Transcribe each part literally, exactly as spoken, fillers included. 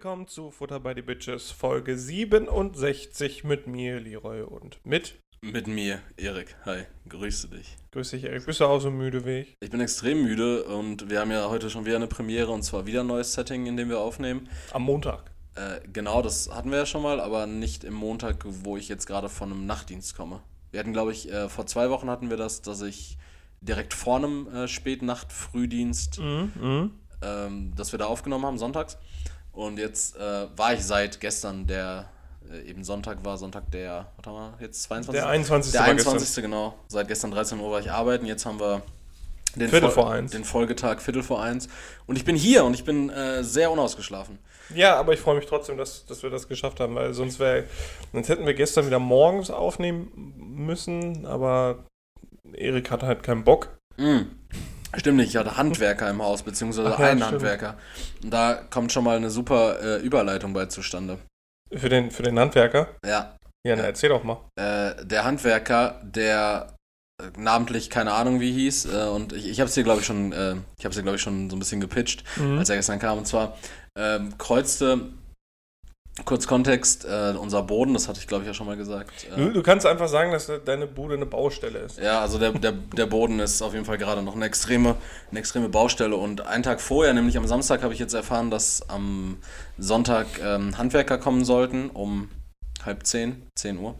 willkommen zu Futter by the Bitches, Folge siebenundsechzig mit mir, Leroy, und mit... Mit mir, Erik. Hi, grüße dich. Grüß dich, Erik. Bist du auch so müde wie ich? Ich bin extrem müde und wir haben ja heute schon wieder eine Premiere und zwar wieder ein neues Setting, in dem wir aufnehmen. Am Montag. Äh, genau, das hatten wir ja schon mal, aber nicht im Montag, wo ich jetzt gerade von einem Nachtdienst komme. Wir hatten, glaube ich, äh, vor zwei Wochen hatten wir das, dass ich direkt vor einem äh, Spätnacht-Frühdienst, Mhm, mhm. ähm, dass wir da aufgenommen haben, sonntags. Und jetzt äh, war ich seit gestern, der äh, eben Sonntag war, Sonntag der, was haben wir jetzt, zweiundzwanzigste? Der einundzwanzigste Der war einundzwanzigste genau. Seit gestern dreizehn Uhr war ich arbeiten, jetzt haben wir den, Viertel Fol- vor eins. den Folgetag Viertel vor eins. Und ich bin hier und ich bin äh, sehr unausgeschlafen. Ja, aber ich freue mich trotzdem, dass, dass wir das geschafft haben, weil sonst wäre, sonst hätten wir gestern wieder morgens aufnehmen müssen, aber Erik hatte halt keinen Bock. Mm. Stimmt nicht, ich hatte Handwerker im Haus, beziehungsweise Ach ja, einen stimmt. Handwerker. Und da kommt schon mal eine super äh, Überleitung bei zustande. Für den, für den Handwerker? Ja, Ja, na, erzähl doch mal. äh, der Handwerker, der äh, namentlich keine Ahnung wie hieß, äh, und ich, ich habe es dir glaube ich schon, äh, ich habe es dir glaube ich schon so ein bisschen gepitcht, Mhm. als er gestern kam. Und zwar ähm, kreuzte, kurz Kontext, äh, unser Boden, das hatte ich glaube ich ja schon mal gesagt. Äh, Du, du kannst einfach sagen, dass deine Bude eine Baustelle ist. Ja, also der, der, der Boden ist auf jeden Fall gerade noch eine extreme, eine extreme Baustelle. Und einen Tag vorher, nämlich am Samstag, habe ich jetzt erfahren, dass am Sonntag ähm, Handwerker kommen sollten, um halb zehn, zehn Uhr.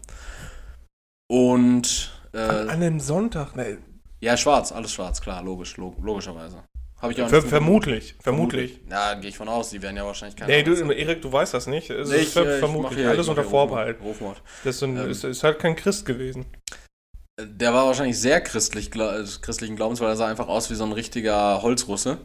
Und An, äh, an einem Sonntag? Ne, ja, schwarz, alles schwarz, klar, logisch, log- logischerweise. Habe ich auch ver nicht mit- vermutlich, vermutlich. Ja, gehe ich von aus, die werden ja wahrscheinlich keine Nee, du, Ahnung sein. Erik, du weißt das nicht. Es Nee, ist ich, ver äh, ich mach vermutlich. hier- Alles ich mach unter hier Vorbehalt. Rufmord. Rufmord. Das ist, ein, Ähm. ist, ist halt kein Christ gewesen. Der war wahrscheinlich sehr christlich, gla- äh, christlichen Glaubens, weil er sah einfach aus wie so ein richtiger Holzrusse.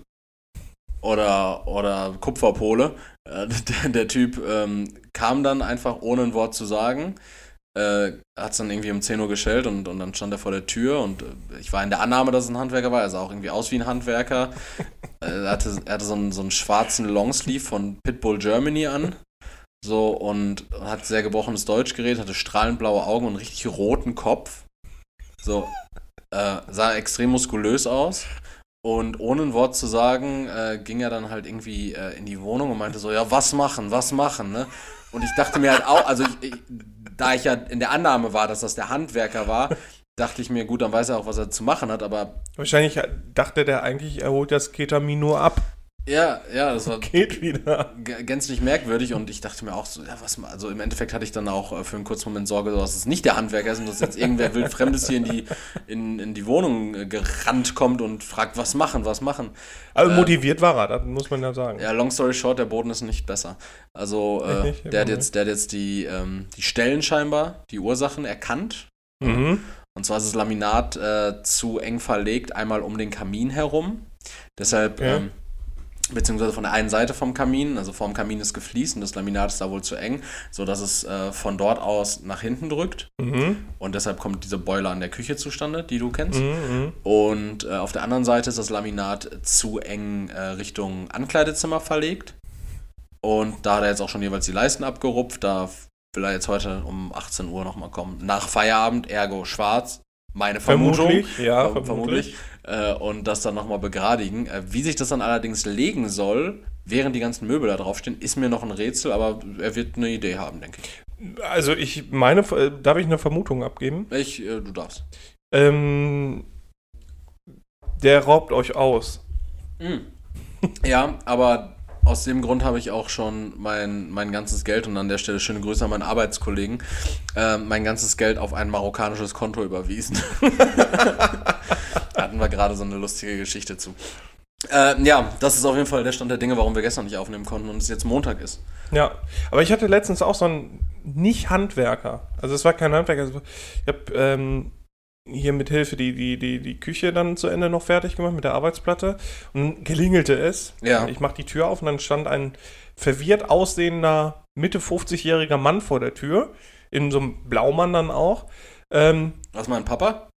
Oder, oder Kupferpole. Äh, der, der Typ ähm, kam dann einfach ohne ein Wort zu sagen. Äh, hat es dann irgendwie um zehn Uhr geschellt und, und dann stand er vor der Tür und äh, ich war in der Annahme, dass es ein Handwerker war. Er sah auch irgendwie aus wie ein Handwerker. äh, er hatte, er hatte so, einen, so einen schwarzen Longsleeve von Pitbull Germany an. So, und hat sehr gebrochenes Deutsch geredet, hatte strahlend blaue Augen und einen richtig roten Kopf. So, äh, sah extrem muskulös aus. Und ohne ein Wort zu sagen, äh, ging er dann halt irgendwie äh, in die Wohnung und meinte so, ja, was machen, was machen, ne? Und ich dachte mir halt auch, also ich, ich, da ich ja in der Annahme war, dass das der Handwerker war, dachte ich mir, gut, dann weiß er auch, was er zu machen hat, aber Wahrscheinlich dachte der eigentlich, er holt das Ketamin nur ab. ja, ja, das war Geht wieder. g- gänzlich merkwürdig und ich dachte mir auch so, ja, was, ma- also im Endeffekt hatte ich dann auch äh, für einen kurzen Moment Sorge, dass es nicht der Handwerker ist und dass jetzt irgendwer wildfremdes hier in die, in, in die Wohnung äh, gerannt kommt und fragt, was machen, was machen. Also Äh, motiviert war er, das muss man ja sagen. Ja, long story short, der Boden ist nicht besser. Also Echt äh, nicht? der, hat Immer jetzt, der hat jetzt die, ähm, die Stellen scheinbar, die Ursachen erkannt. Mhm. Und zwar ist das Laminat äh, zu eng verlegt, einmal um den Kamin herum. Deshalb, Okay. ähm, beziehungsweise von der einen Seite vom Kamin, also vorm Kamin ist gefliest und das Laminat ist da wohl zu eng, sodass es äh, von dort aus nach hinten drückt. Mhm. Und deshalb kommt diese Boiler an der Küche zustande, die du kennst. Mhm. Und äh, auf der anderen Seite ist das Laminat zu eng äh, Richtung Ankleidezimmer verlegt. Und da hat er jetzt auch schon jeweils die Leisten abgerupft. Da will er jetzt heute um achtzehn Uhr nochmal kommen. Nach Feierabend, ergo schwarz. Meine Vermutung. Vermutlich, ja, Ver- vermutlich. Äh, und das dann nochmal begradigen. Äh, wie sich das dann allerdings legen soll, während die ganzen Möbel da draufstehen, ist mir noch ein Rätsel, aber er wird eine Idee haben, denke ich. Also ich meine, äh, darf ich eine Vermutung abgeben? Ich, äh, du darfst. Ähm, der raubt euch aus. Mm. Ja, aber aus dem Grund habe ich auch schon mein, mein ganzes Geld, und an der Stelle schöne Grüße an meinen Arbeitskollegen, äh, mein ganzes Geld auf ein marokkanisches Konto überwiesen. Da hatten wir gerade so eine lustige Geschichte zu. Äh, ja, das ist auf jeden Fall der Stand der Dinge, warum wir gestern nicht aufnehmen konnten und es jetzt Montag ist. Ja, aber ich hatte letztens auch so einen Nicht-Handwerker. Also es war kein Handwerker. Also ich habe ähm, hier mit Hilfe die, die, die, die Küche dann zu Ende noch fertig gemacht mit der Arbeitsplatte und dann klingelte es. Ja. Ich mache die Tür auf und dann stand ein verwirrt aussehender Mitte fünfzigjähriger Mann vor der Tür, in so einem Blaumann dann auch. Ähm, Was, mein Papa?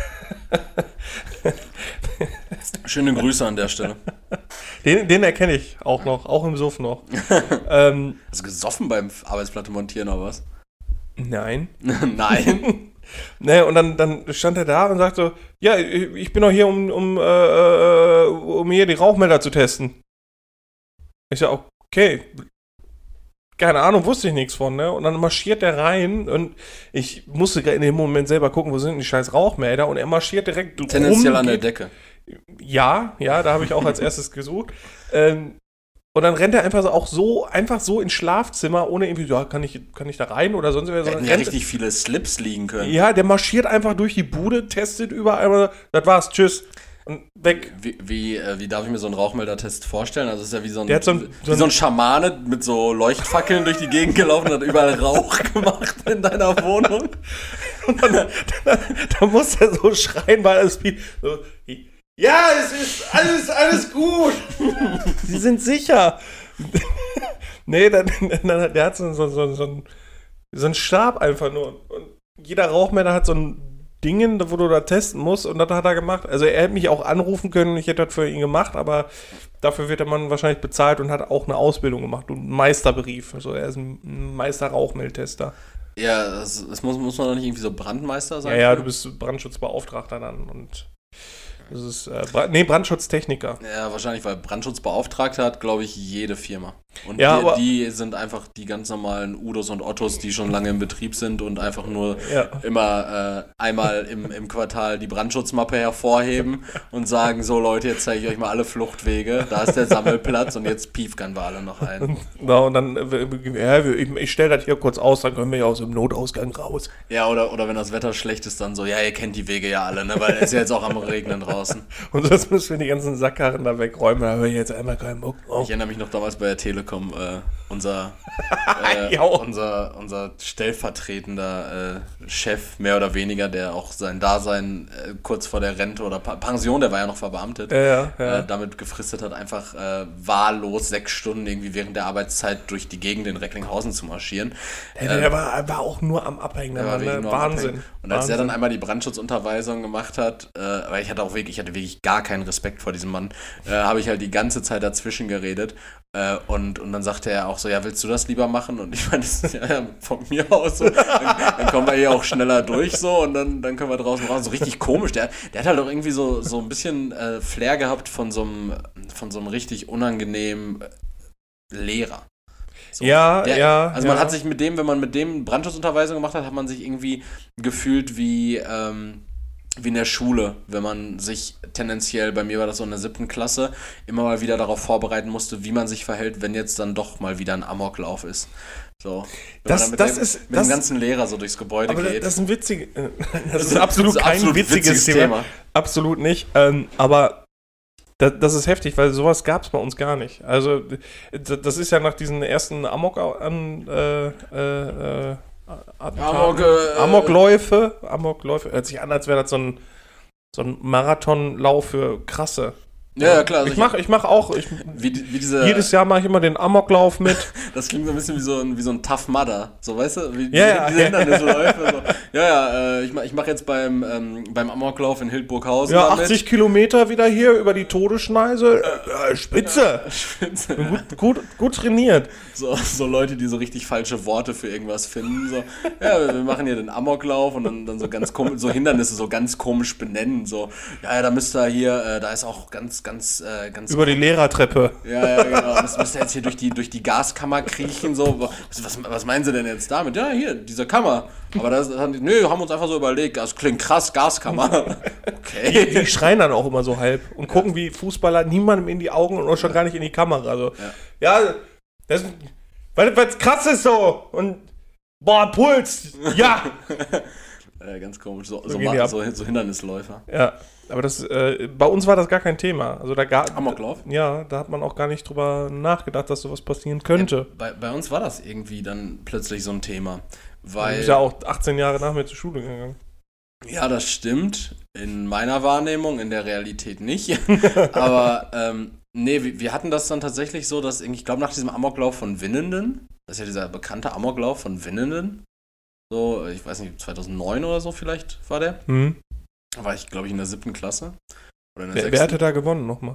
Schöne Grüße an der Stelle. den, den erkenne ich auch noch, auch im Suff noch. ähm, Hast du gesoffen beim Arbeitsplatte montieren oder was? nein. Nein. Ne, und dann, dann stand er da und sagte, ja, ich ich bin doch hier, um, um, äh, äh, um hier die Rauchmelder zu testen. Ich sag, okay, keine Ahnung, wusste ich nichts von, ne? Und dann marschiert der rein und ich musste in dem Moment selber gucken, wo sind die scheiß Rauchmelder und er marschiert direkt Tendenziell rum, an der geht- Decke. Ja, ja, da habe ich auch als erstes gesucht. Ähm, und dann rennt er einfach so, auch so, einfach so ins Schlafzimmer, ohne irgendwie, ja, kann ich, kann ich da rein oder sonst was. Da sondern hätten ja rennt- richtig viele Slips liegen können. Ja, der marschiert einfach durch die Bude, testet überall, das war's, tschüss. Und weg. Wie, wie, äh, wie darf ich mir so einen Rauchmeldertest vorstellen? Also es ist ja wie so ein, Der hat so ein- so wie so ein- ein Schamane mit so Leuchtfackeln durch die Gegend gelaufen und hat überall Rauch gemacht in deiner Wohnung. Und dann, dann, dann muss er so schreien, weil es piept. So, ja, es ist alles, alles gut. Sie sind sicher. Nee, dann, dann, der hat so, so, so, so, einen, so einen Stab einfach nur. Und jeder Rauchmelder hat so ein Dingen, wo du da testen musst. Und das hat er gemacht. Also er hätte mich auch anrufen können und ich hätte das für ihn gemacht. Aber dafür wird der Mann wahrscheinlich bezahlt und hat auch eine Ausbildung gemacht und einen Meisterbrief. Also er ist ein Meister-Rauchmeldtester. Ja, das, das muss, muss man doch nicht irgendwie so Brandmeister sein? Ja, ja, du bist Brandschutzbeauftragter dann und das ist, äh, Bra- nee, Brandschutztechniker. Ja, wahrscheinlich, weil Brandschutzbeauftragter hat, glaube ich, jede Firma. Und Ja, die, aber- die sind einfach die ganz normalen Udos und Ottos, die schon lange im Betrieb sind und einfach nur Ja. immer äh, einmal im, im Quartal die Brandschutzmappe hervorheben und sagen, so Leute, jetzt zeige ich euch mal alle Fluchtwege, da ist der Sammelplatz und jetzt piefern wir alle noch ein. Ja, und dann, äh, ja, ich, ich stelle das hier kurz aus, dann können wir ja aus dem Notausgang raus. Ja, oder, oder wenn das Wetter schlecht ist, dann so, ja, ihr kennt die Wege ja alle, ne, weil es ist ja jetzt auch am Regnen draußen. Und sonst müssen wir die ganzen Sackkarren da wegräumen, da habe ich jetzt einmal keinen Bock drauf. Ich erinnere mich noch damals bei der Telekom, äh, unser, äh, Ja. unser, unser stellvertretender äh, Chef, mehr oder weniger, der auch sein Dasein äh, kurz vor der Rente oder Pa- Pension, der war ja noch verbeamtet, Ja, ja, ja. Äh, damit gefristet hat, einfach äh, wahllos sechs Stunden irgendwie während der Arbeitszeit durch die Gegend in Recklinghausen zu marschieren. Der, der war, war auch nur am Abhängen, der Der war Mann, wirklich ne? nur am Wahnsinn. Abhängen. Und als Wahnsinn. er dann einmal die Brandschutzunterweisung gemacht hat, äh, weil ich hatte auch wirklich, ich hatte wirklich gar keinen Respekt vor diesem Mann, äh, habe ich halt die ganze Zeit dazwischen geredet. Äh, und, und dann sagte er auch so, ja, willst du das lieber machen? Und ich meine, das ist ja, ja von mir aus so, dann, dann kommen wir hier auch schneller durch so und dann, dann können wir draußen raus. So richtig komisch. Der, der hat halt auch irgendwie so, so ein bisschen äh, Flair gehabt von so einem, von so einem richtig unangenehmen äh, Lehrer. So. Ja, Der, ja. Also ja. man hat sich mit dem, wenn man mit dem Brandschutzunterweisung gemacht hat, hat man sich irgendwie gefühlt wie, ähm, wie in der Schule, wenn man sich tendenziell, bei mir war das so in der siebten Klasse, immer mal wieder darauf vorbereiten musste, wie man sich verhält, wenn jetzt dann doch mal wieder ein Amoklauf ist. So. Wenn Das- man dann mit das dem, ist- mit das- dem ganzen Lehrer so durchs Gebäude Aber das, geht. das ist ein witziges, äh, das Das ist absolut ein kein absolut witziges, Thema. Absolut nicht. Ähm, aber das, das ist heftig, weil sowas gab es bei uns gar nicht. Also d- das ist ja nach diesen ersten Amok an äh, äh, äh, Attentaten- Amok, äh, Amokläufe, Amokläufe, hört sich an, als wäre das so ein so ein Marathonlauf für Krasse. ja, ja, klar. Also ich mache ich mach auch, ich, wie, die- wie diese, jedes Jahr mache ich immer den Amoklauf mit. das klingt so ein bisschen wie so ein, wie so ein Tough Mudder, so weißt du? Wie, Ja, ja. diese Hindernisläufe. So. Ja, ja, äh, ich mache ich mach jetzt beim, ähm, beim Amoklauf in Hildburghausen Ja, damit. achtzig Kilometer wieder hier über die Todesschneise. Äh, Spitze. Spitze. Gut, gut, gut trainiert. So, so Leute, die so richtig falsche Worte für irgendwas finden. So, ja, wir machen hier den Amoklauf und dann, dann so ganz komisch, so Hindernisse so ganz komisch benennen. So, ja, ja, da müsst ihr hier, äh, da ist auch ganz, ganz, äh, ganz. Über die Lehrertreppe. Ja, ja, genau. Müsst, müsst ihr jetzt hier durch die, durch die Gaskammer kriechen. So, was, was, was meinen Sie denn jetzt damit? Ja, hier, diese Kammer. Aber das, das haben die, nö, haben uns einfach so überlegt. Das klingt krass, Gaskammer. Okay. Die schreien dann auch immer so halb und gucken wie Fußballer niemandem in die Augen und auch schon gar nicht in die Kamera. So. Ja, das, weil was krass ist so. Und boah, Puls. Ja. Äh, ganz komisch. So, So so, gehen die Ma- ab. so, so Hindernisläufer. Ja, aber das, äh, bei uns war das gar kein Thema. Also da gar, Amoklauf? Ja, da hat man auch gar nicht drüber nachgedacht, dass sowas passieren könnte. Bei, bei uns war das irgendwie dann plötzlich so ein Thema. Du Weil, bist ja auch achtzehn Jahre nach mir zur Schule gegangen. ja, das stimmt. In meiner Wahrnehmung, in der Realität nicht. Aber, ähm, nee, wir, wir hatten das dann tatsächlich so, dass, ich glaube, nach diesem Amoklauf von Winnenden, das ist ja dieser bekannte Amoklauf von Winnenden, so, ich weiß nicht, zweitausendneun oder so vielleicht war der. Hm. Da war ich, glaube ich, in der siebten Klasse. Oder in der Wer, wer sechsten. hatte da gewonnen nochmal?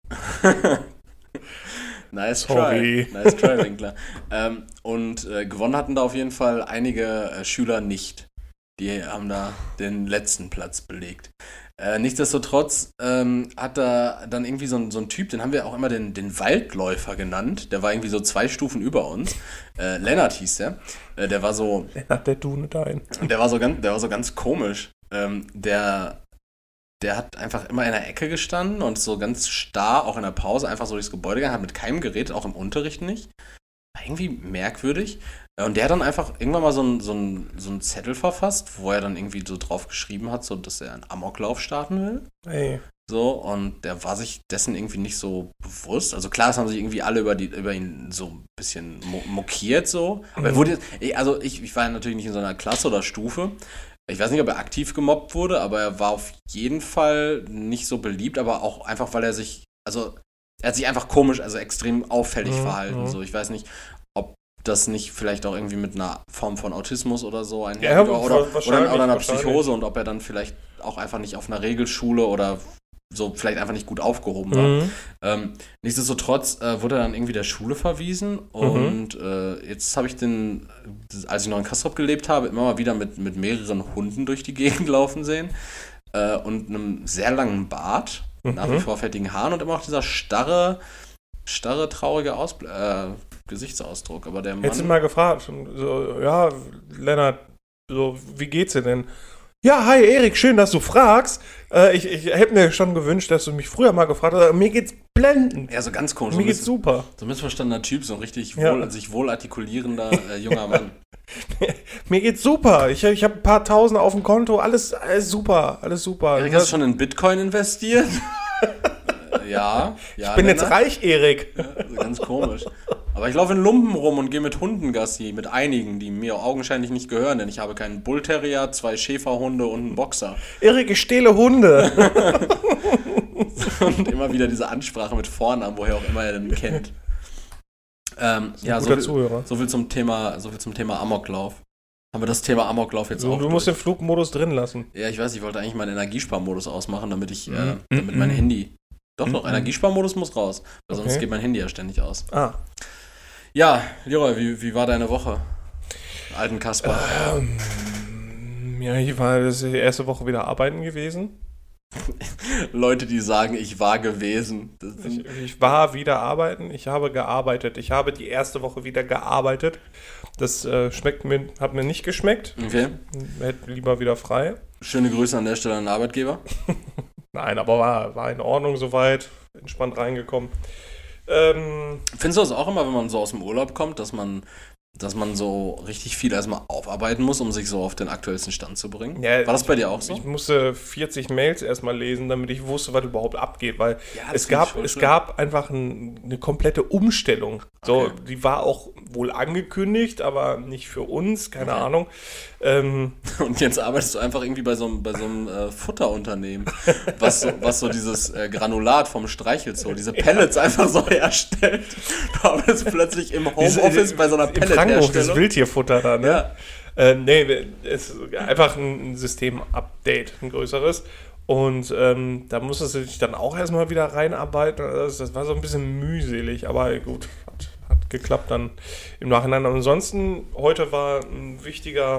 Nice Sorry. try. Nice try, Winkler. ähm, und äh, gewonnen hatten da auf jeden Fall einige äh, Schüler nicht. Die haben da den letzten Platz belegt. Äh, nichtsdestotrotz ähm, hat da dann irgendwie so ein, so ein Typ, den haben wir auch immer den, den Waldläufer genannt. Der war irgendwie so zwei Stufen über uns. Äh, Lennart hieß der. Äh, der war so. Lennart, der Dune dein. Der war so ganz, der war so ganz komisch. Ähm, der, der hat einfach immer in der Ecke gestanden und so ganz starr, auch in der Pause, einfach so durchs Gebäude gegangen, hat mit keinem geredet, auch im Unterricht nicht. War irgendwie merkwürdig. Und der hat dann einfach irgendwann mal so einen so ein, so ein Zettel verfasst, wo er dann irgendwie so drauf geschrieben hat, so dass er einen Amoklauf starten will. Hey. So, und der war sich dessen irgendwie nicht so bewusst. Also klar, es haben sich irgendwie alle über, die, über ihn so ein bisschen mo- mokiert, so. Aber er wurde, also ich, ich war ja natürlich nicht in so einer Klasse oder Stufe. Ich weiß nicht, ob er aktiv gemobbt wurde, aber er war auf jeden Fall nicht so beliebt, aber auch einfach, weil er sich, also er hat sich einfach komisch, also extrem auffällig Mhm, verhalten. mhm. So, ich weiß nicht, ob das nicht vielleicht auch irgendwie mit einer Form von Autismus oder so einhergeht Ja, oder, oder, wahrscheinlich, oder, oder einer wahrscheinlich. Psychose und ob er dann vielleicht auch einfach nicht auf einer Regelschule oder so vielleicht einfach nicht gut aufgehoben war. Mhm. Ähm, nichtsdestotrotz äh, wurde er dann irgendwie der Schule verwiesen und äh, jetzt habe ich den, als ich noch in Castrop gelebt habe, immer mal wieder mit, mit mehreren Hunden durch die Gegend laufen sehen äh, und einem sehr langen Bart, Mhm. nach wie vor fettigen Haaren und immer auch dieser starre, starre, traurige Ausbl- äh, Gesichtsausdruck. Aber der Mann... Hättest du mal gefragt, so, ja, Lennart, so, wie geht's dir denn? Ja, hi Erik, schön, dass du fragst. Äh, ich ich hätte mir schon gewünscht, dass du mich früher mal gefragt hast. Mir geht's blendend. Ja, so ganz komisch. Mir so geht's miss- super. So ein missverstandener Typ, so ein richtig Ja. wohl, sich wohl artikulierender äh, junger Mann. Mir geht's super. Ich, ich habe ein paar Tausend auf dem Konto. Alles, alles super. Alles super. Erik, hast du schon in Bitcoin investiert? Äh, ja. ja. ich bin jetzt Lennart. reich, Erik. Ja, also ganz komisch. Aber ich laufe in Lumpen rum und gehe mit Hunden Gassi, mit einigen, die mir augenscheinlich nicht gehören, denn ich habe keinen Bullterrier, zwei Schäferhunde und einen Boxer. Erik, ich stehle Hunde. Und immer wieder diese Ansprache mit Vornamen, woher auch immer er den kennt. Ähm, ja, so Guter viel, Zuhörer. so viel zum Thema, so viel zum Thema Amoklauf. Haben wir das Thema Amoklauf jetzt Du, auch du musst den durch? Flugmodus drin lassen. Ja, ich weiß, ich wollte eigentlich meinen Energiesparmodus ausmachen, damit ich, äh, Mhm. damit mein Mhm. Handy. Doch, doch, Mhm. Energiesparmodus muss raus, weil sonst Okay. geht mein Handy ja ständig aus. Ah. Ja, Leroy, wie, wie war deine Woche? Alten Kasper. Ähm, ja, ich war das ist die erste Woche wieder arbeiten gewesen. Leute, die sagen, ich war gewesen. Das sind, Ich, ich war wieder arbeiten. Ich habe gearbeitet. Ich habe die erste Woche wieder gearbeitet. Das äh, schmeckt mir, hat mir nicht geschmeckt. okay. Hätte lieber wieder frei. Schöne Grüße an der Stelle an den Arbeitgeber. Nein, aber war, war in Ordnung soweit. Entspannt reingekommen. Ähm, Findest du das auch immer, wenn man so aus dem Urlaub kommt, dass man, dass man so richtig viel erstmal aufarbeiten muss, um sich so auf den aktuellsten Stand zu bringen? Ja, War das bei dir auch so? Ich musste vierzig Mails erstmal lesen, damit ich wusste, was überhaupt abgeht, weil Ja, das es find ich gab, voll es schlimm. gab einfach ein, eine komplette Umstellung. So, Okay. die war auch wohl angekündigt, aber nicht für uns, keine Okay. Ahnung. Ähm, Und jetzt arbeitest du einfach irgendwie bei so einem, bei so einem äh, Futterunternehmen, was so, was so dieses äh, Granulat vom Streichelzoo, diese Pellets einfach so herstellt. Du arbeitest plötzlich im Homeoffice bei so einer Im Frankhof, das Pelletherstellung. Wildtierfutter da, ne? Ja. Ähm, nee, es ist einfach ein System-Update, ein größeres. Und ähm, da musstest du dich dann auch erstmal wieder reinarbeiten. Das, das war so ein bisschen mühselig, aber gut, hat, hat geklappt dann im Nachhinein. Ansonsten, heute war ein wichtiger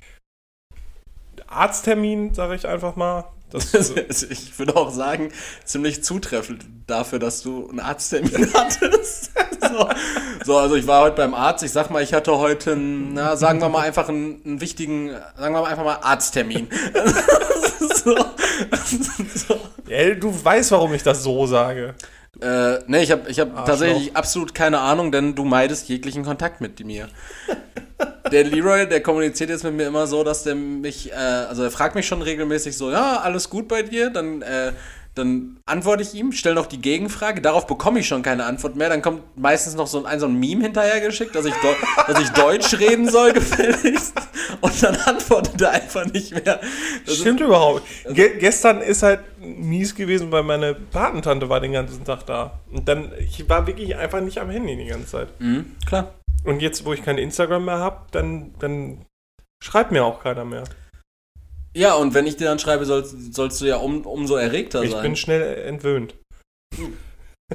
Arzttermin, sage ich einfach mal. Das, Ich würde auch sagen, ziemlich zutreffend dafür, dass du einen Arzttermin hattest. So, so, also ich war heute beim Arzt. Ich sag mal, ich hatte heute, einen, na, sagen wir mal einfach einen, einen wichtigen, sagen wir mal einfach mal Arzttermin. so, so. ja, du weißt, warum ich das so sage. Äh, ne, ich habe ich hab Arschloch. tatsächlich absolut keine Ahnung, denn du meidest jeglichen Kontakt mit mir. Der Leroy, der kommuniziert jetzt mit mir immer so, dass der mich, äh, also er fragt mich schon regelmäßig so, ja, alles gut bei dir? Dann, äh, dann antworte ich ihm, stelle noch die Gegenfrage, darauf bekomme ich schon keine Antwort mehr, dann kommt meistens noch so ein, so ein Meme hinterhergeschickt, dass ich, Deu- dass ich Deutsch reden soll, gefälligst, und dann antwortet er einfach nicht mehr. Das Stimmt überhaupt. Ge gestern ist halt mies gewesen, weil meine Patentante war den ganzen Tag da. Und dann, ich war wirklich einfach nicht am Handy die ganze Zeit. Ist, mhm, klar. Und jetzt, wo ich kein Instagram mehr habe, dann, dann schreibt mir auch keiner mehr. Ja, und wenn ich dir dann schreibe, sollst, sollst du ja um, umso erregter Ich sein. bin schnell entwöhnt.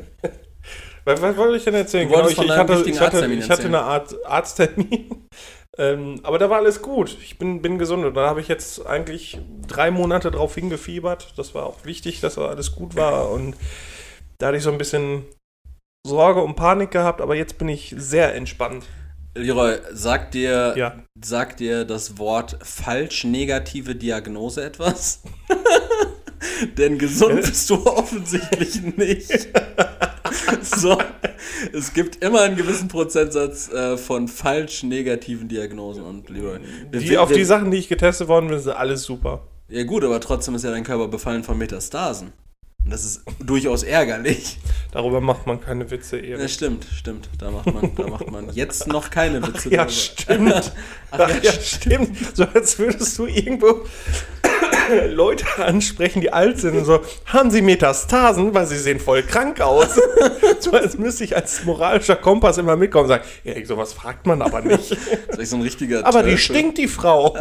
Was, was wollte ich denn erzählen? Du wolltest ich, von ich, deinem hatte, wichtigen ich, hatte, Arzttermin ich hatte erzählen. eine Art Arzttermin. Ähm, aber da war alles gut. Ich bin, bin gesund und da habe ich jetzt eigentlich drei Monate drauf hingefiebert. Das war auch wichtig, dass da alles gut war und da hatte ich so ein bisschen Sorge und Panik gehabt, aber jetzt bin ich sehr entspannt. Leroy, sagt dir, Ja. sagt dir das Wort falsch negative Diagnose etwas? Denn gesund bist du offensichtlich nicht. So, es gibt immer einen gewissen Prozentsatz äh, von falsch negativen Diagnosen und Leroy. wir- Die, wir- auf wir- die Sachen, die ich getestet worden bin, sind alles super. Ja gut, aber trotzdem ist ja dein Körper befallen von Metastasen. Und das ist durchaus ärgerlich. Darüber macht man keine Witze eher. Ja, stimmt, stimmt. Da macht man, da macht man jetzt noch keine Witze Ja, drüber. stimmt. Ach, Ach, ja, ja, stimmt. So als würdest du irgendwo Leute ansprechen, die alt sind und so, haben sie Metastasen, weil sie sehen voll krank aus. So als müsste ich als moralischer Kompass immer mitkommen und sagen, Erik, sowas fragt man aber nicht. Das ist echt so ein richtiger Aber die Teufel. stinkt, die Frau.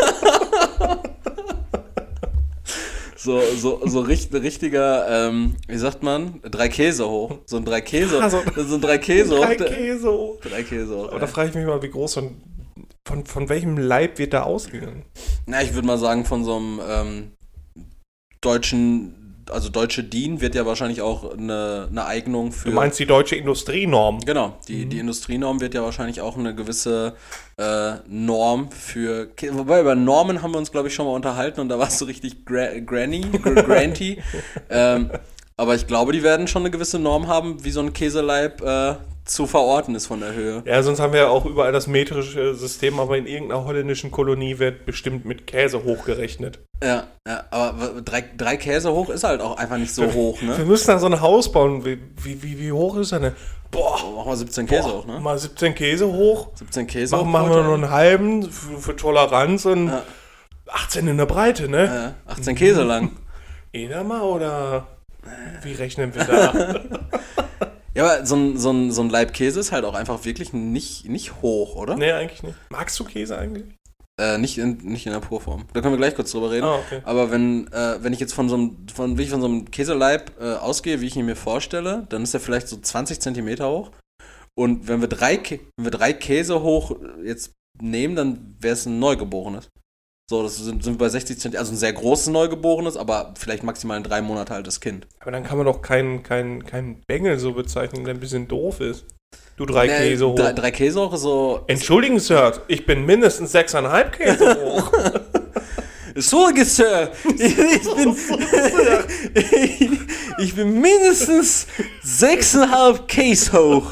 So, so, so richt, richtiger, ähm, wie sagt man? Drei Käse hoch. So ein drei Käse. Also, so ein drei Käse hoch. Drei Käse. Drei Käse hoch. Aber da frage ich mich mal, wie groß so ein, von, von welchem Leib wird da ausgegangen? Na, ich würde mal sagen, von so einem ähm, deutschen, also deutsche D I N wird ja wahrscheinlich auch eine, eine Eignung für. Du meinst die deutsche Industrienorm? Genau, die, die Industrienorm wird ja wahrscheinlich auch eine gewisse äh, Norm für. Kä- Wobei über Normen haben wir uns, glaube ich, schon mal unterhalten und da warst du richtig gra Granny, gr Granty. ähm, aber ich glaube, die werden schon eine gewisse Norm haben, wie so ein Käseleib äh, zu verorten ist von der Höhe. Ja, sonst haben wir ja auch überall das metrische System, aber in irgendeiner holländischen Kolonie wird bestimmt mit Käse hochgerechnet. Ja, ja aber w- drei, drei Käse hoch ist halt auch einfach nicht so hoch, Wir ne? müssen da so ein Haus bauen. Wie, wie, wie, wie hoch ist er denn? Boah, Machen wir siebzehn Käse boah, hoch, ne? mal siebzehn Käse hoch. siebzehn Käse hoch. Machen, machen wir nur einen halben für, für Toleranz und Ja. achtzehn in der Breite, ne? Äh, achtzehn Käse lang. Jeder mal oder wie rechnen wir da? Ja, aber so ein, so, ein, so ein Laib Käse ist halt auch einfach wirklich nicht, nicht hoch, oder? Nee, eigentlich nicht. Magst du Käse eigentlich? Äh, nicht, in, nicht in der Purform. Da können wir gleich kurz drüber reden. Ah, okay. Aber wenn, äh, wenn ich jetzt von so einem, von, wirklich von so einem Käseleib äh, ausgehe, wie ich ihn mir vorstelle, dann ist er vielleicht so zwanzig Zentimeter hoch. Und wenn wir drei, Kä- wenn wir drei Käse hoch jetzt nehmen, dann wäre es ein Neugeborenes. So, das sind, sind wir bei sechzig Zentimeter, also ein sehr großes Neugeborenes, aber vielleicht maximal ein drei Monate altes Kind. Aber dann kann man doch keinen kein, kein Bengel so bezeichnen, der ein bisschen doof ist. Du drei Nee, Käse hoch. Drei, drei Käse hoch ist so. Entschuldigen, Sir, ich bin mindestens sechseinhalb Käse hoch. Sorge, Sir! Ich, ich, bin, ich, ich bin mindestens sechseinhalb Käse hoch.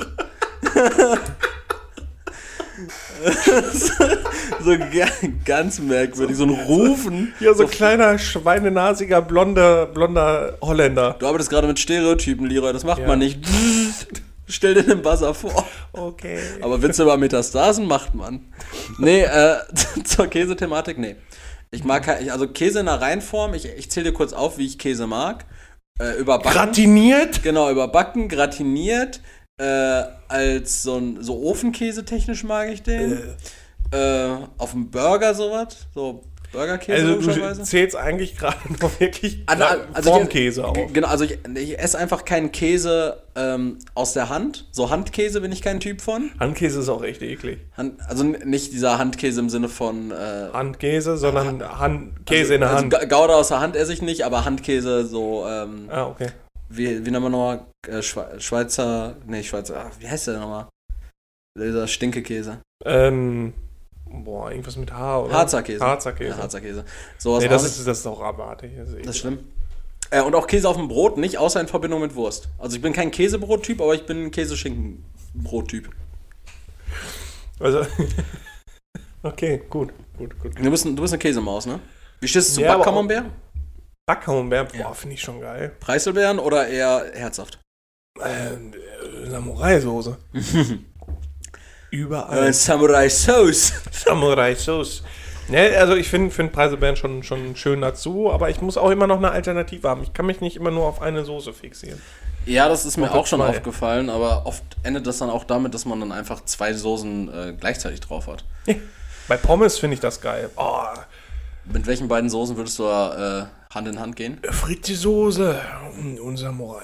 so ga, ganz merkwürdig, so ein Rufen. Ja, so kleiner, schweinenasiger, blonder, blonder Holländer. Du arbeitest gerade mit Stereotypen, Leroy, das macht Ja. man nicht. Stell dir den Buzzer vor. Okay. Aber Witze über Metastasen macht man. Nee, äh, zur Käsethematik, nee. Ich mag kein- also Käse in der Reinform, ich, ich zähle dir kurz auf, wie ich Käse mag. Äh, überbacken. Gratiniert? Genau, überbacken, gratiniert. Äh, als so ein so Ofenkäse technisch mag ich den. Äh, auf dem Burger sowas. So Burgerkäse Also du logischerweise. zählst eigentlich gerade noch wirklich Also, also Formkäse ich, auf. Genau, also ich, ich esse einfach keinen Käse ähm, aus der Hand. So Handkäse bin ich kein Typ von. Handkäse ist auch echt eklig. Hand, also n- nicht dieser Handkäse im Sinne von äh, Handkäse, sondern Hand, Käse in der also Hand. Ga- Gouda aus der Hand esse ich nicht, aber Handkäse so, ähm, Ah, okay. wie, wie nennen wir nochmal? Äh, Schwe- Schweizer, nee, Schweizer, ach, wie heißt der nochmal? Dieser Stinkekäse. Ähm, boah, irgendwas mit H, oder? Harzer Käse. Harzer Käse. Ja, Harzer Käse. Sowas Nee, das auch ist, das ist auch abartig. Das ist, nicht. eklig. Das ist schlimm. Äh, und auch Käse auf dem Brot, nicht außer in Verbindung mit Wurst. Also ich bin kein Käsebrot-Typ, aber ich bin ein Käseschinken-Brot-Typ. Also, okay, gut, gut, gut. Du bist, ein, du bist eine Käsemaus, ne? Wie stehst du zu Ja, aber Backcamembert? Backcamembert, boah, Ja. finde ich schon geil. Preiselbeeren oder eher herzhaft? Ähm, äh, Samurai-Soße. Überall. Äh, Samurai Sauce. Samurai-Sauce. Ne, also ich finde find Preiselbeeren schon, schon schön dazu, aber ich muss auch immer noch eine Alternative haben. Ich kann mich nicht immer nur auf eine Soße fixieren. Ja, das ist mir Oder auch schon zwei. aufgefallen, aber oft endet das dann auch damit, dass man dann einfach zwei Soßen äh, gleichzeitig drauf hat. Bei Pommes finde ich das geil. Oh, Mit welchen beiden Soßen würdest du äh, Hand in Hand gehen? Fritte-Soße und, und Samurai-Soße.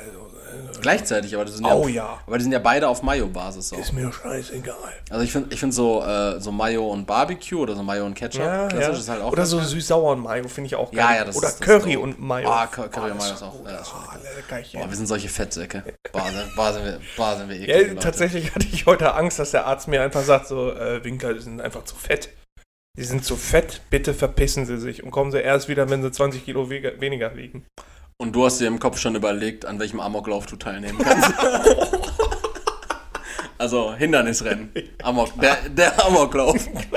Gleichzeitig, aber die sind Oh ja, ja. aber die sind ja beide auf Mayo-Basis so. Ist mir scheißegal. Also ich finde ich find so, äh, so Mayo und Barbecue oder so Mayo und Ketchup, Ja, klassisch ja. ist halt auch Oder so geil. süß-sauer und Mayo finde ich auch geil. Ja, ja, das Oder ist- das Curry ist auch- und Mayo. Ah, Curry und das Mayo ist auch- gut. ja, das ist Ah, schon leckerchen. Boah, wir sind solche Fettsäcke. Boah, sind- boah, sind wir, boah, sind wir eklig, Ja, Leute. tatsächlich hatte ich heute Angst, dass der Arzt mir einfach sagt, so, äh, Winkler, die sind einfach zu fett. Die sind zu fett, bitte verpissen Sie sich und kommen Sie erst wieder, wenn Sie zwanzig Kilo we- weniger wiegen. Und du hast dir im Kopf schon überlegt, an welchem Amoklauf du teilnehmen kannst. Also Hindernisrennen. Amok, der, der Amoklauf.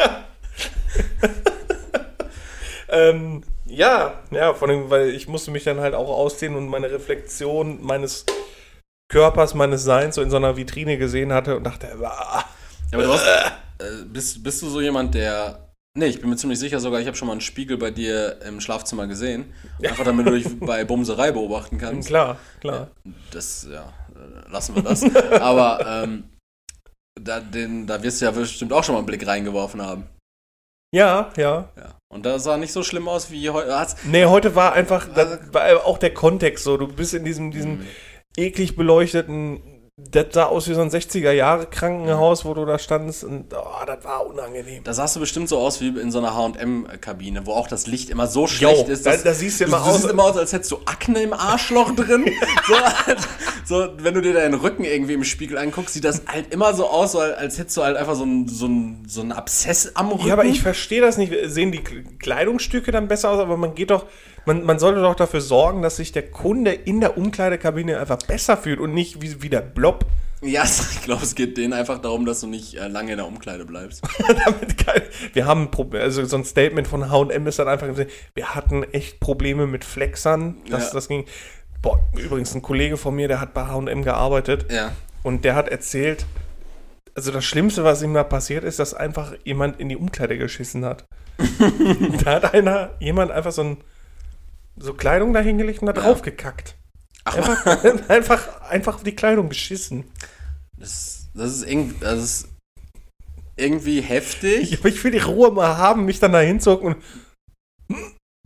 Ähm, ja, ja, vor allem, weil ich musste mich dann halt auch ausziehen und meine Reflexion meines Körpers, meines Seins so in so einer Vitrine gesehen hatte und dachte, ah, Aber du hast, äh, bist, bist du so jemand, der... Nee, ich bin mir ziemlich sicher sogar, ich habe schon mal einen Spiegel bei dir im Schlafzimmer gesehen. Einfach damit du dich bei Bumserei beobachten kannst. klar, klar. Ja, das, ja, äh, lassen wir das. Aber ähm, da, den, da wirst du ja bestimmt auch schon mal einen Blick reingeworfen haben. Ja, ja. Ja. Und das sah nicht so schlimm aus wie heute. Nee, heute war einfach, da war auch der Kontext so, du bist in diesem, diesem Mhm. eklig beleuchteten, das sah aus wie so ein sechziger-Jahre-Krankenhaus, wo du da standest und oh, das war unangenehm. Da sahst du bestimmt so aus wie in so einer H und M-Kabine, wo auch das Licht immer so schlecht ist. da, Dass, da siehst du immer du aus. siehst immer aus, als hättest du Akne im Arschloch drin. so, als, so, wenn du dir deinen Rücken irgendwie im Spiegel anguckst, sieht das halt immer so aus, so, als hättest du halt einfach so einen so ein, so ein Abszess am Rücken. Ja, aber ich verstehe das nicht. Sehen die Kleidungsstücke dann besser aus? Aber man geht doch, man, man sollte doch dafür sorgen, dass sich der Kunde in der Umkleidekabine einfach besser fühlt und nicht wie, wie der Blob. Ja, ich glaube, es geht denen einfach darum, dass du nicht äh, lange in der Umkleide bleibst. Damit kein, wir haben ein Problem, also so ein Statement von H und M ist dann einfach, wir hatten echt Probleme mit Flexern. Das, Ja. das ging. Boah, übrigens ein Kollege von mir, der hat bei H und M gearbeitet. Ja. Und der hat erzählt, also das Schlimmste, was ihm da passiert ist, dass einfach jemand in die Umkleide geschissen hat. Da hat einer, jemand einfach so, ein, so Kleidung da hingelegt und da Ja. drauf gekackt. Ach, Einfach, einfach, einfach auf die Kleidung geschissen. das, das, ist irgendwie, das ist irgendwie heftig. Ich, ich will die Ruhe mal haben, mich dann da hinzucken und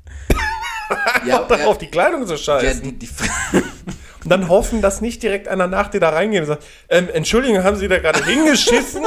Ja, auch darauf die Kleidung zu ja, scheißen. die, die, Und dann hoffen, dass nicht direkt einer nach dir da reingeht und sagt, ähm, Entschuldigung, haben Sie da gerade hingeschissen?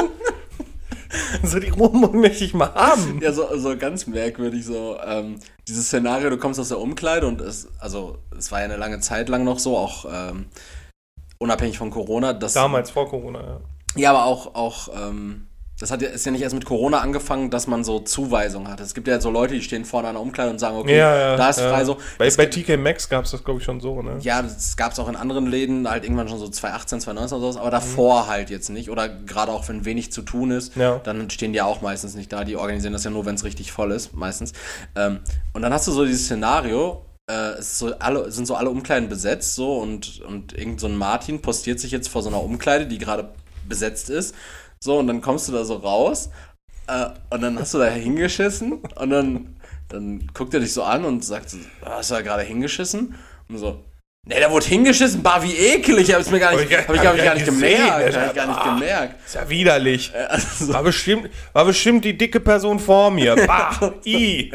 So, die Ruhe möchte ich mal haben. ja, so, so ganz merkwürdig, so, ähm, dieses Szenario, du kommst aus der Umkleide und es, also, es war ja eine lange Zeit lang noch so, auch ähm, unabhängig von Corona. Dass, Damals, vor Corona, ja. Ja, aber auch, auch ähm, das hat ja, ist ja nicht erst mit Corona angefangen, dass man so Zuweisungen hat. Es gibt ja so Leute, die stehen vorne an der Umkleide und sagen, okay, Ja, ja, da ist ja. frei so. Bei, Es bei gibt- T K Maxx gab es das, glaube ich, schon so, ne? Ja, das gab es auch in anderen Läden, halt irgendwann schon so zwanzig achtzehn, zwanzig neunzehn oder sowas, aber davor halt jetzt nicht. Oder gerade auch, wenn wenig zu tun ist, Ja. dann stehen die ja auch meistens nicht da. Die organisieren das ja nur, wenn es richtig voll ist, meistens. Ähm, und dann hast du so dieses Szenario, äh, es ist so alle, sind so alle Umkleiden besetzt, so, und, und irgend so ein Martin postiert sich jetzt vor so einer Umkleide, die gerade besetzt ist. So, und dann kommst du da so raus, äh, und dann hast du da hingeschissen, und dann, dann guckt er dich so an und sagt so, "Ah, hast du da gerade hingeschissen?" Und so, ne, da wurde hingeschissen, bah, wie ekelig, hab ich mir gar nicht, Hab ich gar- hab ich, hab ich gar hab nicht ich gesehen, gemerkt, Alter. hab ich gar nicht Ah. gemerkt. Ist ja widerlich. Äh, Also, War bestimmt, war bestimmt die dicke Person vor mir. Bah, i.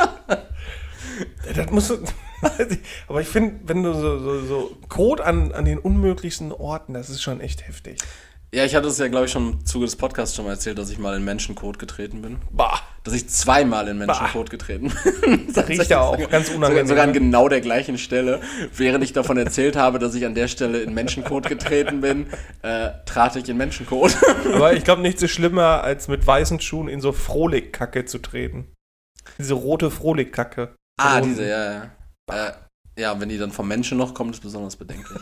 Das muss. Aber ich finde, wenn du so, so, so Kot an, an den unmöglichsten Orten, das ist schon echt heftig. ja, ich hatte es ja, glaube ich, schon im Zuge des Podcasts schon mal erzählt, dass ich mal in Menschenkot getreten bin. Bah. Dass ich zweimal in Menschenkot getreten bin. Das riecht ja auch ganz unangenehm. Sogar, sogar an genau der gleichen Stelle. Während ich davon erzählt habe, dass ich an der Stelle in Menschenkot getreten bin, äh, trat ich in Menschenkot. Aber ich glaube, nichts ist schlimmer, als mit weißen Schuhen in so Frohlickkacke zu treten. Diese rote Frohlickkacke. Ah, Von diese, unten. ja, ja. Äh, ja, wenn die dann vom Menschen noch kommt, ist besonders bedenklich.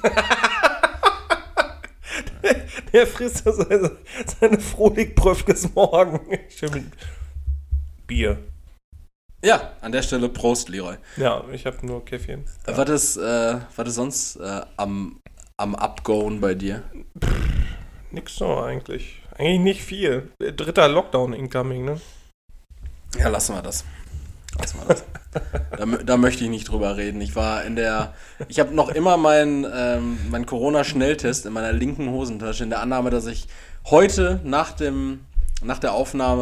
Der frisst da seine, seine Frohlickpröfkes morgen. Schön mit Bier. Ja, an der Stelle Prost, Leroy. Ja, ich habe nur Käffchen. Ja. Was ist, äh, was ist sonst äh, am, am Upgoen bei dir? Nix so eigentlich. Eigentlich nicht viel. Dritter Lockdown incoming, ne? Ja, lassen wir das. Lassen wir das. da, mö- da möchte ich nicht drüber reden. Ich war in der, ich habe noch immer meinen ähm, mein Corona-Schnelltest in meiner linken Hosentasche, in der Annahme, dass ich heute nach dem, nach der Aufnahme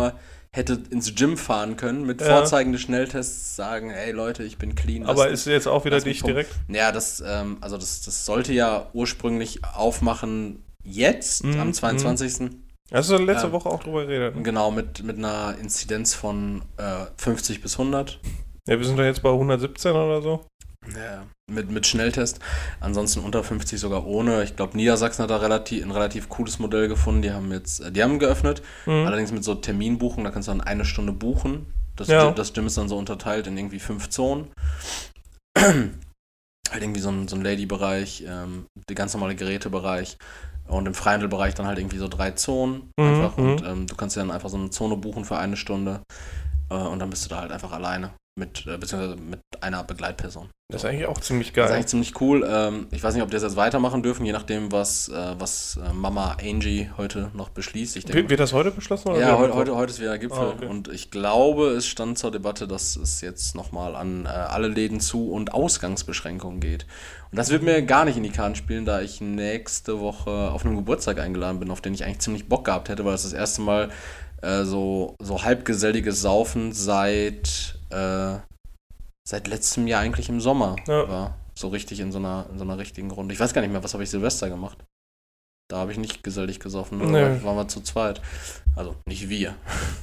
hätte ins Gym fahren können, mit Ja. vorzeigende Schnelltests sagen, hey Leute, ich bin clean. Aber lasst ist jetzt auch wieder lass mich dicht pumpen. direkt? Ja, das, ähm, also das, das sollte ja ursprünglich aufmachen jetzt, Mhm, am zweiundzwanzigsten Hast du letzte Ähm, Woche auch drüber geredet? Ne? Genau, mit, mit einer Inzidenz von äh, fünfzig bis hundert. Ja, wir sind doch jetzt bei hundertsiebzehn oder so. Ja, mit, mit Schnelltest. Ansonsten unter fünfzig sogar ohne. Ich glaube, Niedersachsen hat da relativ, ein relativ cooles Modell gefunden. Die haben jetzt, äh, die haben geöffnet, Mhm. allerdings mit so Terminbuchung. Da kannst du dann eine Stunde buchen. Das, Ja. Gym, das Gym ist dann so unterteilt in irgendwie fünf Zonen. Halt irgendwie so ein, so ein Lady-Bereich, ähm, der ganz normale Gerätebereich. Und im Freihandelbereich dann halt irgendwie so drei Zonen Mhm, einfach. mhm. Und ähm, du kannst dir dann einfach so eine Zone buchen für eine Stunde. Äh, und dann bist du da halt einfach alleine. Mit, äh, beziehungsweise mit einer Begleitperson. Das ist eigentlich auch ziemlich Das ist geil. eigentlich ziemlich cool. Ähm, ich weiß nicht, ob die das jetzt weitermachen dürfen, je nachdem, was, äh, was äh, Mama Angie heute noch beschließt. Ich Wird, denke, wird das heute beschlossen? Oder ja, wird heute, das- heute, heute ist wieder Gipfel. Ah, okay. Und ich glaube, es stand zur Debatte, dass es jetzt nochmal an äh, alle Läden zu und Ausgangsbeschränkungen geht. Und das wird mir gar nicht in die Karten spielen, da ich nächste Woche auf einem Geburtstag eingeladen bin, auf den ich eigentlich ziemlich Bock gehabt hätte, weil es das erste Mal äh, so, so halbgeselliges Saufen seit, äh, seit letztem Jahr eigentlich im Sommer Ja. war. So richtig in so einer, in so einer richtigen Runde. Ich weiß gar nicht mehr, was habe ich Silvester gemacht? Da habe ich nicht gesellig gesoffen, da Nee. waren wir zu zweit. Also nicht wir.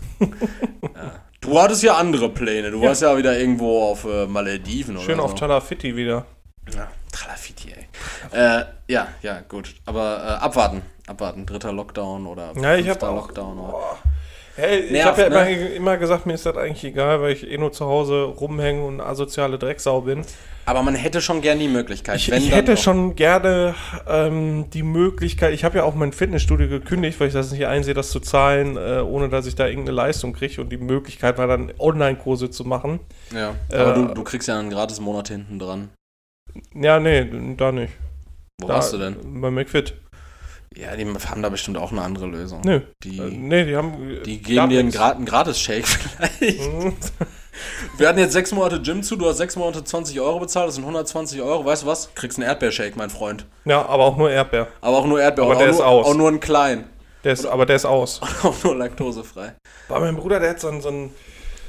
Ja. Du hattest ja andere Pläne. Du Ja. warst ja wieder irgendwo auf äh, Malediven Schön oder auf so. Talafiti wieder. Ja, Tralafiti, ey. Äh, ja, ja, gut. Aber äh, abwarten. Abwarten. Dritter Lockdown oder Ja, ich hab fünfter auch- Lockdown. Oder. Boah. Hey, ich Nervt, habe ja ne? immer, immer gesagt, mir ist das eigentlich egal, weil ich eh nur zu Hause rumhängen und asoziale Drecksau bin. Aber man hätte schon gern die Möglichkeit. Ich, wenn ich dann hätte doch. schon gerne ähm, die Möglichkeit, ich habe ja auch mein Fitnessstudio gekündigt, weil ich das nicht einsehe, das zu zahlen, äh, ohne dass ich da irgendeine Leistung kriege. Und die Möglichkeit war dann, Online-Kurse zu machen. Ja, Äh, aber du, du kriegst ja einen gratis Monat hinten dran. Ja, nee, da nicht. Wo da, warst du denn? Bei McFit. Ja, die haben da bestimmt auch eine andere Lösung. Nö. Die, Äh, nee, die haben. die geben dir einen, Gra einen Gratis-Shake vielleicht. Mhm. Wir hatten jetzt sechs Monate Gym zu, du hast sechs Monate zwanzig Euro bezahlt, das sind hundertzwanzig Euro. Weißt du was? Kriegst einen Erdbeershake, mein Freund. Ja, aber auch nur Erdbeer. Aber auch nur Erdbeer, Aber auch, der nur, ist aus. auch nur einen kleinen. Der ist, aber der ist aus. Auch nur laktosefrei. Bei meinem Bruder, der hat so einen, so einen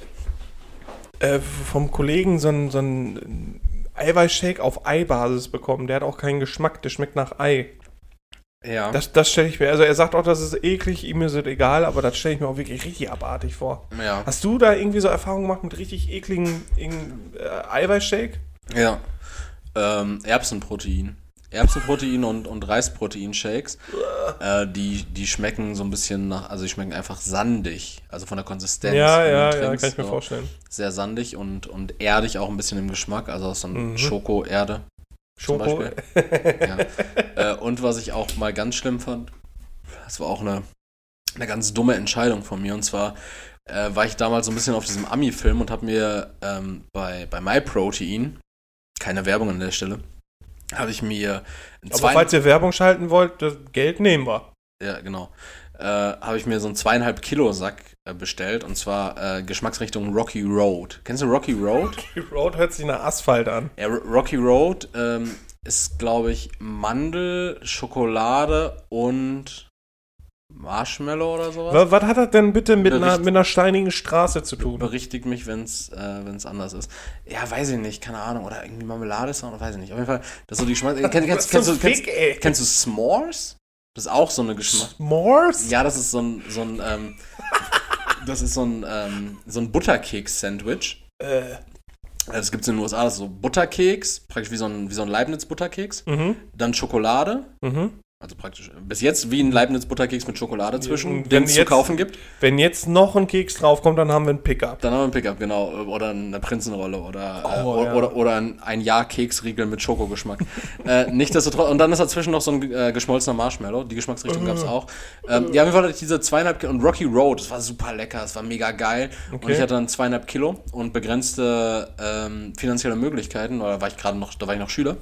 äh, vom Kollegen so einen, so einen Eiweißshake auf Eibasis bekommen. Der hat auch keinen Geschmack, der schmeckt nach Ei. Ja. Das, das stelle ich mir, also er sagt auch, das ist eklig, ihm ist es egal, aber das stelle ich mir auch wirklich richtig abartig vor. ja. Hast du da irgendwie so Erfahrungen gemacht mit richtig ekligen irgend- äh, Eiweißshake? Ja. Ähm, Erbsenprotein. Erbsenprotein und, und Reisprotein-Shakes. äh, die, die schmecken so ein bisschen nach, also die schmecken einfach sandig. Also von der Konsistenz. Ja, wenn du ja, ja, trinkst, kann ich mir so. vorstellen. Sehr sandig und, und erdig auch ein bisschen im Geschmack. Also aus so einem Mhm. Schoko-Erde. Zum Schoko. ja. äh, und was ich auch mal ganz schlimm fand, das war auch eine, eine ganz dumme Entscheidung von mir. Und zwar äh, war ich damals so ein bisschen auf diesem Ami-Film und habe mir ähm, bei, bei MyProtein, keine Werbung an der Stelle, habe ich mir ein Aber falls ihr Werbung schalten wollt, das Geld nehmen wir. ja, genau. Äh, habe ich mir so einen zweieinhalb Kilo Sack äh, bestellt und zwar äh, Geschmacksrichtung Rocky Road. Kennst du Rocky Road? Die Road hört sich nach Asphalt an. Ja, R- Rocky Road ähm, ist, glaube ich, Mandel, Schokolade und Marshmallow oder sowas. Was, was hat das denn bitte mit Bericht- einer, mit einer steinigen Straße zu tun? Berichtigt mich, wenn es äh, wenn's anders ist. Ja, weiß ich nicht, keine Ahnung. Oder irgendwie Marmelade ist oder weiß ich nicht. Auf jeden Fall, das ist so die Geschmack. Kenn, kennst, Was kennst, du, zum kennst, Fick, ey? kennst du S'mores? Das ist auch so eine Geschmack. S'mores? Ja, das ist so ein, so ein, ähm, das ist so ein, ähm, so ein Butterkeks-Sandwich. Äh, Das gibt es in den U S A, das ist so Butterkeks, praktisch wie so ein, wie so ein Leibniz-Butterkeks. mhm, Dann Schokolade, mhm. also praktisch bis jetzt wie ein Leibniz-Butterkeks mit Schokolade zwischen, Und den wenn es zu jetzt- kaufen gibt. Wenn jetzt noch ein Keks draufkommt, dann haben wir ein Pickup. Dann haben wir ein Pickup, genau. Oder eine Prinzenrolle oder, äh, Oh, oder, ja. oder, oder ein, ein Jahr-Keksriegel mit Schokogeschmack. äh, Nichtsdestotrotz, und dann ist dazwischen noch so ein äh, geschmolzener Marshmallow. Die Geschmacksrichtung gab es auch. Ähm, ja, auf jeden Fall hatte ich diese zweieinhalb Kilo. Und Rocky Road, das war super lecker, das war mega geil. Und Okay. ich hatte dann zweieinhalb Kilo und begrenzte ähm, finanzielle Möglichkeiten. Oder war ich gerade noch, da war ich noch Schüler.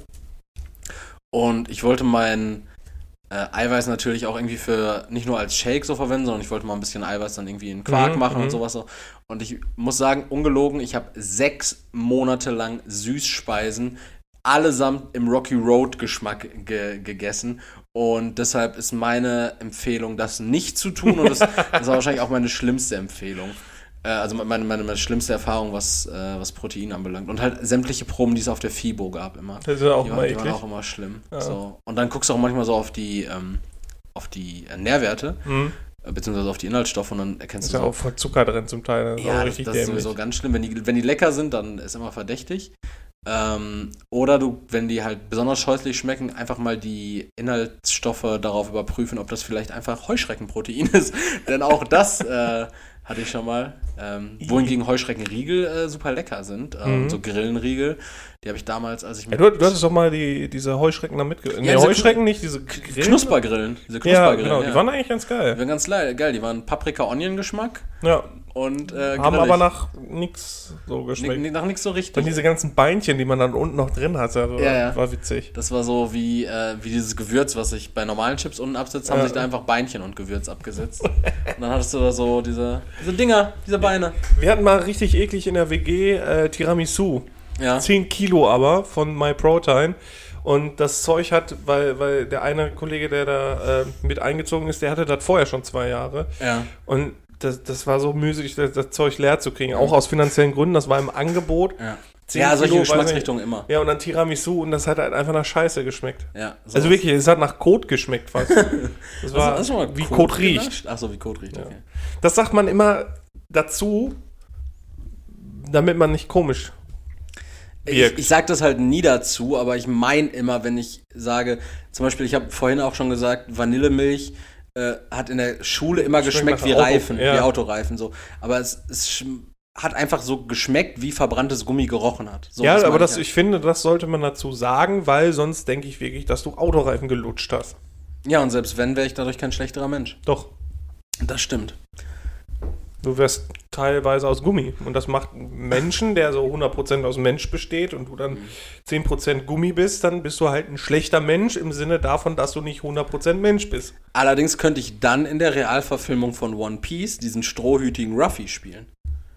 Und ich wollte mein äh, Eiweiß natürlich auch irgendwie für, nicht nur als Shake so verwenden, sondern ich wollte mal ein bisschen Eiweiß dann irgendwie in Quark Mhm, machen mhm. und sowas so. Und ich muss sagen, ungelogen, ich habe sechs Monate lang Süßspeisen allesamt im Rocky Road Geschmack ge- gegessen. Und deshalb ist meine Empfehlung, das nicht zu tun. Und das, das ist wahrscheinlich auch meine schlimmste Empfehlung. Äh, also meine, meine, meine schlimmste Erfahrung, was, äh, was Protein anbelangt. Und halt sämtliche Proben, die es auf der FIBO gab immer. Das ist ja auch die, mal waren, die eklig. waren auch immer schlimm. Ja. So. Und dann guckst du auch manchmal so auf die, ähm, auf die Nährwerte. Mhm. Beziehungsweise auf die Inhaltsstoffe und dann erkennst Ist du ja so, auch voll Zucker drin zum Teil. Das ist ja, auch das, richtig das ist dämlich. sowieso ganz schlimm. Wenn die, wenn die lecker sind, dann ist immer verdächtig. Ähm, oder du, wenn die halt besonders scheußlich schmecken, einfach mal die Inhaltsstoffe darauf überprüfen, ob das vielleicht einfach Heuschreckenprotein ist. Denn auch das äh, hatte ich schon mal. Ähm, wohingegen Heuschreckenriegel äh, super lecker sind. Ähm, Mhm. So Grillenriegel. Die habe ich damals, als ich Ja, mit du, du hattest doch mal die, diese Heuschrecken da mitgebracht. Ja, Nee, diese Heuschrecken nicht, diese Grillen. Knuspergrillen. Diese Ja, Knuspergrillen. genau, ja. die waren eigentlich ganz Die geil. waren ganz geil, geil. Die waren Paprika-Onion-Geschmack Ja, und äh, haben grillig. aber nach nichts so geschmeckt. N- nach nichts so richtig. Und diese ganzen Beinchen, die man dann unten noch drin hatte, also Ja, ja. war witzig. Das war so wie, äh, wie dieses Gewürz, was sich bei normalen Chips unten absetzt, haben Ja. sich da einfach Beinchen und Gewürz abgesetzt. Und dann hattest du da so diese, diese Dinger, diese Beine. Wir hatten mal richtig eklig in der W G äh, Tiramisu. Ja. zehn Kilo aber von MyProtein. Und das Zeug hat, weil, weil der eine Kollege, der da äh, mit eingezogen ist, der hatte das vorher schon zwei Jahre. Ja. Und das, das war so müßig, das, das Zeug leer zu kriegen. Auch aus finanziellen Gründen, das war im Angebot. Ja, zehn ja solche Kilo, weiß Geschmacksrichtungen immer. Ja, und dann Tiramisu und das hat halt einfach nach Scheiße geschmeckt. Ja, so Also wirklich, es hat nach Kot geschmeckt fast. Das war, Hast du schon mal wie Kot Kot riecht. genascht? Ach so, wie Kot riecht, Ja. okay. Das sagt man immer dazu, damit man nicht komisch wirkt. Ich, ich sage das halt nie dazu, aber ich meine immer, wenn ich sage, zum Beispiel, ich habe vorhin auch schon gesagt, Vanillemilch äh, hat in der Schule immer Schmeckt geschmeckt nach wie Auto, Reifen, ja. wie Autoreifen so. Aber es, es schm- hat einfach so geschmeckt, wie verbranntes Gummi gerochen hat. So, ja, das aber meine das, ich halt. ich finde, das sollte man dazu sagen, weil sonst denke ich wirklich, dass du Autoreifen gelutscht hast. Ja, und selbst wenn, wäre ich dadurch kein schlechterer Mensch. Doch, Das stimmt. du wärst teilweise aus Gummi. Und das macht einen Menschen, der so hundert Prozent aus Mensch besteht und du dann zehn Prozent Gummi bist, dann bist du halt ein schlechter Mensch im Sinne davon, dass du nicht hundert Prozent Mensch bist. Allerdings könnte ich dann in der Realverfilmung von One Piece diesen strohhütigen Ruffy spielen.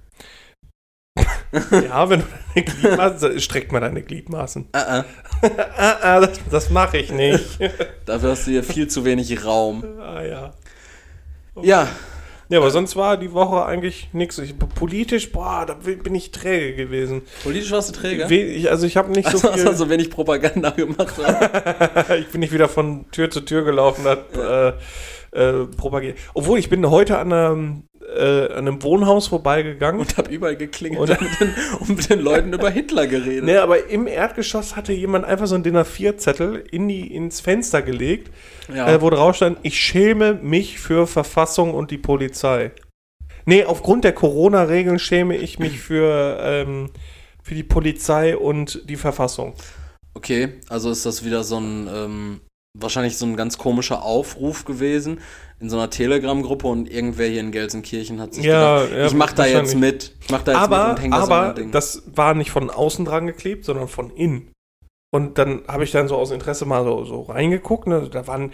Ja, wenn du deine Gliedmaßen, streckt mal deine Gliedmaßen. Uh-uh. ah, ah, das das mache ich nicht. Dafür hast du hier viel zu wenig Raum. ah, ja. Ja, Ja, aber sonst war die Woche eigentlich nichts. Politisch, boah, da bin ich träge gewesen. politisch warst du träger. We- ich, also ich habe nicht so Also viel... hast du so wenig Propaganda gemacht. Oder? ich bin nicht wieder von Tür zu Tür gelaufen, hat äh, äh, propagiert. Obwohl, ich bin heute an einem, äh, an einem Wohnhaus vorbeigegangen. Und hab überall geklingelt Und- und mit, den, und mit den Leuten über Hitler geredet. Ne, aber im Erdgeschoss hatte jemand einfach so einen D I N A vier Zettel in die, ins Fenster gelegt, Ja. äh, wo drauf stand, ich schäme mich für Verfassung und die Polizei. Nee, aufgrund der Corona-Regeln schäme ich mich für, ähm, für die Polizei und die Verfassung. Okay, also ist das wieder so ein, ähm, wahrscheinlich so ein ganz komischer Aufruf gewesen in so einer Telegram-Gruppe und irgendwer hier in Gelsenkirchen hat sich Ja, gedacht, ja, ich mach da jetzt wahrscheinlich. mit. Ich mach da jetzt aber mit und häng das an aber mein Ding. das war nicht von außen dran geklebt, sondern von innen. Und dann habe ich dann so aus Interesse mal so, so reingeguckt. Ne? Da waren,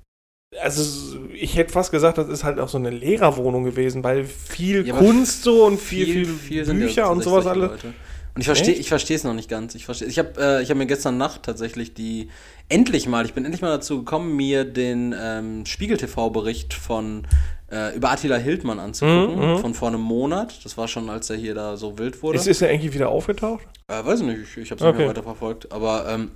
also ich hätte fast gesagt, das ist halt auch so eine Lehrerwohnung gewesen, weil viel Ja, aber Kunst so und viel, viel, sind ja Bücher und tatsächlich sowas solche alles. Leute. Und ich verstehe Echt? ich verstehe es noch nicht ganz. Ich verstehe ich habe äh, ich hab mir gestern Nacht tatsächlich die endlich mal, ich bin endlich mal dazu gekommen, mir den ähm, Spiegel T V-Bericht von äh, über Attila Hildmann anzugucken, Mhm, mhm. von vor einem Monat. Das war schon, als er hier da so wild wurde. Ist, ist er eigentlich wieder aufgetaucht? Äh, weiß ich nicht, ich, ich habe es nicht Okay. mehr weiterverfolgt. Aber ähm,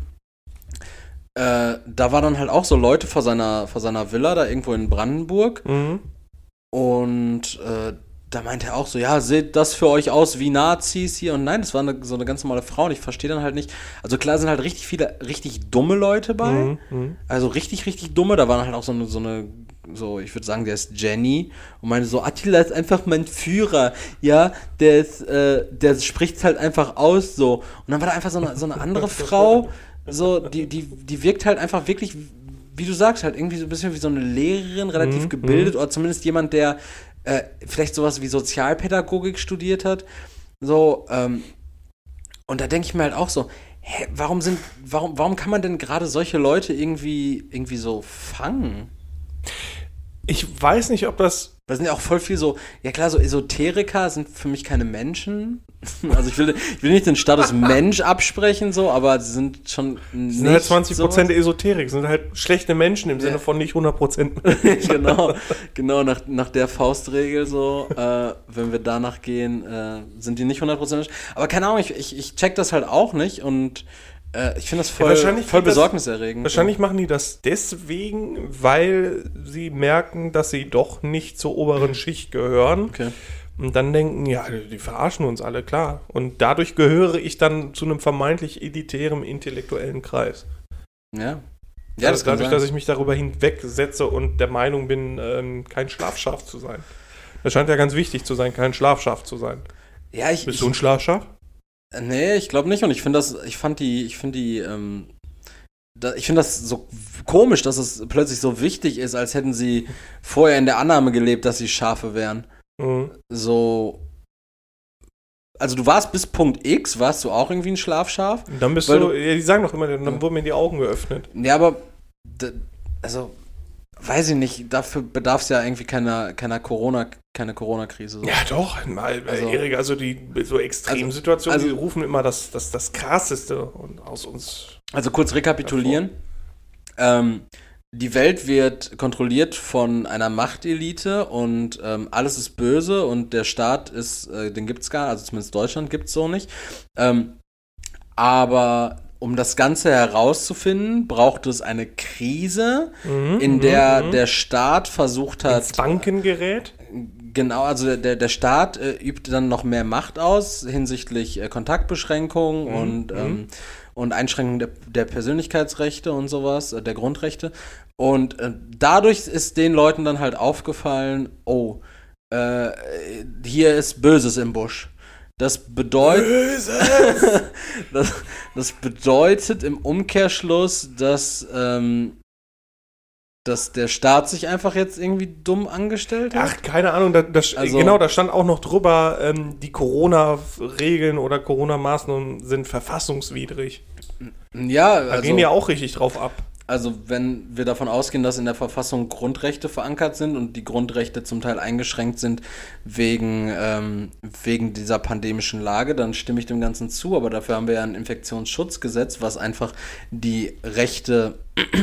äh, da waren dann halt auch so Leute vor seiner, vor seiner Villa, da irgendwo in Brandenburg. Mhm. Und äh, da meinte er auch so, ja, seht das für euch aus wie Nazis hier? Und nein, das war eine, so eine ganz normale Frau und ich verstehe dann halt nicht. Also klar sind halt richtig viele, richtig dumme Leute bei. Mhm. Mhm. Also richtig, richtig dumme. Da waren halt auch so eine, so eine, so, ich würde sagen, der ist Jenny und meinte so, Attila ist einfach mein Führer, ja, der ist, äh, der spricht's halt einfach aus so. Und dann war da einfach so eine, so eine andere Frau, so, die, die, die wirkt halt einfach wirklich, wie du sagst, halt irgendwie so ein bisschen wie so eine Lehrerin, relativ Mhm, gebildet oder zumindest jemand, der äh, vielleicht sowas wie Sozialpädagogik studiert hat. So, ähm, und da denke ich mir halt auch so, hä, warum sind, warum, warum kann man denn gerade solche Leute irgendwie, irgendwie so fangen? Ich weiß nicht, ob das. Da sind ja auch voll viel so, ja klar, so Esoteriker sind für mich keine Menschen, Also ich will, ich will nicht den Status Mensch absprechen, so, aber sie sind schon nicht sind halt zwanzig Prozent sowas. Esoterik, sind halt schlechte Menschen im Sinne Ja. von nicht hundert Prozent. genau, genau nach, nach der Faustregel so, äh, wenn wir danach gehen, äh, sind die nicht hundert Prozent. Aber keine Ahnung, ich, ich, ich check das halt auch nicht und äh, ich finde das voll, Ja, wahrscheinlich voll geht das- besorgniserregend. Wahrscheinlich machen die das deswegen, weil sie merken, dass sie doch nicht zur oberen Schicht gehören. Okay. Und dann denken, ja, die verarschen uns alle, klar. Und dadurch gehöre ich dann zu einem vermeintlich elitären intellektuellen Kreis. Ja. Ja, Ja, das kann dadurch, sein. dass ich mich darüber hinwegsetze und der Meinung bin, ähm, kein Schlafschaf zu sein. Das scheint ja ganz wichtig zu sein, kein Schlafschaf zu sein. Ja, ich, Bist ich, du ein Schlafschaf? Nee, ich glaube nicht. Und ich finde das, ich fand die, ich finde die, ähm, da, ich finde das so komisch, dass es plötzlich so wichtig ist, als hätten sie vorher in der Annahme gelebt, dass sie Schafe wären. Mhm. So. Also du warst bis Punkt X, warst du auch irgendwie ein Schlafschaf? Und dann bist Weil du, du- ja, die sagen doch immer, dann Ja. wurden mir die Augen geöffnet. Ja, aber, d- also, weiß ich nicht, dafür bedarf es ja irgendwie keiner, keiner Corona, keine Corona-Krise. So. Ja, doch, mal, Also- also, Erik, also die so Extremsituationen, Also- die rufen immer das, das, das Krasseste und aus uns. Also kurz rekapitulieren. Ähm, die Welt wird kontrolliert von einer Machtelite und ähm, alles ist böse und der Staat ist, äh, den gibt's gar nicht, also zumindest Deutschland gibt's so nicht. Ähm, aber um das Ganze herauszufinden, braucht es eine Krise, Mhm, in mhm, der mhm. der Staat versucht hat, ins Banken gerät. genau, also der, der Staat äh, übt dann noch mehr Macht aus hinsichtlich äh, Kontaktbeschränkungen Mhm, und, mhm. ähm, und Einschränkungen der, der Persönlichkeitsrechte und sowas, äh, der Grundrechte. Und äh, dadurch ist den Leuten dann halt aufgefallen, oh, äh, hier ist Böses im Busch. Das bedeutet, Böses! das, das bedeutet im Umkehrschluss, dass, ähm, dass der Staat sich einfach jetzt irgendwie dumm angestellt hat. Ach, keine Ahnung, da, da, Also- genau, da stand auch noch drüber, ähm, die Corona-Regeln oder Corona-Maßnahmen sind verfassungswidrig. Ja, Da also, gehen die auch richtig drauf ab. also wenn wir davon ausgehen, dass in der Verfassung Grundrechte verankert sind und die Grundrechte zum Teil eingeschränkt sind wegen, ähm, wegen dieser pandemischen Lage, dann stimme ich dem Ganzen zu. Aber dafür haben wir ja ein Infektionsschutzgesetz, was einfach die Rechte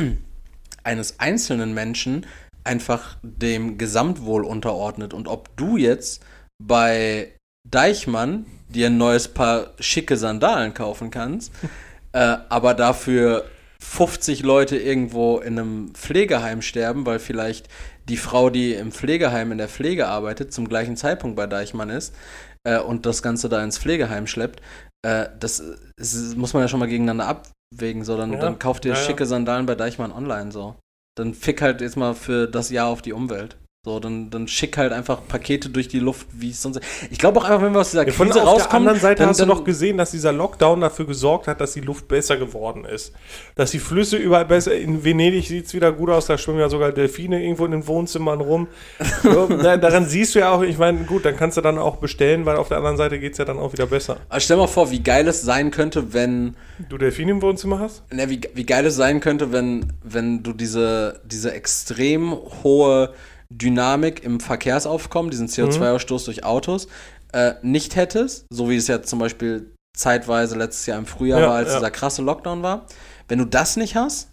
eines einzelnen Menschen einfach dem Gesamtwohl unterordnet. Und ob du jetzt bei Deichmann dir ein neues Paar schicke Sandalen kaufen kannst, äh, aber dafür fünfzig Leute irgendwo in einem Pflegeheim sterben, weil vielleicht die Frau, die im Pflegeheim in der Pflege arbeitet, zum gleichen Zeitpunkt bei Deichmann ist äh, und das Ganze da ins Pflegeheim schleppt, äh, das ist, muss man ja schon mal gegeneinander abwägen. So. Dann, Ja, dann kauft ihr ja, ja. schicke Sandalen bei Deichmann online. So. Dann fick halt jetzt mal für das Jahr auf die Umwelt. So, dann, dann schick halt einfach Pakete durch die Luft, wie es sonst. Ich glaube auch einfach, wenn wir aus dieser Ja, von Krise auf der rauskommen. anderen Seite dann, hast dann, du doch gesehen, dass dieser Lockdown dafür gesorgt hat, dass die Luft besser geworden ist. Dass die Flüsse überall besser, in Venedig sieht es wieder gut aus, da schwimmen ja sogar Delfine irgendwo in den Wohnzimmern rum. So, da, daran siehst du ja auch, ich meine, gut, dann kannst du dann auch bestellen, weil auf der anderen Seite geht es ja dann auch wieder besser. Also stell mal vor, wie geil es sein könnte, wenn. Du Delfine im Wohnzimmer hast? Ne, wie, wie geil es sein könnte, wenn, wenn du diese, diese extrem hohe Dynamik im Verkehrsaufkommen, diesen C O zwei Ausstoß durch Autos, äh, nicht hättest, so wie es ja zum Beispiel zeitweise letztes Jahr im Frühjahr Ja, war, als ja. dieser krasse Lockdown war. Wenn du das nicht hast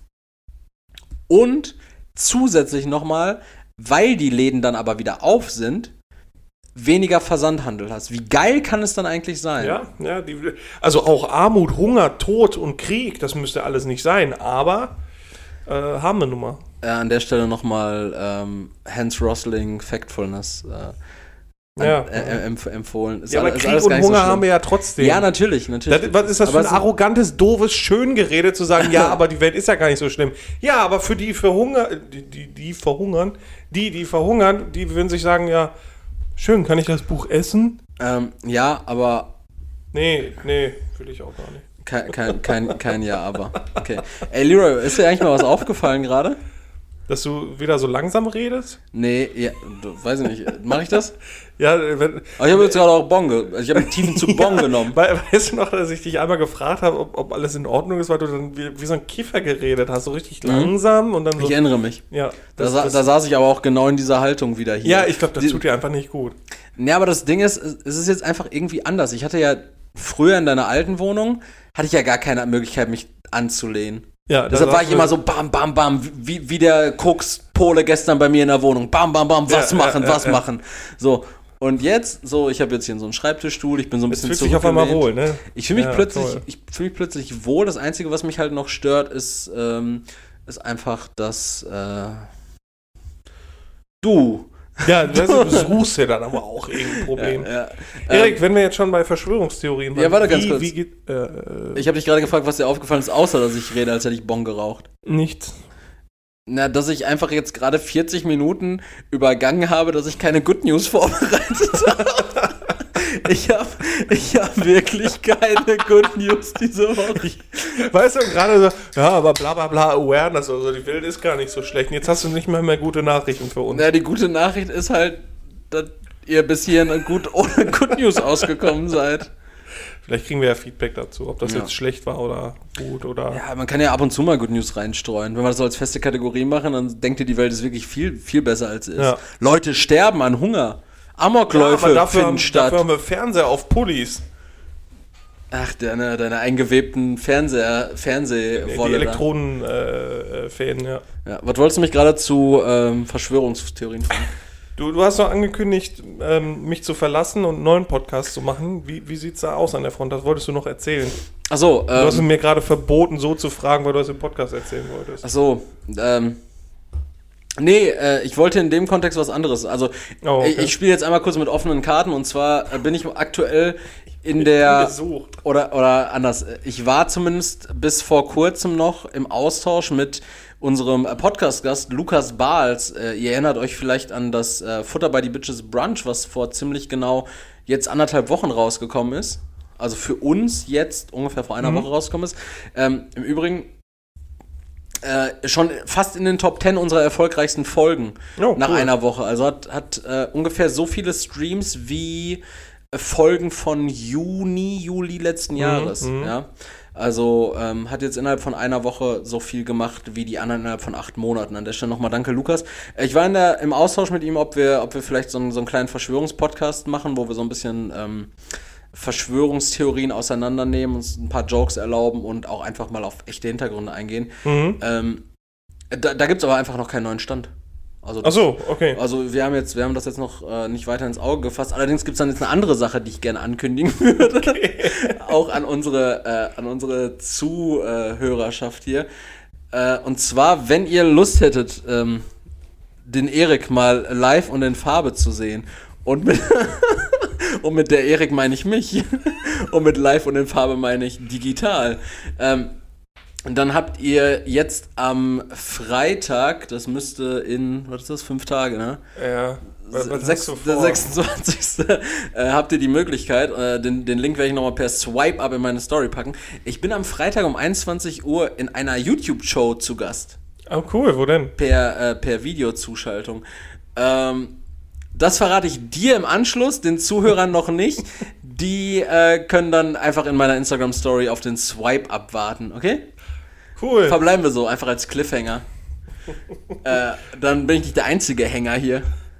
und zusätzlich nochmal, weil die Läden dann aber wieder auf sind, weniger Versandhandel hast. Wie geil kann es dann eigentlich sein? Ja, ja. Die, also auch Armut, Hunger, Tod und Krieg, das müsste alles nicht sein, aber äh, haben wir nun mal. Äh, an der Stelle nochmal ähm, Hans Rosling Factfulness äh, an, Ja. äh, empf empfohlen. Ist Ja, aber alle- ist Krieg alles und gar nicht so Hunger schlimm. haben wir ja trotzdem. Ja, natürlich, natürlich. Das, was ist das Aber für ein es- arrogantes, doofes Schöngerede zu sagen, ja, aber die Welt ist ja gar nicht so schlimm. Ja, aber für die verhungern, die, die, die verhungern, die, die verhungern, die würden sich sagen, ja, schön, kann ich das Buch essen? Ähm, ja, aber Nee, nee, will ich auch gar nicht. kein, kein, kein, kein Ja, aber. Okay. Ey, Leroy, ist dir eigentlich mal was aufgefallen gerade? Dass du wieder so langsam redest? Nee, ja, du, weiß ich nicht. Mach ich das? Ja, wenn, Aber ich habe jetzt gerade auch Bon, ge- also ich habe einen tiefen Zug Bon ja, genommen. we- Weißt du noch, dass ich dich einmal gefragt habe, ob, ob alles in Ordnung ist, weil du dann wie, wie so ein Kiffer geredet hast, so richtig Mhm. langsam und dann so. Ich erinnere mich. Ja, Da, das, sa- das, da saß ich aber auch genau in dieser Haltung wieder hier. ja, ich glaube, das Die- tut dir einfach nicht gut. Ja, aber das Ding ist, es ist jetzt einfach irgendwie anders. Ich hatte ja früher in deiner alten Wohnung, hatte ich ja gar keine Möglichkeit, mich anzulehnen. Ja, Deshalb da war sagst ich immer so bam, bam, bam, wie, wie der Koks-Pole gestern bei mir in der Wohnung. Bam, bam, bam, was Ja, machen, ja, ja, was ja. machen. So, und jetzt, so, ich habe jetzt hier so einen Schreibtischstuhl, ich bin so ein Es bisschen fühlt sich auf einmal wohl, zurückgelehnt. ne? Ich fühle mich, Ja, plötzlich, toll. ich fühl mich plötzlich wohl. Das Einzige, was mich halt noch stört, ist, ähm, ist einfach, dass äh, du. Ja, du, weißt, du suchst ja dann aber auch irgendein Problem. Ja, ja. Erik, Ähm, wenn wir jetzt schon bei Verschwörungstheorien Ja, warte ganz wie, kurz. Wie geht, äh, ich habe dich gerade gefragt, was dir aufgefallen ist, außer dass ich rede, als hätte ich Bon geraucht. nichts. Na, dass ich einfach jetzt gerade vierzig Minuten übergangen habe, dass ich keine Good News vorbereitet habe. Ich habe ich hab wirklich keine Good News diese Woche. Weißt du, gerade so, ja, aber bla bla bla, Awareness oder so, die Welt ist gar nicht so schlecht. Und jetzt hast du nicht mal mehr gute Nachrichten für uns. Na, die gute Nachricht ist halt, dass ihr bis hierhin gut ohne Good News ausgekommen seid. Vielleicht kriegen wir ja Feedback dazu, ob das Ja. jetzt schlecht war oder gut oder. Ja, man kann ja ab und zu mal Good News reinstreuen. Wenn wir das so als feste Kategorie machen, dann denkt ihr, die Welt ist wirklich viel, viel besser als es ist. Ja. Leute sterben an Hunger. Ja, Amokläufe aber dafür, finden haben, statt. dafür haben wir Fernseher auf Pullis. Ach, deine, deine eingewebten Fernseher, Die Fernsehwolle. da. Elektronenfäden, ja. Ja, was wolltest du mich gerade zu ähm, Verschwörungstheorien fragen? Du, du hast noch angekündigt, ähm, mich zu verlassen und einen neuen Podcast zu machen. Wie, wie sieht's da aus an der Front? Das wolltest du noch erzählen. Achso, Du hast ähm, mir gerade verboten, so zu fragen, weil du das im Podcast erzählen wolltest. achso, ähm, nee, äh, ich wollte in dem Kontext was anderes. Also, Oh, okay. ich, ich spiele jetzt einmal kurz mit offenen Karten und zwar äh, bin ich aktuell in der, Gesucht. oder, oder anders, ich war zumindest bis vor kurzem noch im Austausch mit unserem äh, Podcast-Gast Lukas Bahls. Äh, ihr erinnert euch vielleicht an das äh, Futter by the Bitches Brunch, was vor ziemlich genau jetzt anderthalb Wochen rausgekommen ist. Also für uns jetzt ungefähr vor einer Mhm. Woche rausgekommen ist. Ähm, Im Übrigen äh, schon fast in den Top Ten unserer erfolgreichsten Folgen Oh, nach cool. einer Woche. Also hat, hat äh, ungefähr so viele Streams wie äh, Folgen von Juni, Juli letzten Jahres. mhm. Ja? Also ähm, hat jetzt innerhalb von einer Woche so viel gemacht wie die anderen innerhalb von acht Monaten. An der Stelle nochmal danke, Lukas. Äh, Ich war in der, im Austausch mit ihm, ob wir, ob wir vielleicht so einen, so einen kleinen Verschwörungspodcast machen, wo wir so ein bisschen ähm, Verschwörungstheorien auseinandernehmen, uns ein paar Jokes erlauben und auch einfach mal auf echte Hintergründe eingehen. Mhm. Ähm, da da gibt es aber einfach noch keinen neuen Stand. Also, Ach so, okay. also wir haben jetzt, wir haben das jetzt noch äh, nicht weiter ins Auge gefasst. Allerdings gibt es dann jetzt eine andere Sache, die ich gerne ankündigen würde. Auch an unsere, äh, an unsere Zuhörerschaft hier. Äh, und zwar, wenn ihr Lust hättet, ähm, den Erik mal live und in Farbe zu sehen. Und mit, und mit der Erik meine ich mich. Und mit live und in Farbe meine ich digital. Ähm, Und dann habt ihr jetzt am Freitag, das müsste in, was ist das, fünf Tage, ne? Ja. Was, was Sechs, hast du der vor? sechsundzwanzigste Äh, habt ihr die Möglichkeit, äh, den, den Link werde ich nochmal per Swipe-Up in meine Story packen. Ich bin am Freitag um einundzwanzig Uhr in einer YouTube-Show zu Gast. Oh, cool, wo denn? Per, äh, per Videozuschaltung. Ähm, das verrate ich dir im Anschluss, den Zuhörern noch nicht. Die äh, können dann einfach in meiner Instagram-Story auf den Swipe-Up warten, okay? Cool. Verbleiben wir so, einfach als Cliffhanger. äh, dann bin ich nicht der einzige Hänger hier.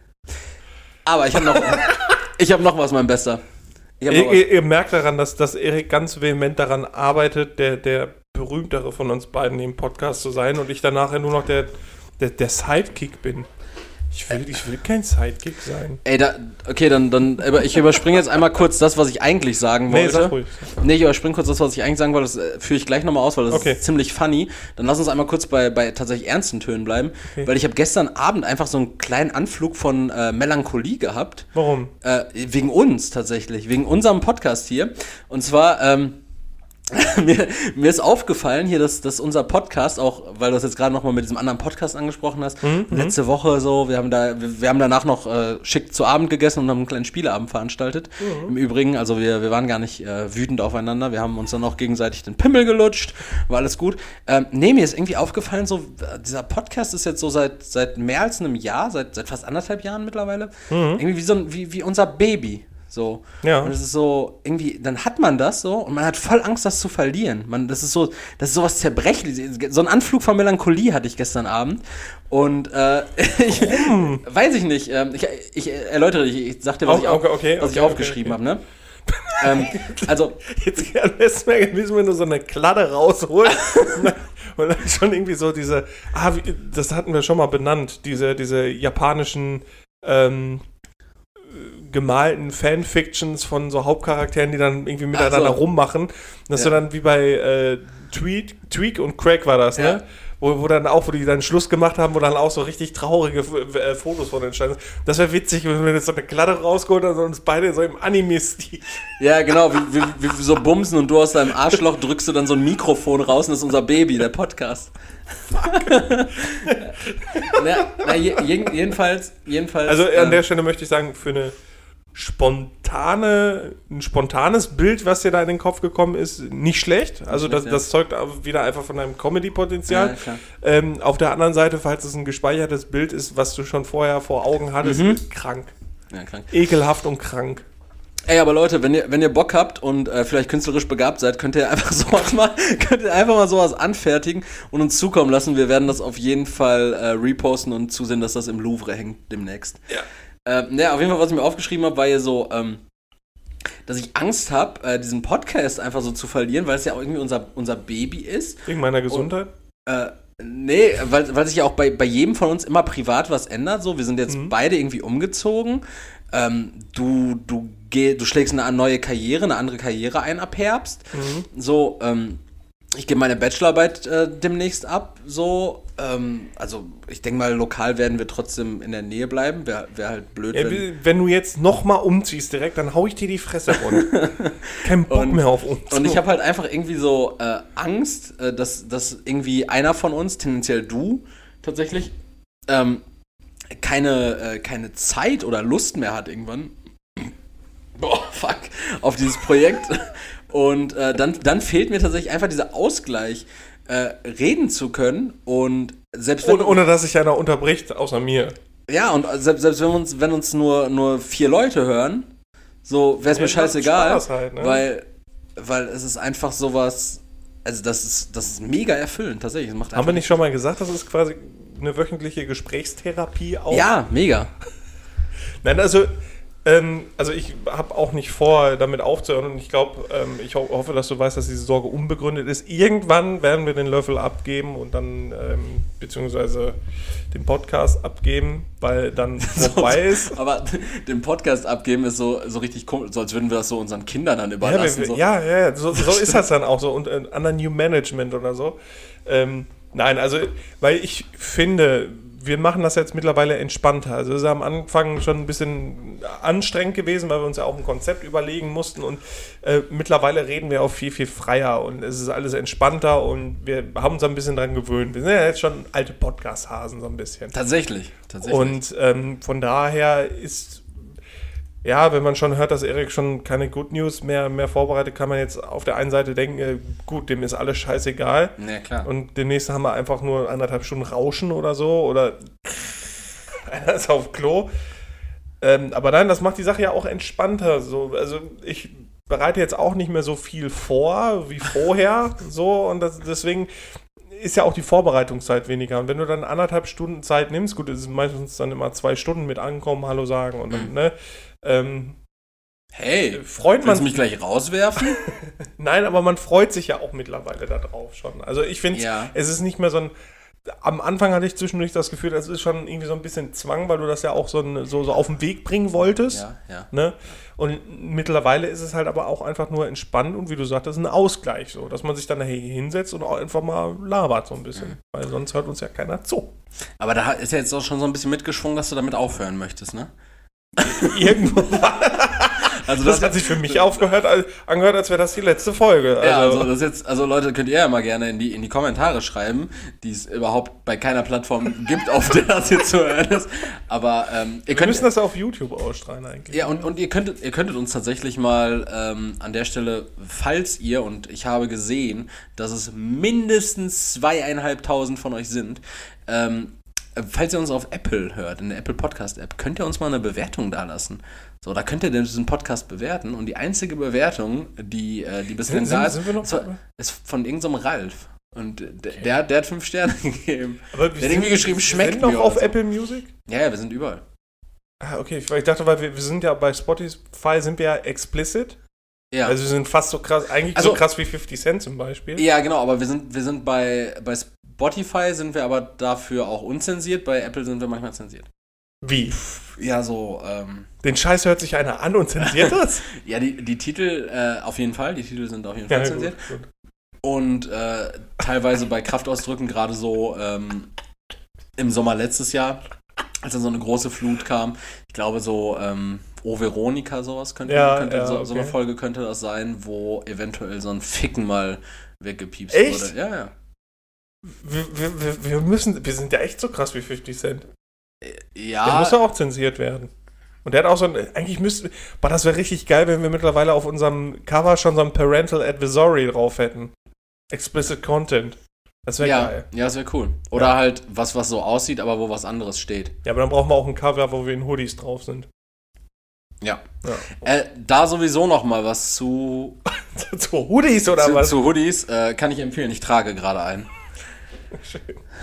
Aber ich habe noch, ich habe noch was, mein Bester. Ich hab noch Ihr, was. ihr, ihr merkt daran, dass, dass Erik ganz vehement daran arbeitet, der, der berühmtere von uns beiden im Podcast zu sein und ich danach nur noch der, der, der Sidekick bin. Ich will, ich will kein Sidekick sein. Ey, da, okay, dann, dann, aber ich überspringe jetzt einmal kurz das, was ich eigentlich sagen Nee, wollte. sag ruhig. Nee, ich überspringe kurz das, was ich eigentlich sagen wollte. Das äh, führe ich gleich nochmal aus, weil das Okay. ist ziemlich funny. Dann lass uns einmal kurz bei, bei tatsächlich ernsten Tönen bleiben. Okay. Weil ich habe gestern Abend einfach so einen kleinen Anflug von äh, Melancholie gehabt. Warum? Äh, wegen uns tatsächlich, wegen unserem Podcast hier. Und zwar, ähm, mir, mir ist aufgefallen hier, dass, dass unser Podcast auch, weil du das jetzt gerade nochmal mit diesem anderen Podcast angesprochen hast, Mhm. letzte Woche so, wir haben da, wir, wir haben danach noch äh, schick zu Abend gegessen und haben einen kleinen Spieleabend veranstaltet. Mhm. Im Übrigen, also wir, wir waren gar nicht äh, wütend aufeinander, wir haben uns dann auch gegenseitig den Pimmel gelutscht, war alles gut. Ähm, nee, mir ist irgendwie aufgefallen, so, dieser Podcast ist jetzt so seit, seit mehr als einem Jahr, seit, seit fast anderthalb Jahren mittlerweile, Mhm. irgendwie wie, so ein, wie, wie unser Baby. So. Ja. Und es ist so, irgendwie, dann hat man das so und man hat voll Angst, das zu verlieren. Man, das ist so, das ist sowas Zerbrechliches. So ein Anflug von Melancholie hatte ich gestern Abend. Und äh, ich weiß ich nicht. Ähm, ich, ich erläutere, ich, ich sag dir, was, Oh, ich, auf, okay, okay, was ich okay, aufgeschrieben okay. habe, ne? ähm, also, Jetzt am besten wäre gewesen, wenn du so eine Kladde rausholst und, dann, und dann schon irgendwie so diese, ah, wie, das hatten wir schon mal benannt, diese, diese japanischen ähm, gemalten Fanfictions von so Hauptcharakteren, die dann irgendwie miteinander so. rummachen. Das ist Ja. so dann wie bei äh, Tweak, Tweak und Craig war das, Ja. ne? Wo, wo dann auch, wo die dann Schluss gemacht haben, wo dann auch so richtig traurige äh, Fotos von entstanden sind. Das wäre witzig, wenn wir jetzt so eine Kladde rausgeholt haben und uns beide so im Anime-Stil. ja, genau, wie, wie, wie wir so bumsen und du aus deinem Arschloch drückst du dann so ein Mikrofon raus und das ist unser Baby, der Podcast. na, na, je, jedenfalls, jedenfalls. Also an ähm, der Stelle möchte ich sagen, für eine spontane, ein spontanes Bild, was dir da in den Kopf gekommen ist, nicht schlecht. Also das, schlecht, ja. das zeugt auch wieder einfach von deinem Comedy-Potenzial. Ja, klar. ähm, auf der anderen Seite, falls es ein gespeichertes Bild ist, was du schon vorher vor Augen hattest, Mhm. ist krank. ja, krank. Ekelhaft und krank. Ey, aber Leute, wenn ihr, wenn ihr Bock habt und äh, vielleicht künstlerisch begabt seid, könnt ihr einfach sowas mal, könnt ihr einfach mal sowas anfertigen und uns zukommen lassen. Wir werden das auf jeden Fall äh, reposten und zusehen, dass das im Louvre hängt demnächst. Ja. Ähm, ne, auf jeden Fall, was ich mir aufgeschrieben habe, war hier so, ähm, dass ich Angst habe, äh, diesen Podcast einfach so zu verlieren, weil es ja auch irgendwie unser, unser Baby ist. Wegen meiner Gesundheit. Äh, nee, weil, weil sich ja auch bei, bei jedem von uns immer privat was ändert. So, wir sind jetzt Mhm. beide irgendwie umgezogen. Ähm, du, du, geh, du schlägst eine neue Karriere, eine andere Karriere ein ab Herbst. Mhm. So, ähm, ich gebe meine Bachelorarbeit äh, demnächst ab. So, ähm, also ich denke mal, lokal werden wir trotzdem in der Nähe bleiben. Wäre wär halt blöd, Ja, wenn... wenn, wenn du jetzt nochmal umziehst direkt, dann hau ich dir die Fresse rund. Kein Bock Und- mehr auf uns. Und ich habe halt einfach irgendwie so äh, Angst, äh, dass, dass irgendwie einer von uns, tendenziell du tatsächlich, ähm, keine, äh, keine Zeit oder Lust mehr hat irgendwann. Boah, fuck, auf dieses Projekt. Und äh, dann, dann fehlt mir tatsächlich einfach dieser Ausgleich, äh, reden zu können. Und selbst wenn, ohne, ohne dass sich einer unterbricht, außer mir. ja, und selbst, selbst wenn uns, wenn uns nur, nur vier Leute hören, so wäre es Ja, mir das macht scheißegal, Spaß halt, ne? weil, weil es ist einfach sowas, also das ist, das ist mega erfüllend, tatsächlich. Es macht Haben einfach wir nicht schon mal gesagt, das ist quasi eine wöchentliche Gesprächstherapie auch? Ja, mega. Nein, also, ähm, also ich habe auch nicht vor, damit aufzuhören und ich glaube, ähm, ich ho hoffe, dass du weißt, dass diese Sorge unbegründet ist. Irgendwann werden wir den Löffel abgeben und dann, ähm, beziehungsweise den Podcast abgeben, weil dann vorbei ist. Aber den Podcast abgeben ist so, so richtig komisch, so als würden wir das so unseren Kindern dann Ja, überlassen. wir, so. ja, ja, ja, so, so ist das dann auch so und äh, under New Management oder so. Ähm, nein, also, weil ich finde, wir machen das jetzt mittlerweile entspannter. Also es ist am Anfang schon ein bisschen anstrengend gewesen, weil wir uns ja auch ein Konzept überlegen mussten und äh, mittlerweile reden wir auch viel, viel freier und es ist alles entspannter und wir haben uns ein bisschen dran gewöhnt. Wir sind ja jetzt schon alte Podcast-Hasen so ein bisschen. Tatsächlich, tatsächlich. Und ähm, von daher ist, ja, wenn man schon hört, dass Erik schon keine Good News mehr, mehr vorbereitet, kann man jetzt auf der einen Seite denken, äh, gut, dem ist alles scheißegal. Ja, klar. Und demnächst haben wir einfach nur anderthalb Stunden Rauschen oder so oder einer ist auf Klo. Ähm, aber nein, das macht die Sache ja auch entspannter. So. Also ich bereite jetzt auch nicht mehr so viel vor wie vorher. so und das, deswegen ist ja auch die Vorbereitungszeit weniger. Und wenn du dann anderthalb Stunden Zeit nimmst, gut, es ist meistens dann immer zwei Stunden mit ankommen, Hallo sagen und dann, ne, ähm, Hey, freut willst man du mich gleich rauswerfen? Nein, aber man freut sich ja auch mittlerweile darauf schon. Also ich finde, Ja. es ist nicht mehr so ein. Am Anfang hatte ich zwischendurch das Gefühl, das ist schon irgendwie so ein bisschen Zwang, weil du das ja auch so, ein, so, so auf den Weg bringen wolltest. Ja, ja. Ne? Und mittlerweile ist es halt aber auch einfach nur entspannt und wie du sagtest, ein Ausgleich, so, dass man sich dann nachher hinsetzt und auch einfach mal labert so ein bisschen. Mhm. Weil sonst hört uns ja keiner zu. Aber da ist ja jetzt auch schon so ein bisschen mitgeschwungen, dass du damit aufhören möchtest, ne? Irgendwo. Also das, das, das hat sich für mich aufgehört, als, angehört, als wäre das die letzte Folge. Also. Ja, also das jetzt, also Leute, könnt ihr ja mal gerne in die, in die Kommentare schreiben, die es überhaupt bei keiner Plattform gibt, auf der das jetzt zu hören ist. Aber ähm, ihr Wir könnt, müssen das auf YouTube ausstrahlen eigentlich. ja, und, und ihr könntet, ihr könntet uns tatsächlich mal ähm, an der Stelle, falls ihr, und ich habe gesehen, dass es mindestens zweieinhalbtausend von euch sind, ähm, falls ihr uns auf Apple hört, in der Apple Podcast App, könnt ihr uns mal eine Bewertung dalassen. So, da könnt ihr diesen Podcast bewerten und die einzige Bewertung, die, äh, die bislang Sind- da sind ist, wir noch ist, dabei? ist von irgendeinem Ralf. Und der, der, der hat fünf Sterne gegeben. Aber Der hat irgendwie geschrieben, schmeckt sind noch mir auf oder so. Apple Music? Ja, ja, wir sind überall. Ah, okay, weil ich dachte, weil wir, wir sind ja bei Spotify sind wir ja explicit. Ja. Also wir sind fast so krass, eigentlich Also- so krass wie fifty Cent zum Beispiel. Ja, genau, aber wir sind, wir sind bei, bei Spotify sind wir aber dafür auch unzensiert, bei Apple sind wir manchmal zensiert. Wie? Ja, so, ähm, Den Scheiß hört sich einer an und zensiert das? ja, die, die Titel äh, auf jeden Fall, die Titel sind auf jeden Fall Ja, zensiert. gut, gut. Und äh, teilweise bei Kraftausdrücken, gerade so ähm, im Sommer letztes Jahr, als dann so eine große Flut kam, ich glaube so, ähm, O Veronika, sowas könnte, Ja, könnte ja, so, so eine okay. Folge könnte das sein, wo eventuell so ein Ficken mal weggepiepst Echt? wurde. Ja, ja. Wir, wir, wir, wir müssen, wir sind ja echt so krass wie fifty Cent. Der Ja, muss ja auch zensiert werden. Und der hat auch so ein, eigentlich müsste, boah, das wäre richtig geil, wenn wir mittlerweile auf unserem Cover schon so ein Parental Advisory drauf hätten. Explicit Content. Das wäre ja, geil. ja, das wäre cool. Oder Ja. halt was, was so aussieht, aber wo was anderes steht. Ja, aber dann brauchen wir auch ein Cover, wo wir in Hoodies drauf sind. Ja. Ja. Äh, da sowieso noch mal was zu, So Hoodies oder zu, was? zu Hoodies, äh, kann ich empfehlen. Ich trage gerade einen. Schön.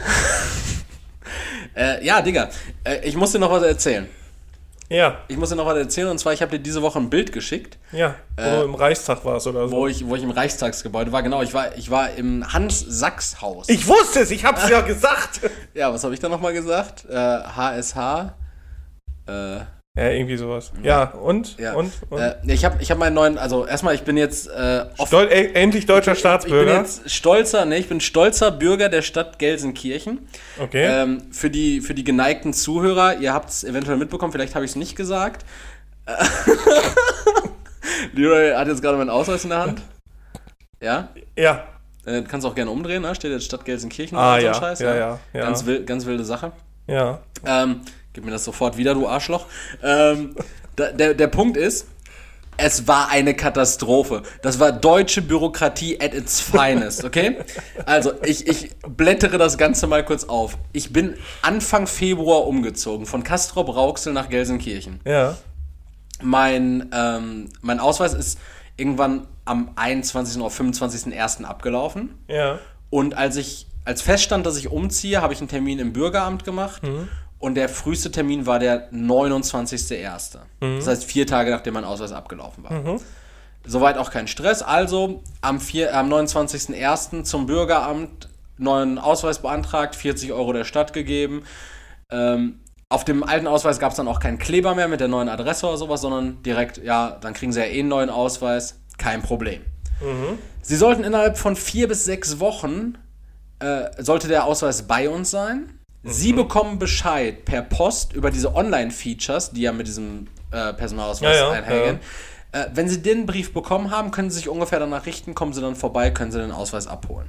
Äh, ja, Digga, äh, ich muss dir noch was erzählen. Ja, Ich muss dir noch was erzählen, und zwar, ich habe dir diese Woche ein Bild geschickt, ja. Wo Äh, du im Reichstag warst oder so. wo ich, wo ich im Reichstagsgebäude war. Genau, ich war, ich war im Hans-Sachs-Haus. Ich wusste es, ich hab's ja gesagt. Ja, was habe ich da nochmal gesagt? Äh, H S H. Äh, Ja, irgendwie sowas. Ja, und? ja. Und? und? Äh, ich habe ich hab meinen neuen, also erstmal, ich bin jetzt äh, off- Stol e endlich deutscher Ich bin Staatsbürger. jetzt stolzer, ne, ich bin stolzer Bürger der Stadt Gelsenkirchen. Okay. Ähm, für, die, für die geneigten Zuhörer, ihr habt es eventuell mitbekommen, vielleicht habe ich es nicht gesagt. Leroy hat jetzt gerade meinen Ausweis in der Hand. Ja? ja. Äh, kannst du auch gerne umdrehen, ne? Steht jetzt Stadt Gelsenkirchen Ah, und so ja. ein Scheiß. Ja, ja, ja. Ganz, wild, ganz wilde Sache. Ja. Ähm, gib mir das sofort wieder, du Arschloch. Ähm, da, der, der Punkt ist, es war eine Katastrophe. Das war deutsche Bürokratie at its finest, okay? Also, ich, ich blättere das Ganze mal kurz auf. Ich bin Anfang Februar umgezogen, von Castrop-Rauxel nach Gelsenkirchen. Ja. Mein, ähm, mein Ausweis ist irgendwann am einundzwanzigsten oder fünfundzwanzigsten ersten abgelaufen. Ja. Und als ich, als feststand, dass ich umziehe, habe ich einen Termin im Bürgeramt gemacht. Und der früheste Termin war der neunundzwanzigsten ersten Das heißt, vier Tage, nachdem mein Ausweis abgelaufen war. Soweit auch kein Stress. Also am, vier, am neunundzwanzigsten ersten zum Bürgeramt, neuen Ausweis beantragt, vierzig Euro der Stadt gegeben. Ähm, auf dem alten Ausweis gab es dann auch keinen Kleber mehr mit der neuen Adresse oder sowas, sondern direkt, ja, dann kriegen sie ja eh einen neuen Ausweis. Kein Problem. Sie sollten innerhalb von vier bis sechs Wochen, äh, sollte der Ausweis bei uns sein. Sie bekommen Bescheid per Post über diese Online-Features, die ja mit diesem äh, Personalausweis Ja, ja, einhergehen. Äh, wenn Sie den Brief bekommen haben, können Sie sich ungefähr danach richten, kommen Sie dann vorbei, können Sie den Ausweis abholen.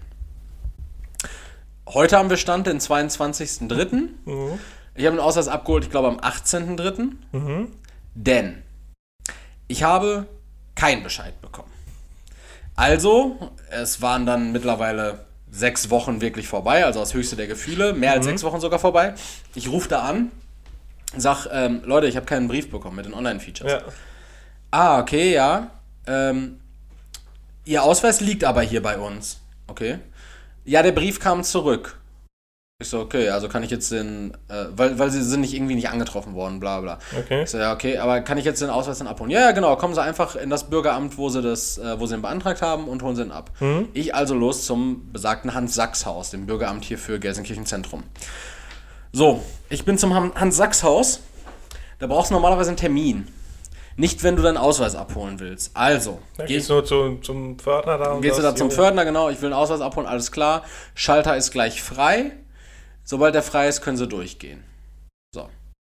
Heute haben wir Stand den zweiundzwanzigsten dritten Mhm. Ich habe den Ausweis abgeholt, ich glaube am achtzehnten dritten Mhm. Denn ich habe keinen Bescheid bekommen. Also, es waren dann mittlerweile sechs Wochen wirklich vorbei, also das höchste der Gefühle, mehr als sechs Wochen sogar vorbei. Ich rufe da an, sag, ähm, Leute, ich habe keinen Brief bekommen mit den Online-Features. Ja. Ah, okay, ja. Ähm, Ihr Ausweis liegt aber hier bei uns. Okay. Ja, der Brief kam zurück. Ich so, okay, also kann ich jetzt den, äh, weil, weil sie sind nicht irgendwie nicht angetroffen worden, bla bla. Okay. Ich so, ja, okay, aber kann ich jetzt den Ausweis dann abholen? Ja, ja, genau, kommen Sie einfach in das Bürgeramt, wo Sie das, äh, wo Sie ihn beantragt haben und holen Sie ihn ab. Mhm. Ich also los zum besagten Hans-Sachs-Haus, dem Bürgeramt hier für Gelsenkirchen Zentrum. So, ich bin zum Han- Hans-Sachs-Haus. Da brauchst du normalerweise einen Termin. Nicht, wenn du deinen Ausweis abholen willst. Also, Dann geh, gehst du zu, zum Pförtner da und gehst du sagst, da zum Junge, Pförtner, genau, ich will einen Ausweis abholen, alles klar. Schalter ist gleich frei. Sobald der frei ist, können sie durchgehen. So.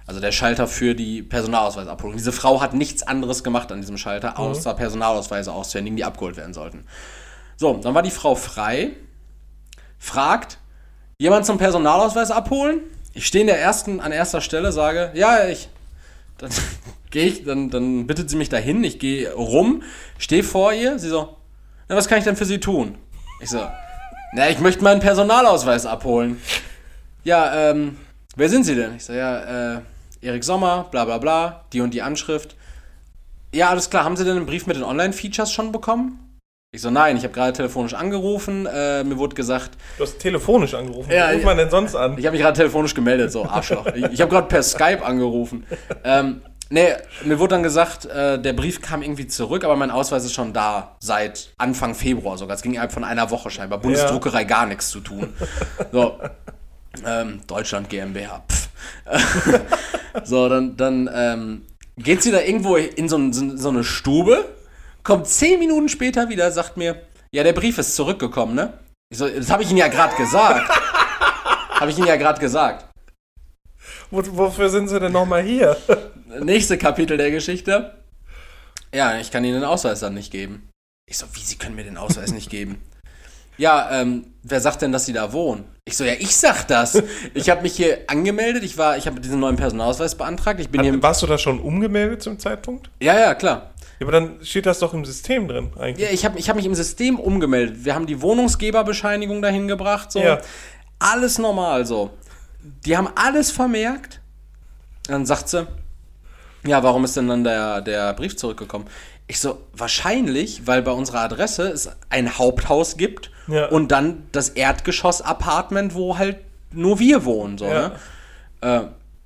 Also der Schalter für die Personalausweisabholung. Diese Frau hat nichts anderes gemacht an diesem Schalter, mhm. außer Personalausweise auszuhändigen, die abgeholt werden sollten. So, dann war die Frau frei, fragt, jemand zum Personalausweis abholen? Ich stehe in der ersten, an erster Stelle, sage, ja, ich. Dann gehe ich, dann, dann bittet sie mich dahin, ich gehe rum, stehe vor ihr, sie so, na, was kann ich denn für Sie tun? Ich so, na, ich möchte meinen Personalausweis abholen. Ja, ähm, wer sind Sie denn? Ich so, ja, äh, Erik Sommer, bla bla bla, die und die Anschrift. Ja, alles klar, haben Sie denn einen Brief mit den Online-Features schon bekommen? Ich so, nein, ich habe gerade telefonisch angerufen, äh, mir wurde gesagt... Du hast telefonisch angerufen? Ja, wie ruft man denn sonst an? Ich habe mich gerade telefonisch gemeldet, so Arschloch. ich ich habe gerade per Skype angerufen. Ähm, nee, mir wurde dann gesagt, äh, der Brief kam irgendwie zurück, aber mein Ausweis ist schon da, seit Anfang Februar sogar. Es ging innerhalb von einer Woche scheinbar. Bundesdruckerei, ja. Gar nichts zu tun. So, ähm, Deutschland GmbH, pff. So, dann, dann ähm, geht sie da irgendwo in so, so, so eine Stube, kommt zehn Minuten später wieder, sagt mir, ja, der Brief ist zurückgekommen, ne? Ich so, das habe ich Ihnen ja gerade gesagt. Habe ich Ihnen ja gerade gesagt. Wo, wofür sind Sie denn nochmal hier? Nächste Kapitel der Geschichte. Ja, ich kann Ihnen den Ausweis dann nicht geben. Ich so, wie, Sie können mir den Ausweis nicht geben? Ja, ähm, wer sagt denn, dass Sie da wohnen? Ich so, ja, ich sag das. Ich habe mich hier angemeldet, ich war, ich habe diesen neuen Personalausweis beantragt. Ich bin Hat, hier warst du da schon umgemeldet zum Zeitpunkt? Ja, ja, klar. Ja, aber dann steht das doch im System drin eigentlich. Ja, ich habe ich hab mich im System umgemeldet. Wir haben die Wohnungsgeberbescheinigung dahin gebracht, so. Ja. Alles normal, so. Die haben alles vermerkt. Dann sagt sie, ja, warum ist denn dann der, der Brief zurückgekommen? Ich so, wahrscheinlich, weil bei unserer Adresse es ein Haupthaus gibt, ja, und dann das Erdgeschoss-Apartment, wo halt nur wir wohnen, so, ja. Ne? Äh,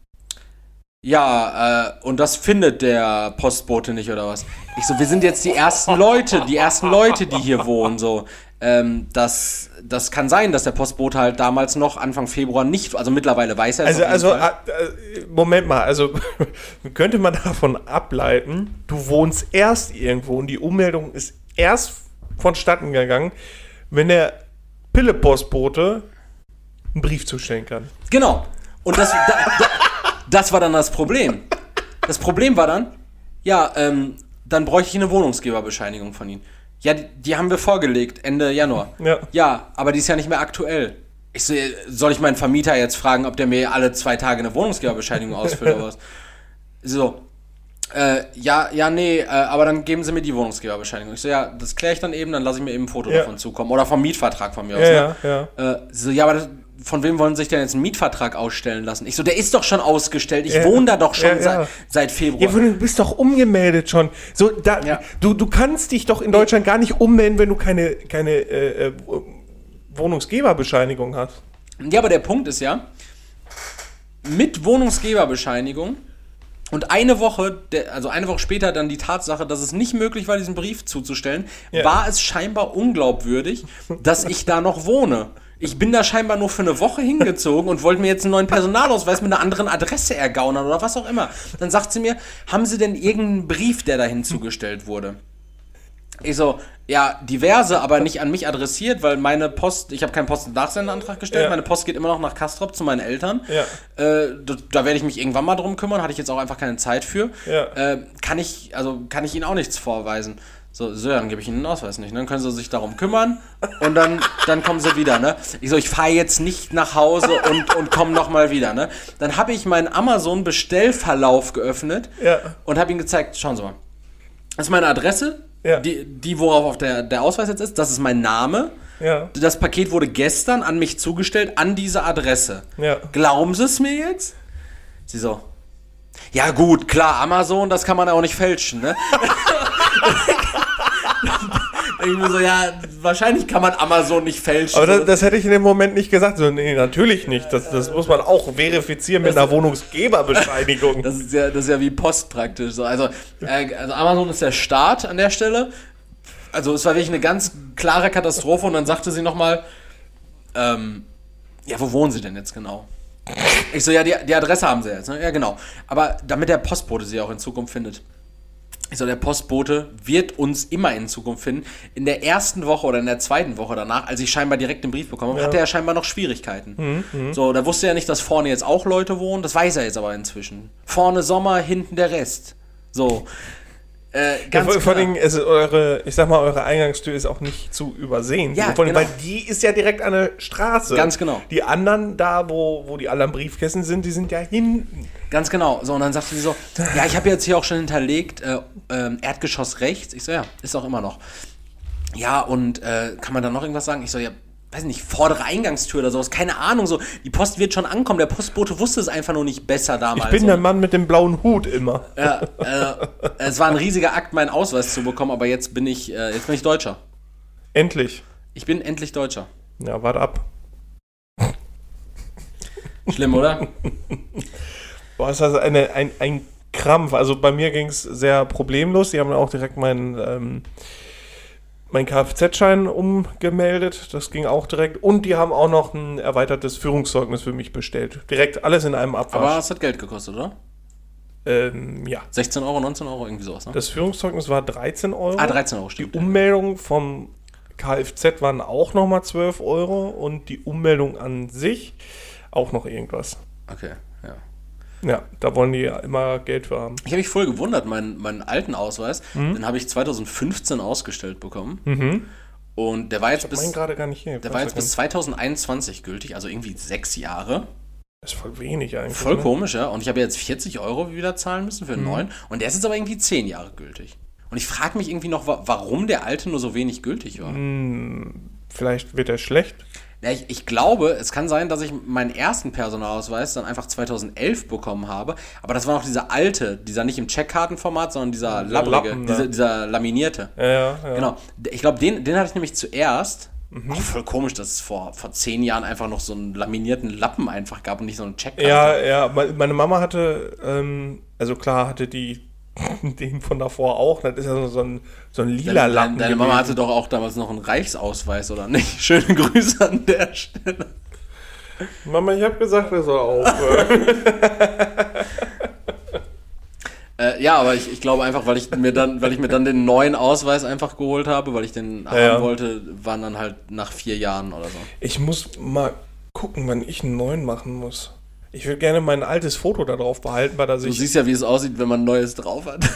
ja, äh, und das findet der Postbote nicht, oder was? Ich so, wir sind jetzt die ersten Leute, die ersten Leute, die hier wohnen, so. Ähm, das, das kann sein, dass der Postbote halt damals noch Anfang Februar nicht, also mittlerweile weiß er es. Also, also äh, Moment mal, also könnte man davon ableiten, du wohnst erst irgendwo und die Ummeldung ist erst vonstatten gegangen, wenn der Pille-Postbote einen Brief zustellen kann. Genau. Und das, da, da, das war dann das Problem. Das Problem war dann, ja, ähm, dann bräuchte ich eine Wohnungsgeberbescheinigung von Ihnen. Ja, die, die haben wir vorgelegt, Ende Januar. Ja. Ja, aber die ist ja nicht mehr aktuell. Ich so, soll ich meinen Vermieter jetzt fragen, ob der mir alle zwei Tage eine Wohnungsgeberbescheinigung ausfüllt oder was? So, äh, ja, ja, nee, äh, aber dann geben Sie mir die Wohnungsgeberbescheinigung. Ich so, ja, das kläre ich dann eben, dann lasse ich mir eben ein Foto ja. davon zukommen. Oder vom Mietvertrag von mir aus. Ja, ne? ja, ja. Äh, so, ja, aber das, von wem wollen Sie sich denn jetzt einen Mietvertrag ausstellen lassen? Ich so, der ist doch schon ausgestellt. Ich ja, wohne da doch schon ja, ja. Seit, seit Februar. Ja, du bist doch umgemeldet schon. So, da, ja. du, du kannst dich doch in Deutschland gar nicht ummelden, wenn du keine, keine äh, Wohnungsgeberbescheinigung hast. Ja, aber der Punkt ist ja, mit Wohnungsgeberbescheinigung und eine Woche, also eine Woche später dann die Tatsache, dass es nicht möglich war, diesen Brief zuzustellen, ja. war es scheinbar unglaubwürdig, dass ich da noch wohne. Ich bin da scheinbar nur für eine Woche hingezogen und wollte mir jetzt einen neuen Personalausweis mit einer anderen Adresse ergaunern oder was auch immer. Dann sagt sie mir, haben Sie denn irgendeinen Brief, der dahin zugestellt wurde? Ich so, ja, diverse, aber nicht an mich adressiert, weil meine Post, ich habe keinen Post-Nachsendeantrag gestellt, ja. meine Post geht immer noch nach Castrop zu meinen Eltern. Ja. Äh, da, da werde ich mich irgendwann mal drum kümmern, hatte ich jetzt auch einfach keine Zeit für. Ja. Äh, kann ich, also kann ich Ihnen auch nichts vorweisen. So, so, dann gebe ich Ihnen den Ausweis nicht. Dann können Sie sich darum kümmern und dann, dann kommen Sie wieder, ne? Ich so, ich fahre jetzt nicht nach Hause und, und komme nochmal wieder, ne? Dann habe ich meinen Amazon-Bestellverlauf geöffnet ja. und habe Ihnen gezeigt, schauen Sie mal, das ist meine Adresse, ja. die, die worauf auf der, der Ausweis jetzt ist, das ist mein Name. Ja. Das Paket wurde gestern an mich zugestellt, an diese Adresse. Ja. Glauben Sie es mir jetzt? Sie so, ja gut, klar, Amazon, das kann man ja auch nicht fälschen, ne? Irgendwie so, ja, wahrscheinlich kann man Amazon nicht fälschen. Aber das, das hätte ich in dem Moment nicht gesagt. So, nee, natürlich nicht. Das, das muss man auch verifizieren mit einer Wohnungsgeberbescheinigung. Das ist ja, das ist ja wie Post praktisch. So. Also, äh, also Amazon ist der Staat an der Stelle. Also es war wirklich eine ganz klare Katastrophe. Und dann sagte sie nochmal, ähm, ja, wo wohnen Sie denn jetzt genau? Ich so, ja, die, die Adresse haben Sie jetzt. Ne? Ja, genau. Aber damit der Postbote sie auch in Zukunft findet. Ich so, der Postbote wird uns immer in Zukunft finden. In der ersten Woche oder in der zweiten Woche danach, als ich scheinbar direkt den Brief bekommen habe, ja. hatte er scheinbar noch Schwierigkeiten. Mhm, so, da wusste er nicht, dass vorne jetzt auch Leute wohnen. Das weiß er jetzt aber inzwischen. Vorne Sommer, hinten der Rest. So. Äh, ganz ja, vor allem, also eure, ich sag mal, eure Eingangstür ist auch nicht zu übersehen. Ja, vor allem, genau. Weil die ist ja direkt an der Straße. Ganz genau. Die anderen da, wo, wo die anderen Briefkästen sind, die sind ja hinten. Ganz genau. So, und dann sagte sie so, ja, ich habe jetzt hier auch schon hinterlegt, äh, äh, Erdgeschoss rechts. Ich so, ja, ist auch immer noch. Ja, und äh, kann man da noch irgendwas sagen? Ich so, ja, weiß nicht, vordere Eingangstür oder sowas, keine Ahnung, so, die Post wird schon ankommen, der Postbote wusste es einfach nur nicht besser damals. Ich bin so. der Mann mit dem blauen Hut immer. Ja, äh, es war ein riesiger Akt, meinen Ausweis zu bekommen, aber jetzt bin ich, äh, jetzt bin ich Deutscher. Endlich. Ich bin endlich Deutscher. Ja, warte ab. Schlimm, oder? Boah, ist das eine, ein, ein Krampf. Also bei mir ging es sehr problemlos. Die haben auch direkt meinen ähm, mein Kfz-Schein umgemeldet. Das ging auch direkt. Und die haben auch noch ein erweitertes Führungszeugnis für mich bestellt. Direkt alles in einem Abwasch. Aber es hat Geld gekostet, oder? Ähm, ja. sechzehn Euro, neunzehn Euro, irgendwie sowas, ne? Das Führungszeugnis war dreizehn Euro. Ah, dreizehn Euro, stimmt. Die Ummeldung vom Kfz waren auch nochmal zwölf Euro. Und die Ummeldung an sich auch noch irgendwas. Okay, ja. Ja, da wollen die ja immer Geld für haben. Ich habe mich voll gewundert, meinen, meinen alten Ausweis, mhm. den habe ich zwanzig fünfzehn ausgestellt bekommen. Mhm. Und der war jetzt ich bis gerade gar nicht hier. Der war jetzt bis zwanzig einundzwanzig gültig, also irgendwie sechs Jahre. Das ist voll wenig eigentlich. Voll ne? komisch, ja. Und ich habe jetzt vierzig Euro wieder zahlen müssen für einen mhm. neuen. Und der ist jetzt aber irgendwie zehn Jahre gültig. Und ich frage mich irgendwie noch, warum der alte nur so wenig gültig war. Mhm. Vielleicht wird er schlecht. Ja, ich, ich glaube, es kann sein, dass ich meinen ersten Personalausweis dann einfach zweitausendelf bekommen habe. Aber das war noch dieser alte, dieser nicht im Checkkartenformat, sondern dieser labbrige, Lappen, dieser, ne? dieser laminierte. Ja, ja, ja. Genau. Ich glaube, den, den hatte ich nämlich zuerst. Mhm. Auch voll komisch, dass es vor, vor zehn Jahren einfach noch so einen laminierten Lappen einfach gab und nicht so einen Checkkarte. Ja, ja. Meine Mama hatte, ähm, also klar, hatte die den von davor auch. Das ist ja so ein, so ein lila deine, Lappen. Deine Mama hatte doch auch damals noch einen Reichsausweis, oder nicht? Schöne Grüße an der Stelle. Mama, ich habe gesagt, er soll aufhören. äh, ja, aber ich, ich glaube einfach, weil ich mir dann, weil ich mir dann den neuen Ausweis einfach geholt habe, weil ich den haben ja. wollte, waren dann halt nach vier Jahren oder so. Ich muss mal gucken, wann ich einen neuen machen muss. Ich würde gerne mein altes Foto da drauf behalten, weil da sich... Du siehst ja, wie es aussieht, wenn man ein neues drauf hat.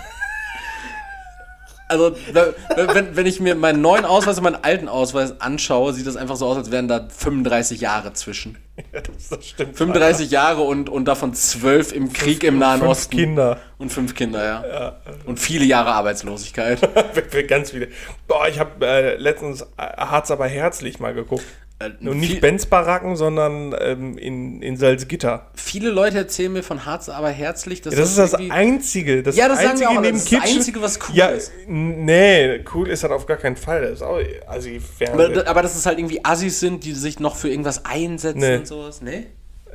Also, wenn, wenn ich mir meinen neuen Ausweis und meinen alten Ausweis anschaue, sieht das einfach so aus, als wären da fünfunddreißig Jahre zwischen. Ja, das, das stimmt. fünfunddreißig Jahre und, und davon zwölf im Krieg fünf, im Nahen fünf Osten. Kinder. Und fünf Kinder, ja. ja. Und viele Jahre Arbeitslosigkeit. Ganz viele. Boah, ich habe äh, letztens Harz aber herzlich mal geguckt. Äh, Und nicht viel, Benz-Baracken, sondern ähm, in, in Salzgitter. Viele Leute erzählen mir von Harz aber herzlich. Dass ja, das, das ist das Einzige. Das ja, das einzige sagen wir auch, neben das ist das Kitchen. Einzige, was cool ja, ist. Nee, cool ist das auf gar keinen Fall. Das ist auch assi aber, aber dass es halt irgendwie Assis sind, die sich noch für irgendwas einsetzen nee. und sowas, ne?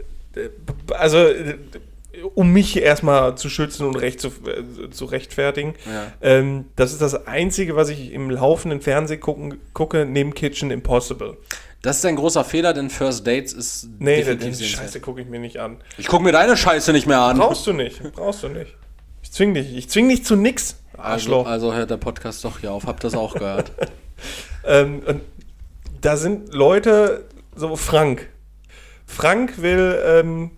Also, um mich erstmal zu schützen und recht zu, äh, zu rechtfertigen. Ja. Ähm, das ist das Einzige, was ich im laufenden Fernsehen gucken, gucke, neben Kitchen Impossible. Das ist ein großer Fehler, denn First Dates ist nee, definitiv die Scheiße gucke ich mir nicht an. Ich gucke mir deine Scheiße nicht mehr an. Brauchst du nicht, brauchst du nicht. Ich zwing dich, ich zwing dich zu nix, Arschloch. Also, also hört der Podcast doch hier auf, habt das auch gehört. ähm, und da sind Leute, so Frank. Frank will, ähm,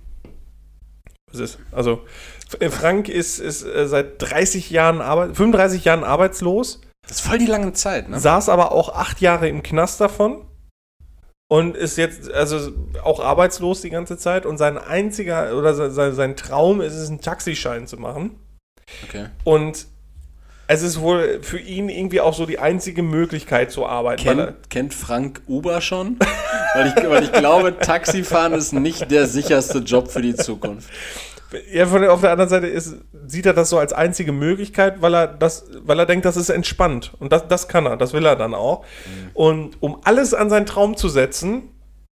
was ist, also Frank ist, ist äh, seit dreißig Jahren, Arbeit, fünfunddreißig Jahren arbeitslos. Das ist voll die lange Zeit, ne? Saß aber auch acht Jahre im Knast davon. Und ist jetzt also auch arbeitslos die ganze Zeit. Und sein einziger oder sein, sein Traum ist es, einen Taxischein zu machen. Okay. Und es ist wohl für ihn irgendwie auch so die einzige Möglichkeit zu arbeiten. Kennt, weil er, kennt Frank Uber schon? weil, ich, weil ich glaube, Taxifahren ist nicht der sicherste Job für die Zukunft. Ja, von der, auf der anderen Seite ist, sieht er das so als einzige Möglichkeit, weil er das, weil er denkt, das ist entspannt. Und das, das kann er, das will er dann auch. Mhm. Und um alles an seinen Traum zu setzen,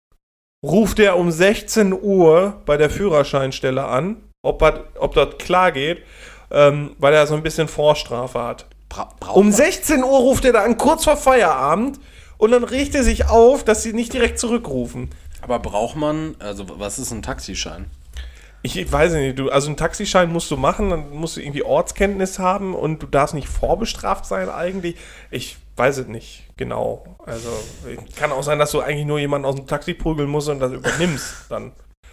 ruft er um sechzehn Uhr bei der Führerscheinstelle an, ob, er, ob das klar geht, ähm, weil er so ein bisschen Vorstrafe hat. Bra- um sechzehn Uhr ruft er da an, kurz vor Feierabend, und dann regt er sich auf, dass sie nicht direkt zurückrufen. Aber braucht man, also was ist ein Taxischein? Ich weiß nicht, du, also einen Taxischein musst du machen, dann musst du irgendwie Ortskenntnis haben und du darfst nicht vorbestraft sein eigentlich. Ich weiß es nicht genau. Also kann auch sein, dass du eigentlich nur jemanden aus dem Taxi prügeln musst und das übernimmst dann.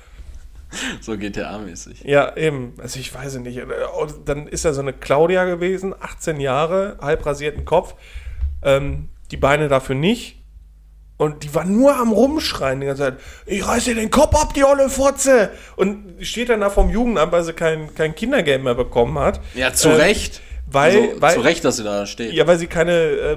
So G T A-mäßig. Ja, eben. Also ich weiß es nicht. Und dann ist da so eine Claudia gewesen, achtzehn Jahre, halb rasierten Kopf, ähm, die Beine dafür nicht. Und die war nur am Rumschreien die ganze Zeit. Ich reiß dir den Kopf ab, die olle Fotze! Und steht dann da vom Jugendamt, weil sie kein, kein Kindergeld mehr bekommen hat. Ja, zu äh, Recht. Weil, also, weil, zu Recht, dass sie da steht. Ja, weil sie keine äh,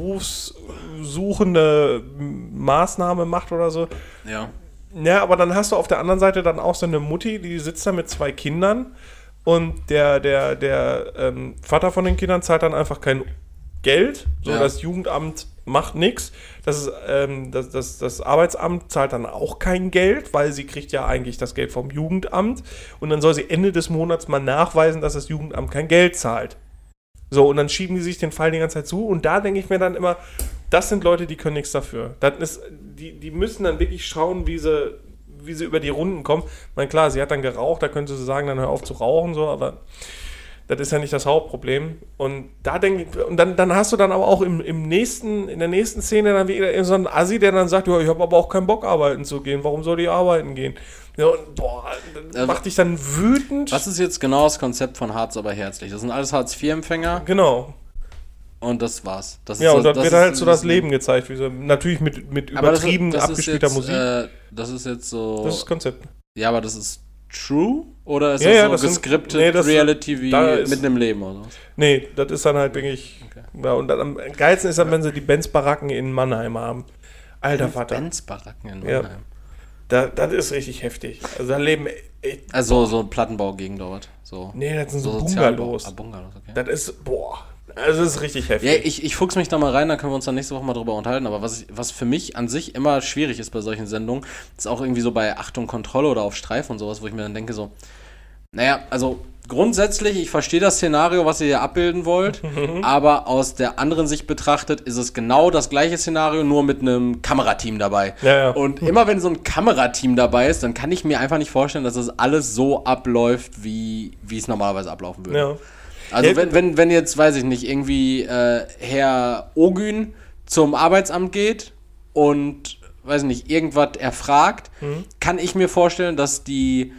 berufssuchende Maßnahme macht oder so. Ja. Ja, aber dann hast du auf der anderen Seite dann auch so eine Mutti, die sitzt da mit zwei Kindern und der, der, der ähm, Vater von den Kindern zahlt dann einfach kein Geld. So, Ja. Das Jugendamt macht nichts. Das, ist, ähm, das, das, das Arbeitsamt zahlt dann auch kein Geld, weil sie kriegt ja eigentlich das Geld vom Jugendamt. Und dann soll sie Ende des Monats mal nachweisen, dass das Jugendamt kein Geld zahlt. So, und dann schieben die sich den Fall die ganze Zeit zu. Und da denke ich mir dann immer, das sind Leute, die können nichts dafür. Das ist, die, die müssen dann wirklich schauen, wie sie, wie sie über die Runden kommen. Ich meine, klar, sie hat dann geraucht, da könnte sie sagen, dann hör auf zu rauchen, so, aber das ist ja nicht das Hauptproblem. Und da denke ich, und dann, dann hast du dann aber auch im, im nächsten, in der nächsten Szene dann wieder so einen Assi, der dann sagt, ja, ich habe aber auch keinen Bock, arbeiten zu gehen. Warum soll ich arbeiten gehen? Ja, und boah, das Also, macht dich dann wütend. Was ist jetzt genau das Konzept von Harz aber herzlich? Das sind alles Hartz vier Empfänger Genau. und das war's. Das Ja, ist und das, dann das wird ist- halt so das Leben gezeigt, wie so, natürlich mit, mit Aber das ist- übertrieben das ist abgespielter jetzt, Musik. Äh, das ist jetzt so. Das ist das Konzept. Ja, aber das ist true? Oder ist Ja, das ja, so das sind- gescriptet nee, das- Reality wie da ist- mitten im Leben oder so? Nee, das ist dann halt wirklich. Okay. Ja, und dann am geilsten ist dann, wenn sie die Benz-Baracken in Mannheim haben. Alter Vater. Benz-Baracken in Ja. Mannheim. Da, das ist richtig heftig. Also da leben echt. Also so ein Plattenbaugegend dort. So. Nee, das sind so, Sozialbau- Bungalows. Ah, Bungalows, okay. Das ist, boah. Also das ist richtig heftig. Ja, ich, ich fuchs mich da mal rein, dann können wir uns dann nächste Woche mal drüber unterhalten. Aber was, ich, was für mich an sich immer schwierig ist bei solchen Sendungen, ist auch irgendwie so bei Achtung, Kontrolle oder auf Streif und sowas, wo ich mir dann denke so, naja, also grundsätzlich, ich verstehe das Szenario, was ihr hier abbilden wollt, aber aus der anderen Sicht betrachtet ist es genau das gleiche Szenario, nur mit einem Kamerateam dabei. Ja, ja. Und immer wenn so ein Kamerateam dabei ist, dann kann ich mir einfach nicht vorstellen, dass das alles so abläuft, wie, wie es normalerweise ablaufen würde. Ja. Also Ja. wenn, wenn, wenn jetzt, weiß ich nicht, irgendwie äh, Herr Ogün zum Arbeitsamt geht und, weiß ich nicht, irgendwas erfragt, Mhm. kann ich mir vorstellen, dass die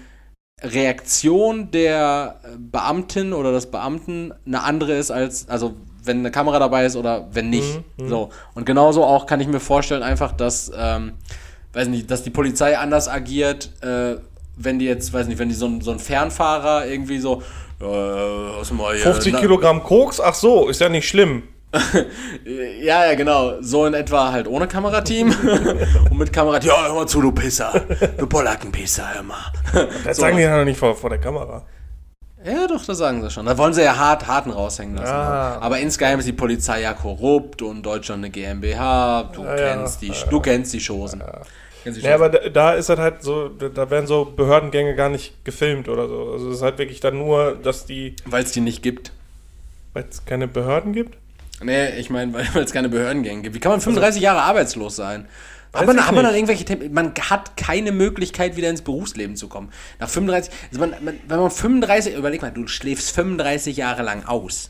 Reaktion der Beamtin oder des Beamten eine andere ist als, also wenn eine Kamera dabei ist oder wenn nicht. Mhm, So. Und genauso auch kann ich mir vorstellen einfach, dass, ähm, weiß nicht, dass die Polizei anders agiert, äh, wenn die jetzt, weiß nicht, wenn die so ein, so ein Fernfahrer irgendwie so, äh, was mal hier, fünfzig na- Kilogramm Koks? Ach so, ist ja nicht schlimm. Ja, ja, genau. So in etwa halt ohne Kamerateam. Und mit Kamerateam, ja, hör mal zu, du Pisser. Du Polackenpisser, hör mal. Das So. sagen die ja noch nicht vor, vor der Kamera. Ja, doch, das sagen sie schon. Da wollen sie ja hart, harten raushängen lassen. Ah. Aber insgeheim ist die Polizei ja korrupt und Deutschland eine GmbH. Du Ja, ja. kennst die, du kennst die Chosen. Kennst die Ja, Chosen. aber da, da ist halt halt so, da da werden so Behördengänge gar nicht gefilmt oder so. Also es ist halt wirklich dann nur, dass die, Weil es die nicht gibt. weil es keine Behörden gibt. Nee, ich meine, weil es keine Behördengänge gibt. Wie kann man fünfunddreißig Jahre arbeitslos sein? Weiß Aber ich haben wir dann nicht. irgendwelche Themen? Man hat keine Möglichkeit, wieder ins Berufsleben zu kommen. Nach fünfunddreißig, also man, man, wenn man fünfunddreißig, überleg mal, du schläfst fünfunddreißig Jahre lang aus.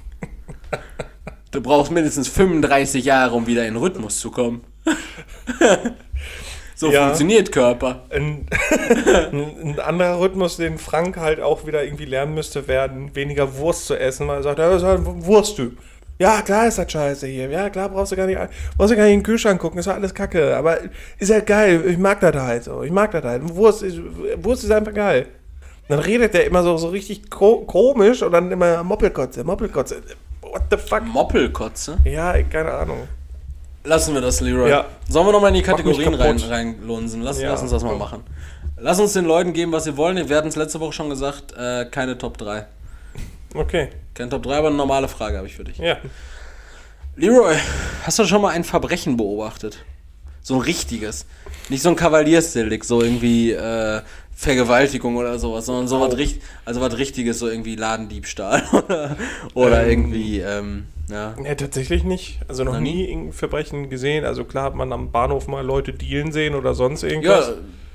Du brauchst mindestens fünfunddreißig Jahre, um wieder in den Rhythmus zu kommen. So Ja. funktioniert Körper. Ein, ein anderer Rhythmus, den Frank halt auch wieder irgendwie lernen müsste, werden weniger Wurst zu essen, weil er sagt, ja, das ist halt ein Wursttyp. Ja, klar ist das scheiße hier. Ja, klar brauchst du gar nicht, brauchst du gar nicht in den Kühlschrank gucken, ist doch alles Kacke. Aber ist halt geil, ich mag das halt so. Ich mag das halt. Wurst ist, Wurst ist einfach geil. Und dann redet der immer so, so richtig ko- komisch und dann immer Moppelkotze, Moppelkotze. What the fuck? Moppelkotze? Ja, keine Ahnung. Lassen wir das, Leroy. Ja. Sollen wir nochmal in die Mach mich Kategorien rein, kaputt. reinlunsen? Lass, Ja. lass uns das mal machen. Lass uns den Leuten geben, was sie wollen. Wir hatten es letzte Woche schon gesagt, äh, keine Top drei. Okay, Keine Top drei, aber eine normale Frage habe ich für dich. ja. Leroy, hast du schon mal ein Verbrechen beobachtet? So ein richtiges. Nicht so ein Kavaliersdelikt, so irgendwie äh, Vergewaltigung oder sowas, sondern so was, richt- also was Richtiges, so irgendwie Ladendiebstahl oder, oder Ähm. irgendwie, ähm, ja. Ja, tatsächlich nicht. Also noch Noch nie irgendein Verbrechen gesehen. Also klar hat man am Bahnhof mal Leute dealen sehen oder sonst irgendwas. Ja,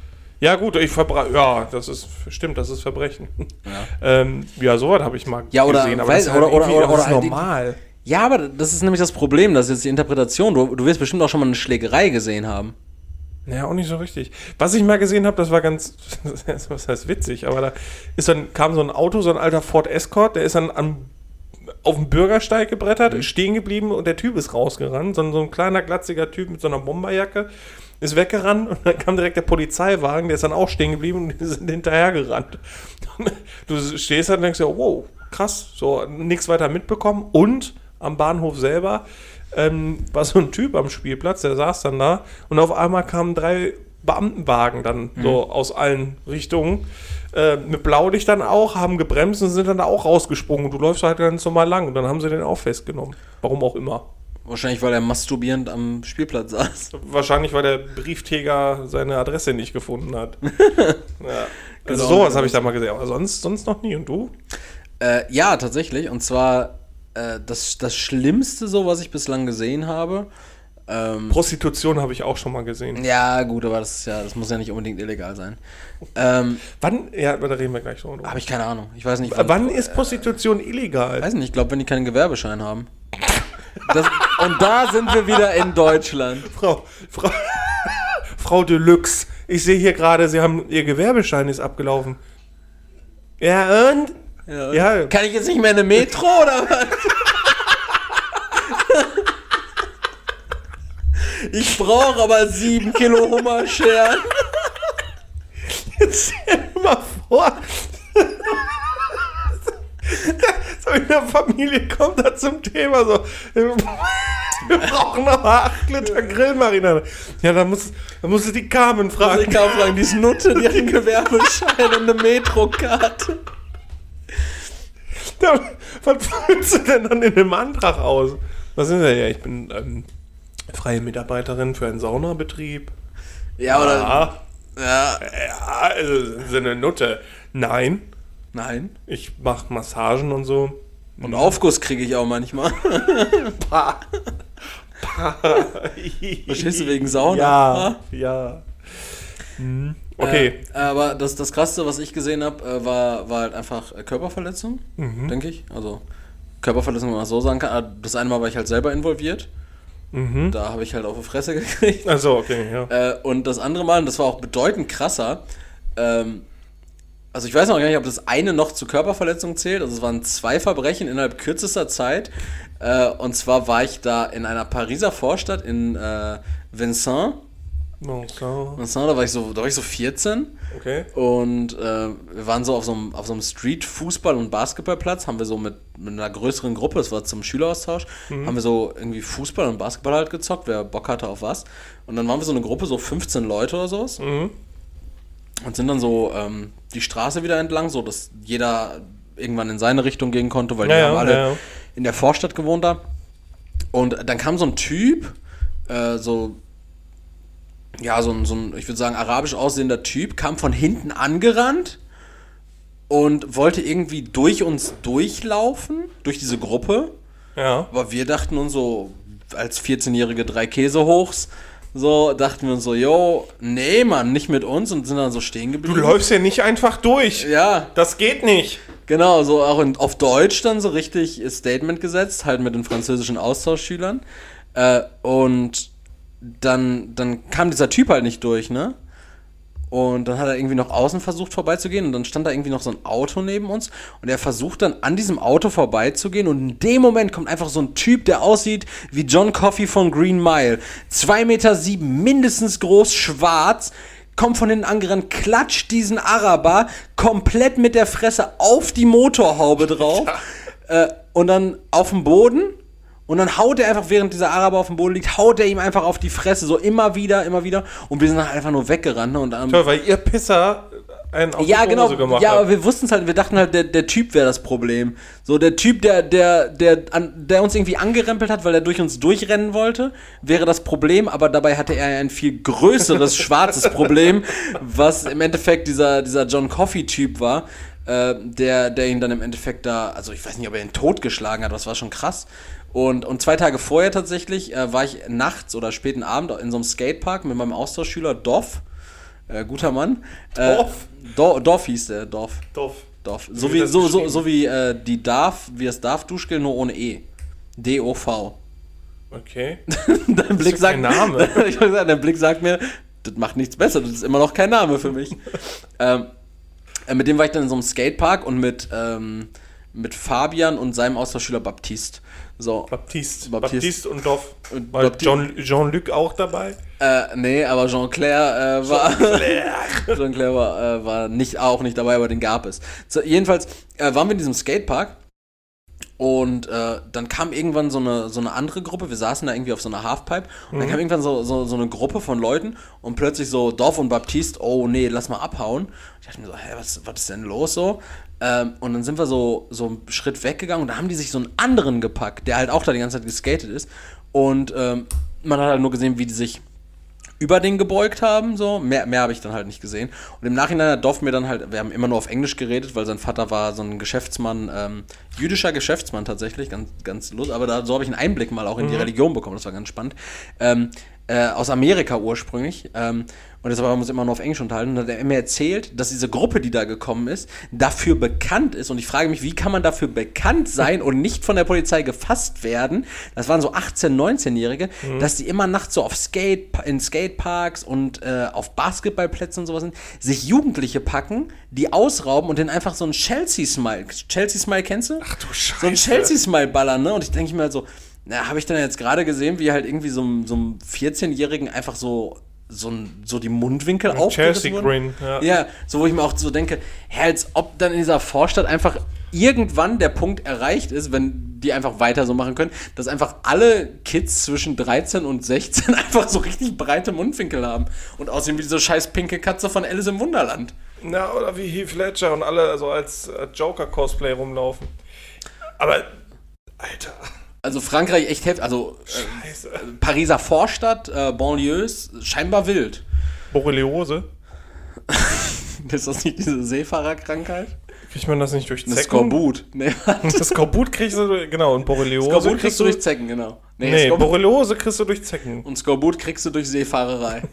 Ja, gut, ich verbra... Ja, das ist... Stimmt, das ist Verbrechen. Ja, ähm, ja sowas habe ich mal ja oder, gesehen. Aber weiß, das ist oder, halt oder, irgendwie- oder, das oder ist normal. Ja, aber das ist nämlich das Problem, das ist jetzt die Interpretation. Du, du wirst bestimmt auch schon mal eine Schlägerei gesehen haben. Naja, auch nicht so richtig. Was ich mal gesehen habe, das war ganz... Was heißt witzig? Aber da ist dann, kam so ein Auto, so ein alter Ford Escort, der ist dann am auf dem Bürgersteig gebrettert, ist stehen geblieben und der Typ ist rausgerannt. So ein, so ein kleiner, glatziger Typ mit so einer Bomberjacke ist weggerannt und dann kam direkt der Polizeiwagen, der ist dann auch stehen geblieben und die sind hinterhergerannt. Du stehst halt und denkst dir, wow, krass, so nichts weiter mitbekommen. Und am Bahnhof selber ähm, war so ein Typ am Spielplatz, der saß dann da und auf einmal kamen drei Beamtenwagen dann mhm. so aus allen Richtungen. Äh, mit Blaulicht dann auch, haben gebremst und sind dann da auch rausgesprungen. Und du läufst halt ganz normal lang und dann haben sie den auch festgenommen. Warum auch immer. Wahrscheinlich, weil er masturbierend am Spielplatz saß. Wahrscheinlich, weil der Briefträger seine Adresse nicht gefunden hat. ja. Also genau, sowas habe ich da mal gesehen, aber sonst, sonst noch nie. Und du? Äh, ja, tatsächlich. Und zwar äh, das, das Schlimmste so, was ich bislang gesehen habe. Ähm, Prostitution habe ich auch schon mal gesehen. Ja, gut, aber das ist ja, das muss ja nicht unbedingt illegal sein. Ähm, wann? Ja, da reden wir gleich drüber. Habe ich keine Ahnung. Ich weiß nicht. Wann, wann ist Prostitution äh, illegal? Weiß nicht. Ich glaube, wenn die keinen Gewerbeschein haben. Das, und da sind wir wieder in Deutschland. Frau, Frau, Frau Deluxe, ich sehe hier gerade, Sie haben Ihr Gewerbeschein ist abgelaufen. Ja und? Ja, und? Ja. Kann ich jetzt nicht mehr in eine Metro oder was? Ich brauche aber sieben Kilo Hummerscheren. Jetzt stell dir mal vor, so in der Familie kommt da zum Thema so, wir brauchen noch acht Liter Grillmarinade. Ja, da muss, da musst du die Carmen fragen. Also ich kann fragen, die ist Nutte, die hat einen Gewerbeschein und eine Metrokarte. Da, was füllst du denn dann in dem Antrag aus? Was sind denn ja? Ich bin ähm, freie Mitarbeiterin für einen Saunabetrieb. Ja, oder? Ja. Ja. Ja, also so eine Nutte. Nein. Nein. Ich mache Massagen und so. Und Aufguss kriege ich auch manchmal. Pa. Pa. Verstehst du wegen Sauna? Ja, ja. Hm. Okay. Äh, aber das, das Krasseste, was ich gesehen habe, äh, war, war halt einfach äh, Körperverletzung, Mhm. denke ich. Also Körperverletzung, wenn man das so sagen kann. Das eine Mal war ich halt selber involviert. Mhm. Da habe ich halt auf die Fresse gekriegt. Achso, okay, ja. Äh, und das andere Mal, und das war auch bedeutend krasser, ähm, also ich weiß noch gar nicht, ob das eine noch zu Körperverletzung zählt. Also es waren zwei Verbrechen innerhalb kürzester Zeit. Äh, und zwar war ich da in einer Pariser Vorstadt in äh, Vincent. No, so. Vincent, da war ich so, da war ich so vierzehn. Okay. Und äh, wir waren so auf so einem, auf so einem Street-Fußball- und Basketballplatz, haben wir so mit, mit einer größeren Gruppe, das war zum Schüleraustausch, mhm. haben wir so irgendwie Fußball und Basketball halt gezockt, wer Bock hatte auf was. Und dann waren wir so eine Gruppe, so fünfzehn Leute oder sowas. Mhm. Und sind dann so ähm, die Straße wieder entlang, so dass jeder irgendwann in seine Richtung gehen konnte, weil ja, die ja, haben alle ja, ja. in der Vorstadt gewohnt da. Und dann kam so ein Typ, äh, so, ja, so ein, so ein, ich würde sagen, arabisch aussehender Typ, kam von hinten angerannt und wollte irgendwie durch uns durchlaufen, durch diese Gruppe. Ja. Aber wir dachten uns so, als vierzehnjährige drei Käsehochs, so, dachten wir uns so, yo, nee, Mann, nicht mit uns, und sind dann so stehen geblieben. Du läufst ja nicht einfach durch. Ja. Das geht nicht. Genau, so auch in, auf Deutsch dann so richtig Statement gesetzt, halt mit den französischen Austauschschülern. Äh, und dann, dann kam dieser Typ halt nicht durch, ne? Und dann hat er irgendwie noch außen versucht vorbeizugehen und dann stand da irgendwie noch so ein Auto neben uns und er versucht dann an diesem Auto vorbeizugehen und in dem Moment kommt einfach so ein Typ, der aussieht wie John Coffey von Green Mile. zwei Meter sieben, mindestens groß, schwarz, kommt von hinten angerannt, klatscht diesen Araber komplett mit der Fresse auf die Motorhaube drauf äh, und dann auf den Boden. Und dann haut er einfach, während dieser Araber auf dem Boden liegt, haut er ihm einfach auf die Fresse, so immer wieder, immer wieder. Und wir sind dann einfach nur weggerannt. Ne? Und, ähm, Toll, weil ihr Pisser einen auf ja, die genau, Hose gemacht ja, habt. aber wir wussten es halt, wir dachten halt, der, der Typ wäre das Problem. So, der Typ, der, der, der, an, der uns irgendwie angerempelt hat, weil er durch uns durchrennen wollte, wäre das Problem, aber dabei hatte er ein viel größeres, schwarzes Problem, was im Endeffekt dieser, dieser John Coffey-Typ war, äh, der, der ihn dann im Endeffekt da, also ich weiß nicht, ob er ihn totgeschlagen hat, das war schon krass. Und, und zwei Tage vorher tatsächlich äh, war ich nachts oder späten Abend in so einem Skatepark mit meinem Austauschschüler Dov. Äh, guter Mann. Äh, Dorf? Dor- Dorf hieß der, Dorf. Dorf. Dorf. Wie So wird wie, das so, so, geschrieben? so wie äh, die Darf, wie das Darf-Duschgel, nur ohne E. D O V. Okay. Dein Blick doch sagt kein Name. ich wollte sagen, dein Blick sagt mir, das macht nichts besser, das ist immer noch kein Name für mich. ähm, äh, mit dem war ich dann in so einem Skatepark und mit, ähm, mit Fabian und seinem Austauschschüler Baptiste. So. Baptiste. Baptiste. Baptiste und Dorf. Und War Baptiste- John, Jean-Luc auch dabei? Äh, nee, aber Jean-Claire äh, war. Jean-Claire. Jean-Claire war, äh, war nicht, auch nicht dabei, aber den gab es. So, jedenfalls äh, waren wir in diesem Skatepark und äh, dann kam irgendwann so eine, so eine andere Gruppe. Wir saßen da irgendwie auf so einer Halfpipe und dann kam irgendwann so, so, so eine Gruppe von Leuten und plötzlich so Dorf und Baptiste, oh nee, lass mal abhauen. Ich dachte mir so, hä, was, was ist denn los so? Ähm, und dann sind wir so, so einen Schritt weggegangen und da haben die sich so einen anderen gepackt, der halt auch da die ganze Zeit geskatet ist. Und ähm, man hat halt nur gesehen, wie die sich über den gebeugt haben, so. Mehr, mehr habe ich dann halt nicht gesehen. Und im Nachhinein hat Dorf mir dann halt, wir haben immer nur auf Englisch geredet, weil sein Vater war so ein Geschäftsmann, ähm, jüdischer Geschäftsmann tatsächlich, ganz, ganz lustig. Aber da, so habe ich einen Einblick mal auch in die Religion bekommen, das war ganz spannend. Ähm, äh, aus Amerika ursprünglich. Ähm, und deshalb haben wir uns immer nur auf Englisch unterhalten. Und dann hat er mir erzählt, dass diese Gruppe, die da gekommen ist, dafür bekannt ist. Und ich frage mich, wie kann man dafür bekannt sein und nicht von der Polizei gefasst werden? Das waren so achtzehn-, neunzehnjährige, mhm. dass die immer nachts so auf Skate, in Skateparks und äh, auf Basketballplätzen und sowas sind, sich Jugendliche packen, die ausrauben und denen einfach so ein Chelsea-Smile. Chelsea-Smile kennst du? Ach du Scheiße. So ein Chelsea-Smile ballern, ne? Und ich denke mir halt so, na, habe ich dann jetzt gerade gesehen, wie halt irgendwie so, so einem vierzehnjährigen einfach so so, so die Mundwinkel aufgerissen wurden. Chelsea Green, ja. Ja, so wo ich mir auch so denke, hä, als ob dann in dieser Vorstadt einfach irgendwann der Punkt erreicht ist, wenn die einfach weiter so machen können, dass einfach alle Kids zwischen dreizehn und sechzehn einfach so richtig breite Mundwinkel haben und aussehen wie diese scheiß pinke Katze von Alice im Wunderland. Na, oder wie Heath Ledger und alle so als äh, Joker-Cosplay rumlaufen. Aber, Alter. Also Frankreich echt heftig, also Scheiße. äh, Pariser Vorstadt, äh, Banlieues, scheinbar wild. Borreliose? Ist das nicht diese Seefahrerkrankheit? Kriegt man das nicht durch Zecken? Das Skorbut. Nee, Das Skorbut kriegst du, genau, und Borreliose Skorbut kriegst du durch Zecken, genau. Nee, nee Skorbut, Borreliose kriegst du durch Zecken. und Skorbut kriegst du durch Seefahrerei.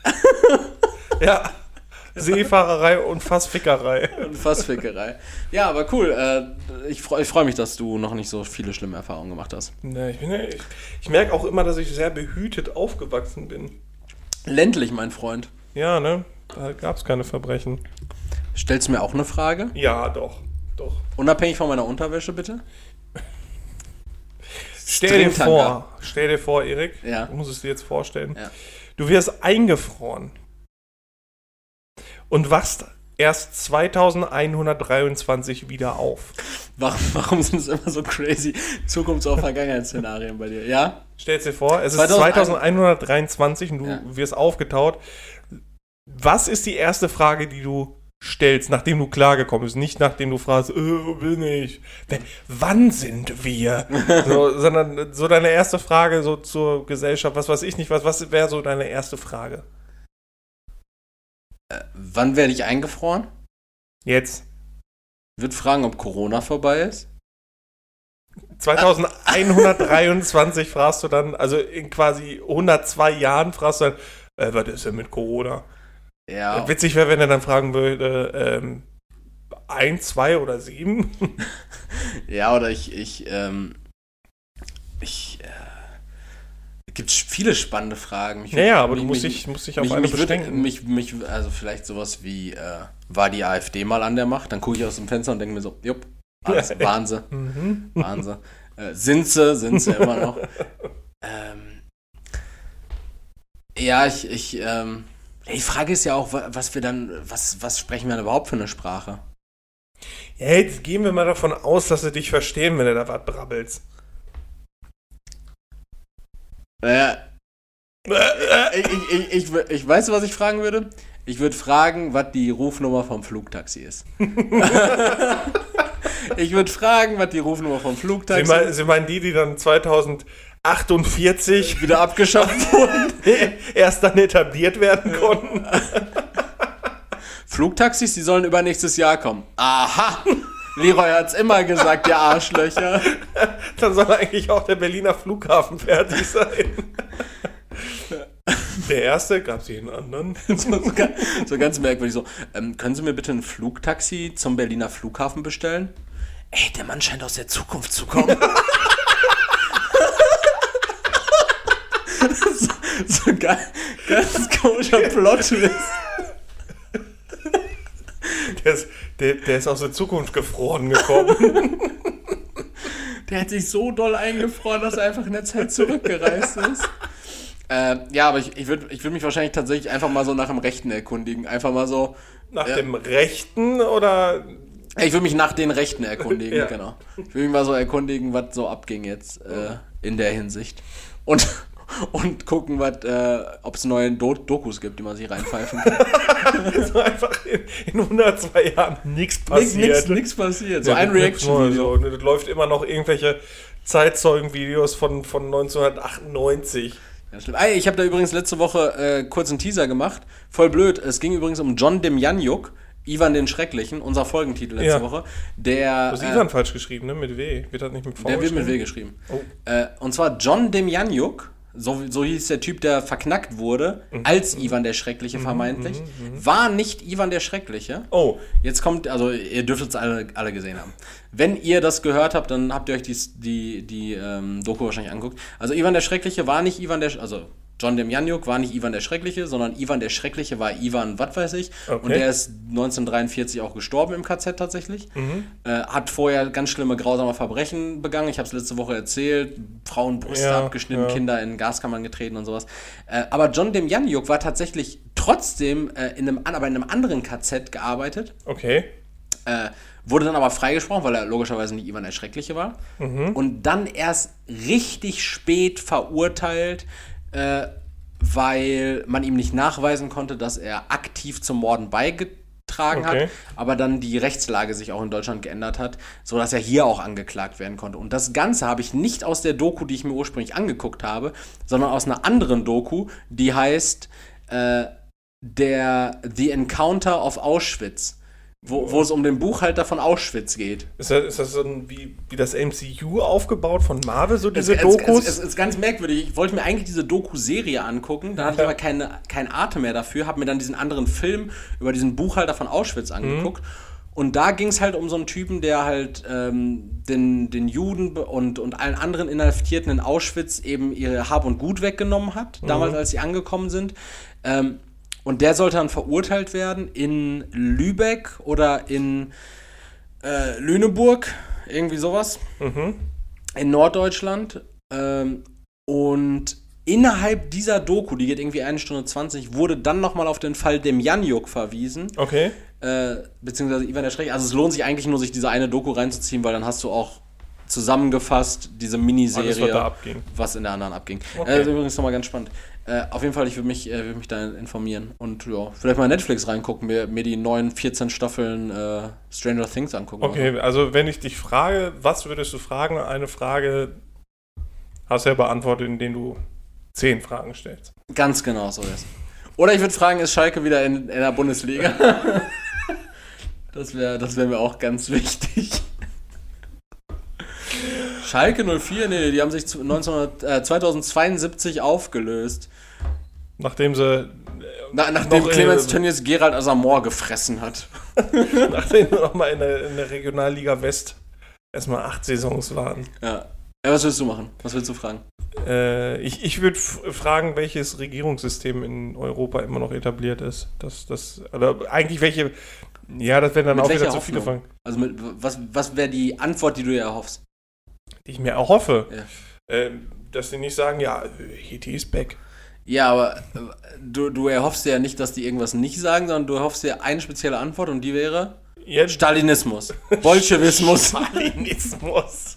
Ja, Seefahrerei und Fassfickerei. Und Fassfickerei. Ja, aber cool. Äh, ich freue ich freu mich, dass du noch nicht so viele schlimme Erfahrungen gemacht hast. Nee, ich, bin ja- ich, ich merke auch immer, dass ich sehr behütet aufgewachsen bin. Ländlich, mein Freund. Ja, ne? Da gab es keine Verbrechen. Stellst du mir auch eine Frage? Ja, doch. Doch. Unabhängig von meiner Unterwäsche, bitte? Stell dir Stringtanga. vor, stell dir vor, Erik, Ja. du musst es dir jetzt vorstellen, Ja. du wirst eingefroren und wachst erst zweitausendeinhundertdreiundzwanzig wieder auf. Warum, warum sind es immer so crazy Zukunfts- oder Vergangenheitsszenarien bei dir? Ja? Stell dir vor, es ist zweitausend zweitausendeinhundertdreiundzwanzig und du Ja. wirst aufgetaut. Was ist die erste Frage, die du stellst, nachdem du klargekommen bist? Nicht nachdem du fragst, äh, wo bin ich? W- Wann sind wir? So, sondern so deine erste Frage so zur Gesellschaft, was weiß ich nicht, was, was wäre so deine erste Frage? Wann werde ich eingefroren? Jetzt. Ich würde fragen, ob Corona vorbei ist. zweitausendeinhundertdreiundzwanzig fragst du dann, also in quasi hundertzwei Jahren fragst du dann, äh, was ist denn mit Corona? Ja. Witzig wäre, wenn er dann fragen würde, ähm, ein, zwei oder sieben? Ja, oder ich, ich, ähm, ich, äh, es gibt viele spannende Fragen. Mich Ja, ja, aber mich- du musst mich- dich, musst dich auf mich, eine mich, würde, beschränken. mich, mich, also vielleicht sowas wie, äh, war die AfD mal an der Macht? Dann gucke ich aus dem Fenster und denke mir so, jupp, alles Wahnsinn, Mhm. Wahnsinn. Äh, sind sie, sind sie immer noch. ähm, ja, ich, ich, ähm, die Frage ist ja auch, wa- was wir dann, was, was sprechen wir denn überhaupt für eine Sprache? Ja, jetzt gehen wir mal davon aus, dass sie dich verstehen, wenn du da was brabbelst. Äh, ich, ich, ich, ich, ich weiß, was ich fragen würde. Ich würde fragen, was die Rufnummer vom Flugtaxi ist. Ich würde fragen, was die Rufnummer vom Sie, Flugtaxi mein, ist. sie meinen die, die dann zweitausendachtzig Wieder abgeschafft wurden. erst dann etabliert werden konnten? Flugtaxis, die sollen übernächstes Jahr kommen. Aha! Leroy hat's immer gesagt, ihr Arschlöcher. Dann soll eigentlich auch der Berliner Flughafen fertig sein. der erste, gab es jeden anderen. so, so, ganz, so ganz merkwürdig so. Ähm, können Sie mir bitte ein Flugtaxi zum Berliner Flughafen bestellen? Ey, der Mann scheint aus der Zukunft zu kommen. so, so geil, ganz komischer Plot-Twist. Der ist, der, der ist aus der Zukunft gefroren gekommen. Der hat sich so doll eingefroren, dass er einfach in der Zeit zurückgereist ist. Äh, ja, aber ich, ich würde ich würd mich wahrscheinlich tatsächlich einfach mal so nach dem Rechten erkundigen. Einfach mal so. Nach äh, dem Rechten oder? Ich würde mich nach den Rechten erkundigen, ja. genau. Ich würde mich mal so erkundigen, was so abging jetzt äh, in der Hinsicht. Und, und gucken, äh, ob es neue Do- Dokus gibt, die man sich reinpfeifen kann. So einfach in, in hundertzwei Jahren nichts passiert. Nichts passiert. So ja, ein Reaction-Video. So. Und es läuft immer noch irgendwelche Zeitzeugenvideos von, von neunzehnhundertachtundneunzig. Ja, stimmt. Ey, ich habe da übrigens letzte Woche äh, kurz einen Teaser gemacht. Voll blöd. Es ging übrigens um John Demjanjuk, Ivan den Schrecklichen, unser Folgentitel letzte ja. Woche. Der, du hast äh, Ivan falsch geschrieben, ne? Mit W. Wird das nicht mit V Der wird mit W geschrieben. Oh. Äh, und zwar John Demjanjuk, so, so hieß der Typ, der verknackt wurde, mhm. als Ivan der Schreckliche vermeintlich, mhm, mhm. war nicht Ivan der Schreckliche. Oh. Jetzt kommt, also ihr dürftet es alle, alle gesehen haben. Wenn ihr das gehört habt, dann habt ihr euch die, die, die ähm, Doku wahrscheinlich angeguckt. Also Ivan der Schreckliche war nicht Ivan der, also John Demjanjuk war nicht Ivan der Schreckliche, sondern Ivan der Schreckliche war Ivan, was weiß ich. Okay. Und der ist neunzehnhundertdreiundvierzig auch gestorben im K Z tatsächlich. Mhm. Äh, hat vorher ganz schlimme, grausame Verbrechen begangen. Ich habe es letzte Woche erzählt. Frauenbrüste ja, abgeschnitten, ja. Kinder in Gaskammern getreten und sowas. Äh, aber John Demjanjuk war tatsächlich trotzdem äh, in einem, aber in einem anderen K Z gearbeitet. Okay. Äh, wurde dann aber freigesprochen, weil er logischerweise nicht Ivan der Schreckliche war. Mhm. Und dann erst richtig spät verurteilt, Äh, weil man ihm nicht nachweisen konnte, dass er aktiv zum Morden beigetragen okay. hat, aber dann die Rechtslage sich auch in Deutschland geändert hat, sodass er hier auch angeklagt werden konnte. Und das Ganze habe ich nicht aus der Doku, die ich mir ursprünglich angeguckt habe, sondern aus einer anderen Doku, die heißt äh, der The Encounter of Auschwitz. Wo, wo es um den Buchhalter von Auschwitz geht. Ist das, ist das so ein, wie, wie das M C U aufgebaut von Marvel, so diese es, Dokus? Es, es, es ist ganz merkwürdig. Ich wollte mir eigentlich diese Doku-Serie angucken, da hatte ja. ich aber keine, keinen Atem mehr dafür, habe mir dann diesen anderen Film über diesen Buchhalter von Auschwitz angeguckt. Mhm. Und da ging es halt um so einen Typen, der halt ähm, den, den Juden und, und allen anderen Inhaftierten in Auschwitz eben ihre Hab und Gut weggenommen hat, mhm. damals, als sie angekommen sind. Ähm, Und der sollte dann verurteilt werden in Lübeck oder in äh, Lüneburg, irgendwie sowas, mhm. in Norddeutschland. Ähm, und innerhalb dieser Doku, die geht irgendwie eine Stunde zwanzig, wurde dann nochmal auf den Fall Demjanjuk verwiesen. Okay. Äh, beziehungsweise Ivan der Schreckliche. Also es lohnt sich eigentlich nur, sich diese eine Doku reinzuziehen, weil dann hast du auch zusammengefasst diese Miniserie, alles, was, da abging. was in der anderen abging. Okay. Äh, das ist übrigens nochmal ganz spannend. Äh, auf jeden Fall, ich würde mich, äh, würd mich da informieren und ja, vielleicht mal Netflix reingucken, mir, mir die neuen vierzehn Staffeln äh, Stranger Things angucken. Okay, oder? Also wenn ich dich frage, was würdest du fragen? Eine Frage hast du ja beantwortet, indem du zehn Fragen stellst. Ganz genau so ist. Oder ich würde fragen, ist Schalke wieder in, in der Bundesliga? das wäre das wär mir auch ganz wichtig. Schalke null vier, nee, die haben sich neunzehnhundert, äh, zweitausendzweiundsiebzig aufgelöst. Nachdem sie... Äh, Na, nachdem Clemens Tönnies Gerald Asamoah gefressen hat. Nachdem wir nochmal in der, in der Regionalliga West erstmal acht Saisons waren. Ja. ja. Was willst du machen? Was willst du fragen? Äh, ich ich würde f- fragen, welches Regierungssystem in Europa immer noch etabliert ist. Das, das, oder eigentlich welche... Ja, das wären dann mit auch wieder zu viele Fragen. Also mit, was, was wäre die Antwort, die du dir erhoffst? Die ich mir erhoffe, ja. äh, dass sie nicht sagen, ja, Hiti ist back. Ja, aber äh, du, du erhoffst ja nicht, dass die irgendwas nicht sagen, sondern du erhoffst dir eine spezielle Antwort und die wäre ja. Stalinismus. Bolschewismus. Stalinismus.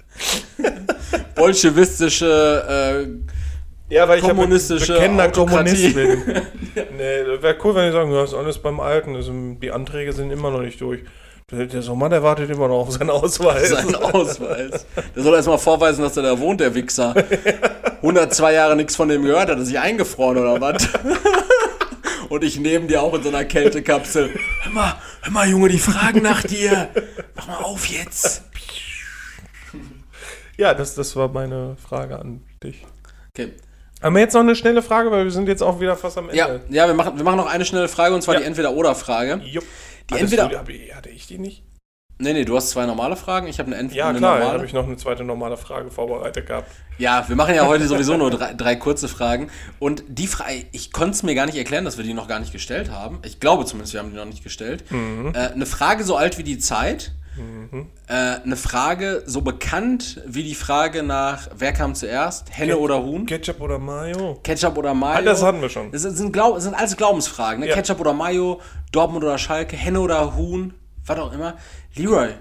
Bolschewistische, äh, ja, weil kommunistische ich bekennender Autokratie. Kommunist bin. Nee, wäre cool, wenn die sagen, ja, ist alles beim Alten, also die Anträge sind immer noch nicht durch. Der Sommer, der wartet immer noch auf seinen Ausweis. Seinen Ausweis. Der soll erstmal vorweisen, dass er da wohnt, der Wichser. hundertzwei Jahre nichts von dem gehört, hat er sich eingefroren oder was? Und ich neben dir auch in so einer Kältekapsel. Hör mal, hör mal, Junge, die fragen nach dir. Mach mal auf jetzt. Ja, das, das war meine Frage an dich. Okay. Haben wir jetzt noch eine schnelle Frage, weil wir sind jetzt auch wieder fast am Ende. Ja, ja wir, machen, wir machen noch eine schnelle Frage, und zwar ja. die Entweder-Oder-Frage. Jupp. Die Entweder... Du, hatte ich die nicht? Nee, nee, du hast zwei normale Fragen, ich habe eine Entweder Ja, eine klar, normale. dann habe ich noch eine zweite normale Frage vorbereitet gehabt. Ja, wir machen ja heute sowieso nur drei, drei kurze Fragen. Und die Frage, ich konnte es mir gar nicht erklären, dass wir die noch gar nicht gestellt haben. Ich glaube zumindest, wir haben die noch nicht gestellt. Mhm. Äh, eine Frage so alt wie die Zeit. Mhm. Äh, eine Frage so bekannt wie die Frage nach, wer kam zuerst? Henne Ke- oder Huhn? Ketchup oder Mayo? Ketchup oder Mayo? Ah, das hatten wir schon. Das sind, sind, Glaub, sind alles Glaubensfragen. Ne? Ja. Ketchup oder Mayo, Dortmund oder Schalke, Henne oder Huhn, was auch immer. Leroy,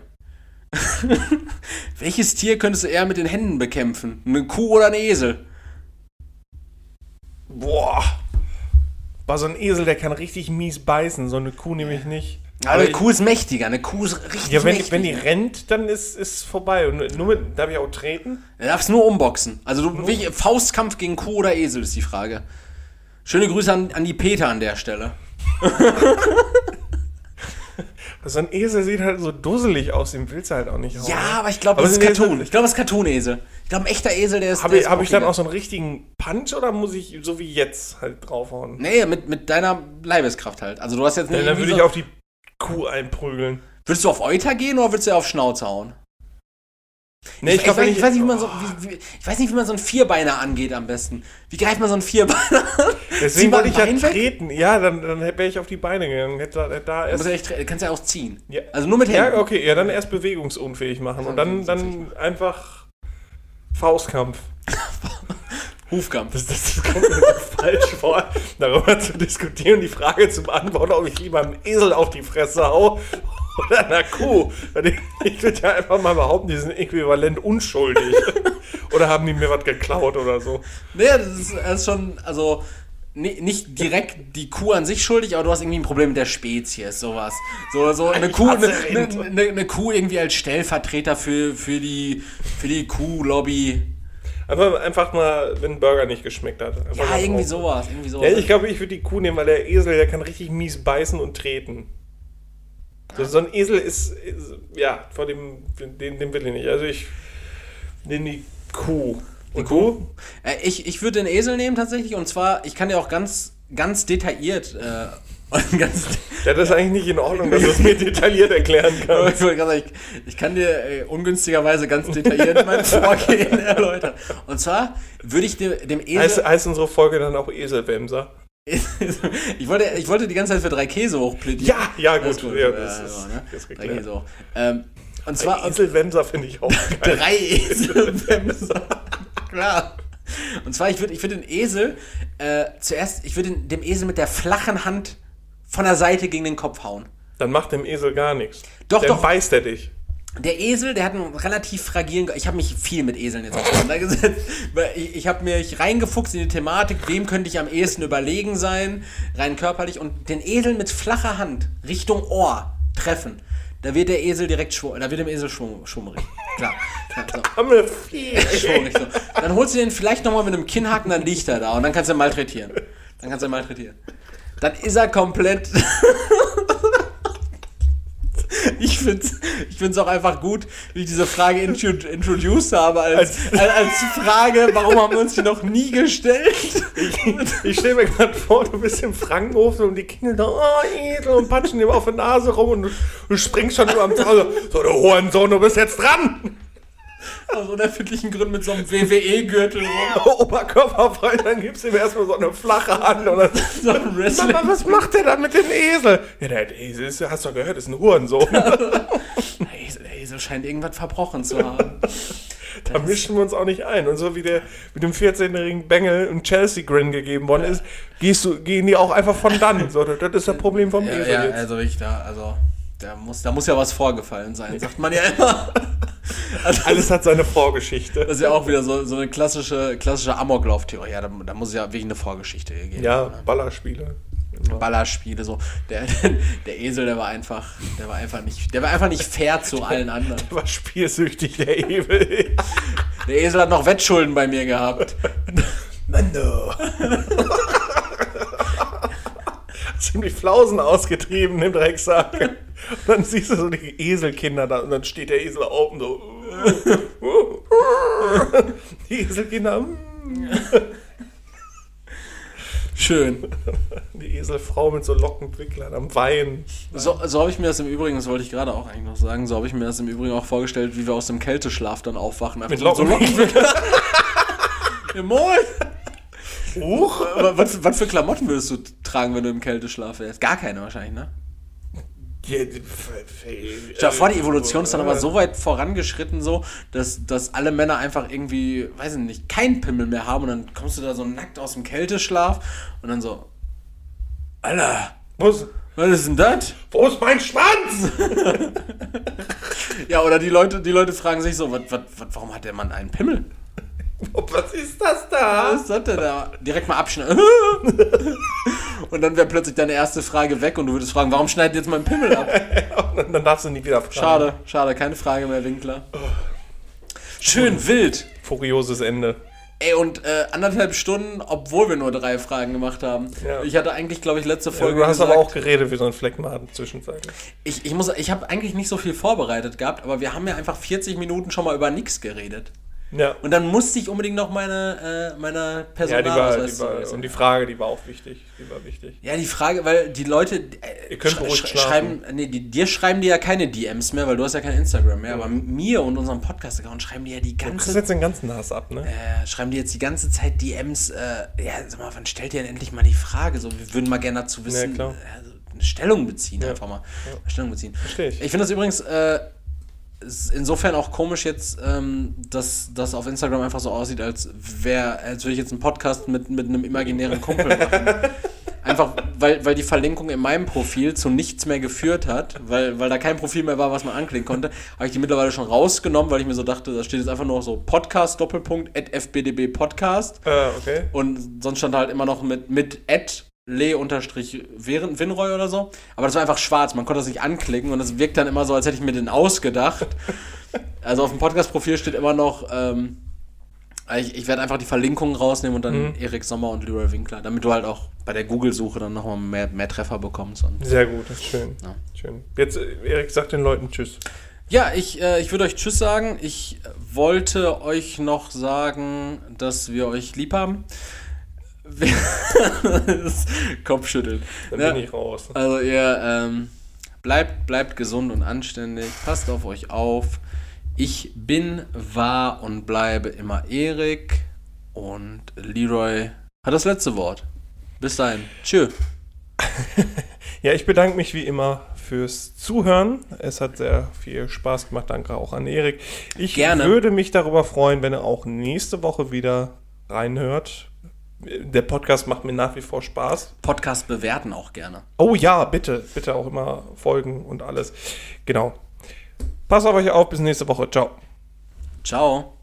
welches Tier könntest du eher mit den Händen bekämpfen? Eine Kuh oder ein Esel? Boah. War so ein Esel, der kann richtig mies beißen. So eine Kuh nämlich nicht. Aber eine Kuh ist mächtiger, eine Kuh ist richtig ja, wenn, mächtig. wenn die rennt, dann ist es vorbei. Und nur mit, darf ich auch treten? Du darfst nur umboxen. Also du, wie, Faustkampf gegen Kuh oder Esel ist die Frage. Schöne Grüße an, an die Peter an der Stelle. So ein Esel sieht halt so dusselig aus, den willst du halt auch nicht hauen. Ja, aber ich glaube, das ist Cartoon. Ich glaube, das ist Cartoon-Esel. Ich glaube, ein echter Esel, der ist... Habe ich, hab ich dann auch so einen richtigen Punch oder muss ich so wie jetzt halt draufhauen? Nee, mit, mit deiner Leibeskraft halt. Also du hast jetzt nicht... Ja, dann würde so ich auf die Kuh einprügeln. Würdest du auf Euter gehen oder würdest du auf Schnauze hauen? Nee, ich, ich, glaub, ich, weiß, ich, weiß nicht, wie man so, wie, wie, ich weiß nicht, wie man so einen Vierbeiner angeht am besten. Wie greift man so einen Vierbeiner an? Deswegen wollte ich ja treten. Ja, dann, dann wäre ich auf die Beine gegangen. Hätte, hätte da erst du ja kannst ja auch ziehen. Ja. Also nur mit Händen. Ja, okay. Ja, dann erst bewegungsunfähig machen. Und dann, dann einfach Faustkampf. Hufkampf. Das, das, das kommt mir falsch vor, darüber zu diskutieren, die Frage zu beantworten, ob ich lieber einem Esel auf die Fresse hau oder einer Kuh. Ich würde ja einfach mal behaupten, die sind äquivalent unschuldig. Oder haben die mir was geklaut oder so. Nee, das ist, das ist schon, also nicht direkt die Kuh an sich schuldig, aber du hast irgendwie ein Problem mit der Spezies, sowas. So, so eine, Kuh, eine, eine, eine Kuh irgendwie als Stellvertreter für, für die, für die Kuhlobby. Einfach, einfach mal, wenn ein Burger nicht geschmeckt hat. Einfach ja, irgendwie drauf. sowas, irgendwie sowas. Ja, ich glaube, ich würde die Kuh nehmen, weil der Esel, der kann richtig mies beißen und treten. So, so ein Esel ist, ist, ja, vor dem, den, den will ich nicht. Also ich nehme die Kuh. Und die Kuh? Äh, ich ich würde den Esel nehmen tatsächlich, und zwar, ich kann dir auch ganz, ganz detailliert... Äh, ganz ja, das ist eigentlich nicht in Ordnung, dass du es mir detailliert erklären kannst. Ich, sagen, ich, ich kann dir äh, ungünstigerweise ganz detailliert mein Vorgehen erläutern. Und zwar würde ich dem, dem Esel... Heißt, heißt unsere Folge dann auch Eselwemser? ich, wollte, ich wollte die ganze Zeit für drei Käse hochplädieren. Ja, ja, gut. gut. Ja, das ja, ist, so, ne? das ist drei Käse hoch. Ähm, und zwar... Eselwemser finde ich auch geil. Drei Eselwemser. Klar. Und zwar, ich würde ich würd den Esel äh, zuerst, ich würde dem Esel mit der flachen Hand von der Seite gegen den Kopf hauen. Dann macht dem Esel gar nichts. Doch, Dann doch. beißt er dich. Der Esel, der hat einen relativ fragilen... Ich habe mich viel mit Eseln jetzt auseinandergesetzt. Ich, ich habe mich reingefuchst in die Thematik, wem könnte ich am ehesten überlegen sein, rein körperlich. Und den Esel mit flacher Hand Richtung Ohr treffen. Da wird der Esel direkt schwummrig. Da wird dem Esel schwumm, schwummrig. Klar. So. Schwummrig, so. Dann holst du den vielleicht nochmal mit einem Kinnhaken, dann liegt er da. Und dann kannst du ihn malträtieren. Dann kannst du ihn malträtieren. Dann ist er komplett... Ich finde es ich find's auch einfach gut, wie ich diese Frage intro- introduced habe, als, als, als Frage, warum haben wir uns die noch nie gestellt? Ich, ich stelle mir gerade vor, du bist im Frankenhof und die Kinder da, oh, Esel, und patschen ihm auf der Nase rum und du, du springst schon über am Zaun. So, du Hurensohn, du bist jetzt dran! Aus unerfindlichen Gründen mit so einem W W E-Gürtel rum. Oberkörper frei, dann gibst du ihm erstmal so eine flache Hand. Oder so ein Wrestling. Mama, was macht der da mit dem Esel? Ja, der Esel ist, hast du doch gehört, ist ein Hurensohn. Der Esel, der Esel scheint irgendwas verbrochen zu haben. Da das mischen wir uns auch nicht ein. Und so wie der mit dem vierzehnjährigen Bengel ein Chelsea-Grin gegeben worden ist, gehst du, gehen die auch einfach von dann. So, das ist das Problem vom ja, Esel ja, jetzt. Also ich da, also da muss, da muss ja was vorgefallen sein, sagt man ja immer. Also, alles hat seine Vorgeschichte. Das ist ja auch wieder so, so eine klassische, klassische Amoklauf-Theorie. Ja, da, da muss es ja wirklich eine Vorgeschichte geben. Ja, oder? Ballerspiele. Genau. Ballerspiele, so. Der, der Esel, der war einfach, der war einfach nicht, der war einfach nicht fair zu allen anderen. Der war spielsüchtig, der Esel. Der Esel hat noch Wettschulden bei mir gehabt. Mando. Ziemlich Flausen ausgetrieben im Drecksack. Und dann siehst du so die Eselkinder da und dann steht der Esel auf und so. Die Eselkinder. Schön. Die Eselfrau mit so Lockenwicklern am Weinen. So, so habe ich mir das im Übrigen, das wollte ich gerade auch eigentlich noch sagen, so habe ich mir das im Übrigen auch vorgestellt, wie wir aus dem Kälteschlaf dann aufwachen. Mit Lockenwicklern. So ja, moin. Huch. Was, was für Klamotten würdest du tragen, wenn du im Kälteschlaf wärst? Gar keine wahrscheinlich, ne? Ja, Stell dir vor, die Evolution ist dann aber so weit vorangeschritten, so, dass, dass alle Männer einfach irgendwie, weiß ich nicht, keinen Pimmel mehr haben und dann kommst du da so nackt aus dem Kälteschlaf und dann so, Alter, was, was ist denn das? Wo ist mein Schwanz? Ja, oder die Leute, die Leute fragen sich so, was, was, was, warum hat der Mann einen Pimmel? Was ist das da? Was ist das denn da? Direkt mal abschneiden. Und dann wäre plötzlich deine erste Frage weg und du würdest fragen, warum schneidet jetzt mein Pimmel ab? Und dann darfst du nie wieder fragen. Schade, schade, keine Frage mehr, Winkler. Schön wild. Furioses Ende. Ey, und äh, anderthalb Stunden, obwohl wir nur drei Fragen gemacht haben. Ja. Ich hatte eigentlich, glaube ich, letzte Ja, Folge du hast gesagt, aber auch geredet wie so ein Fleckmaden zwischenzeitlich. ich, ich, muss, ich habe eigentlich nicht so viel vorbereitet gehabt, aber wir haben ja einfach vierzig Minuten schon mal über nichts geredet. Ja. Und dann musste ich unbedingt noch meine, äh, meine Ja, die war, Personalausweis die war, zuweisen. und die Frage, die war auch wichtig. Die war wichtig. Ja, die Frage, weil die Leute äh, Ihr könnt sch- beruhigt sch- schlafen. schreiben, nee, die, dir schreiben die ja keine D Ms mehr, weil du hast ja kein Instagram mehr, aber mir und unserem Podcast-Account schreiben die ja die Du kriegst ganze jetzt den ganzen Hass ab, ne? äh, schreiben die jetzt die ganze Zeit D Ms, äh, ja, sag mal, wann stellt ihr denn endlich mal die Frage? So, wir würden mal gerne dazu wissen, Ja, klar. äh, also eine Stellung beziehen, Ja. einfach mal. Ja. Stellung beziehen. Verstehe ich. Ich finde das übrigens äh, ist insofern auch komisch jetzt, ähm, dass das auf Instagram einfach so aussieht, als wäre, als würde ich jetzt einen Podcast mit, mit einem imaginären Kumpel machen. Einfach, weil, weil die Verlinkung in meinem Profil zu nichts mehr geführt hat, weil, weil da kein Profil mehr war, was man anklicken konnte, habe ich die mittlerweile schon rausgenommen, weil ich mir so dachte, da steht jetzt einfach nur so Podcast, Doppelpunkt, at f b d b Podcast. Äh, okay. Und sonst stand halt immer noch mit, mit at le-winroy oder so. Aber das war einfach schwarz, man konnte das nicht anklicken und es wirkt dann immer so, als hätte ich mir den ausgedacht. Also auf dem Podcast-Profil steht immer noch, ähm, ich, ich werde einfach die Verlinkungen rausnehmen und dann Mhm. Erik Sommer und Leroy Winkler, damit du halt auch bei der Google-Suche dann nochmal mehr, mehr Treffer bekommst. Und Sehr gut, das ist schön. Ja. Schön. Jetzt, äh, Erik, sag den Leuten Tschüss. ja, ich, äh, ich würde euch Tschüss sagen. Ich wollte euch noch sagen, dass wir euch lieb haben. Das Kopfschütteln. Dann Ja. bin ich raus. Also ihr ähm, bleibt, bleibt gesund und anständig, passt auf euch auf. Ich bin, war und bleibe immer Erik und Leroy hat das letzte Wort. Bis dahin. Tschö. Ja, ich bedanke mich wie immer fürs Zuhören. Es hat sehr viel Spaß gemacht. Danke auch an Erik. Ich Gerne. würde mich darüber freuen, wenn er auch nächste Woche wieder reinhört. Der Podcast macht mir nach wie vor Spaß. Podcast bewerten auch gerne. Oh ja, bitte. Bitte auch immer folgen und alles. Genau. Passt auf euch auf. Bis nächste Woche. Ciao. Ciao.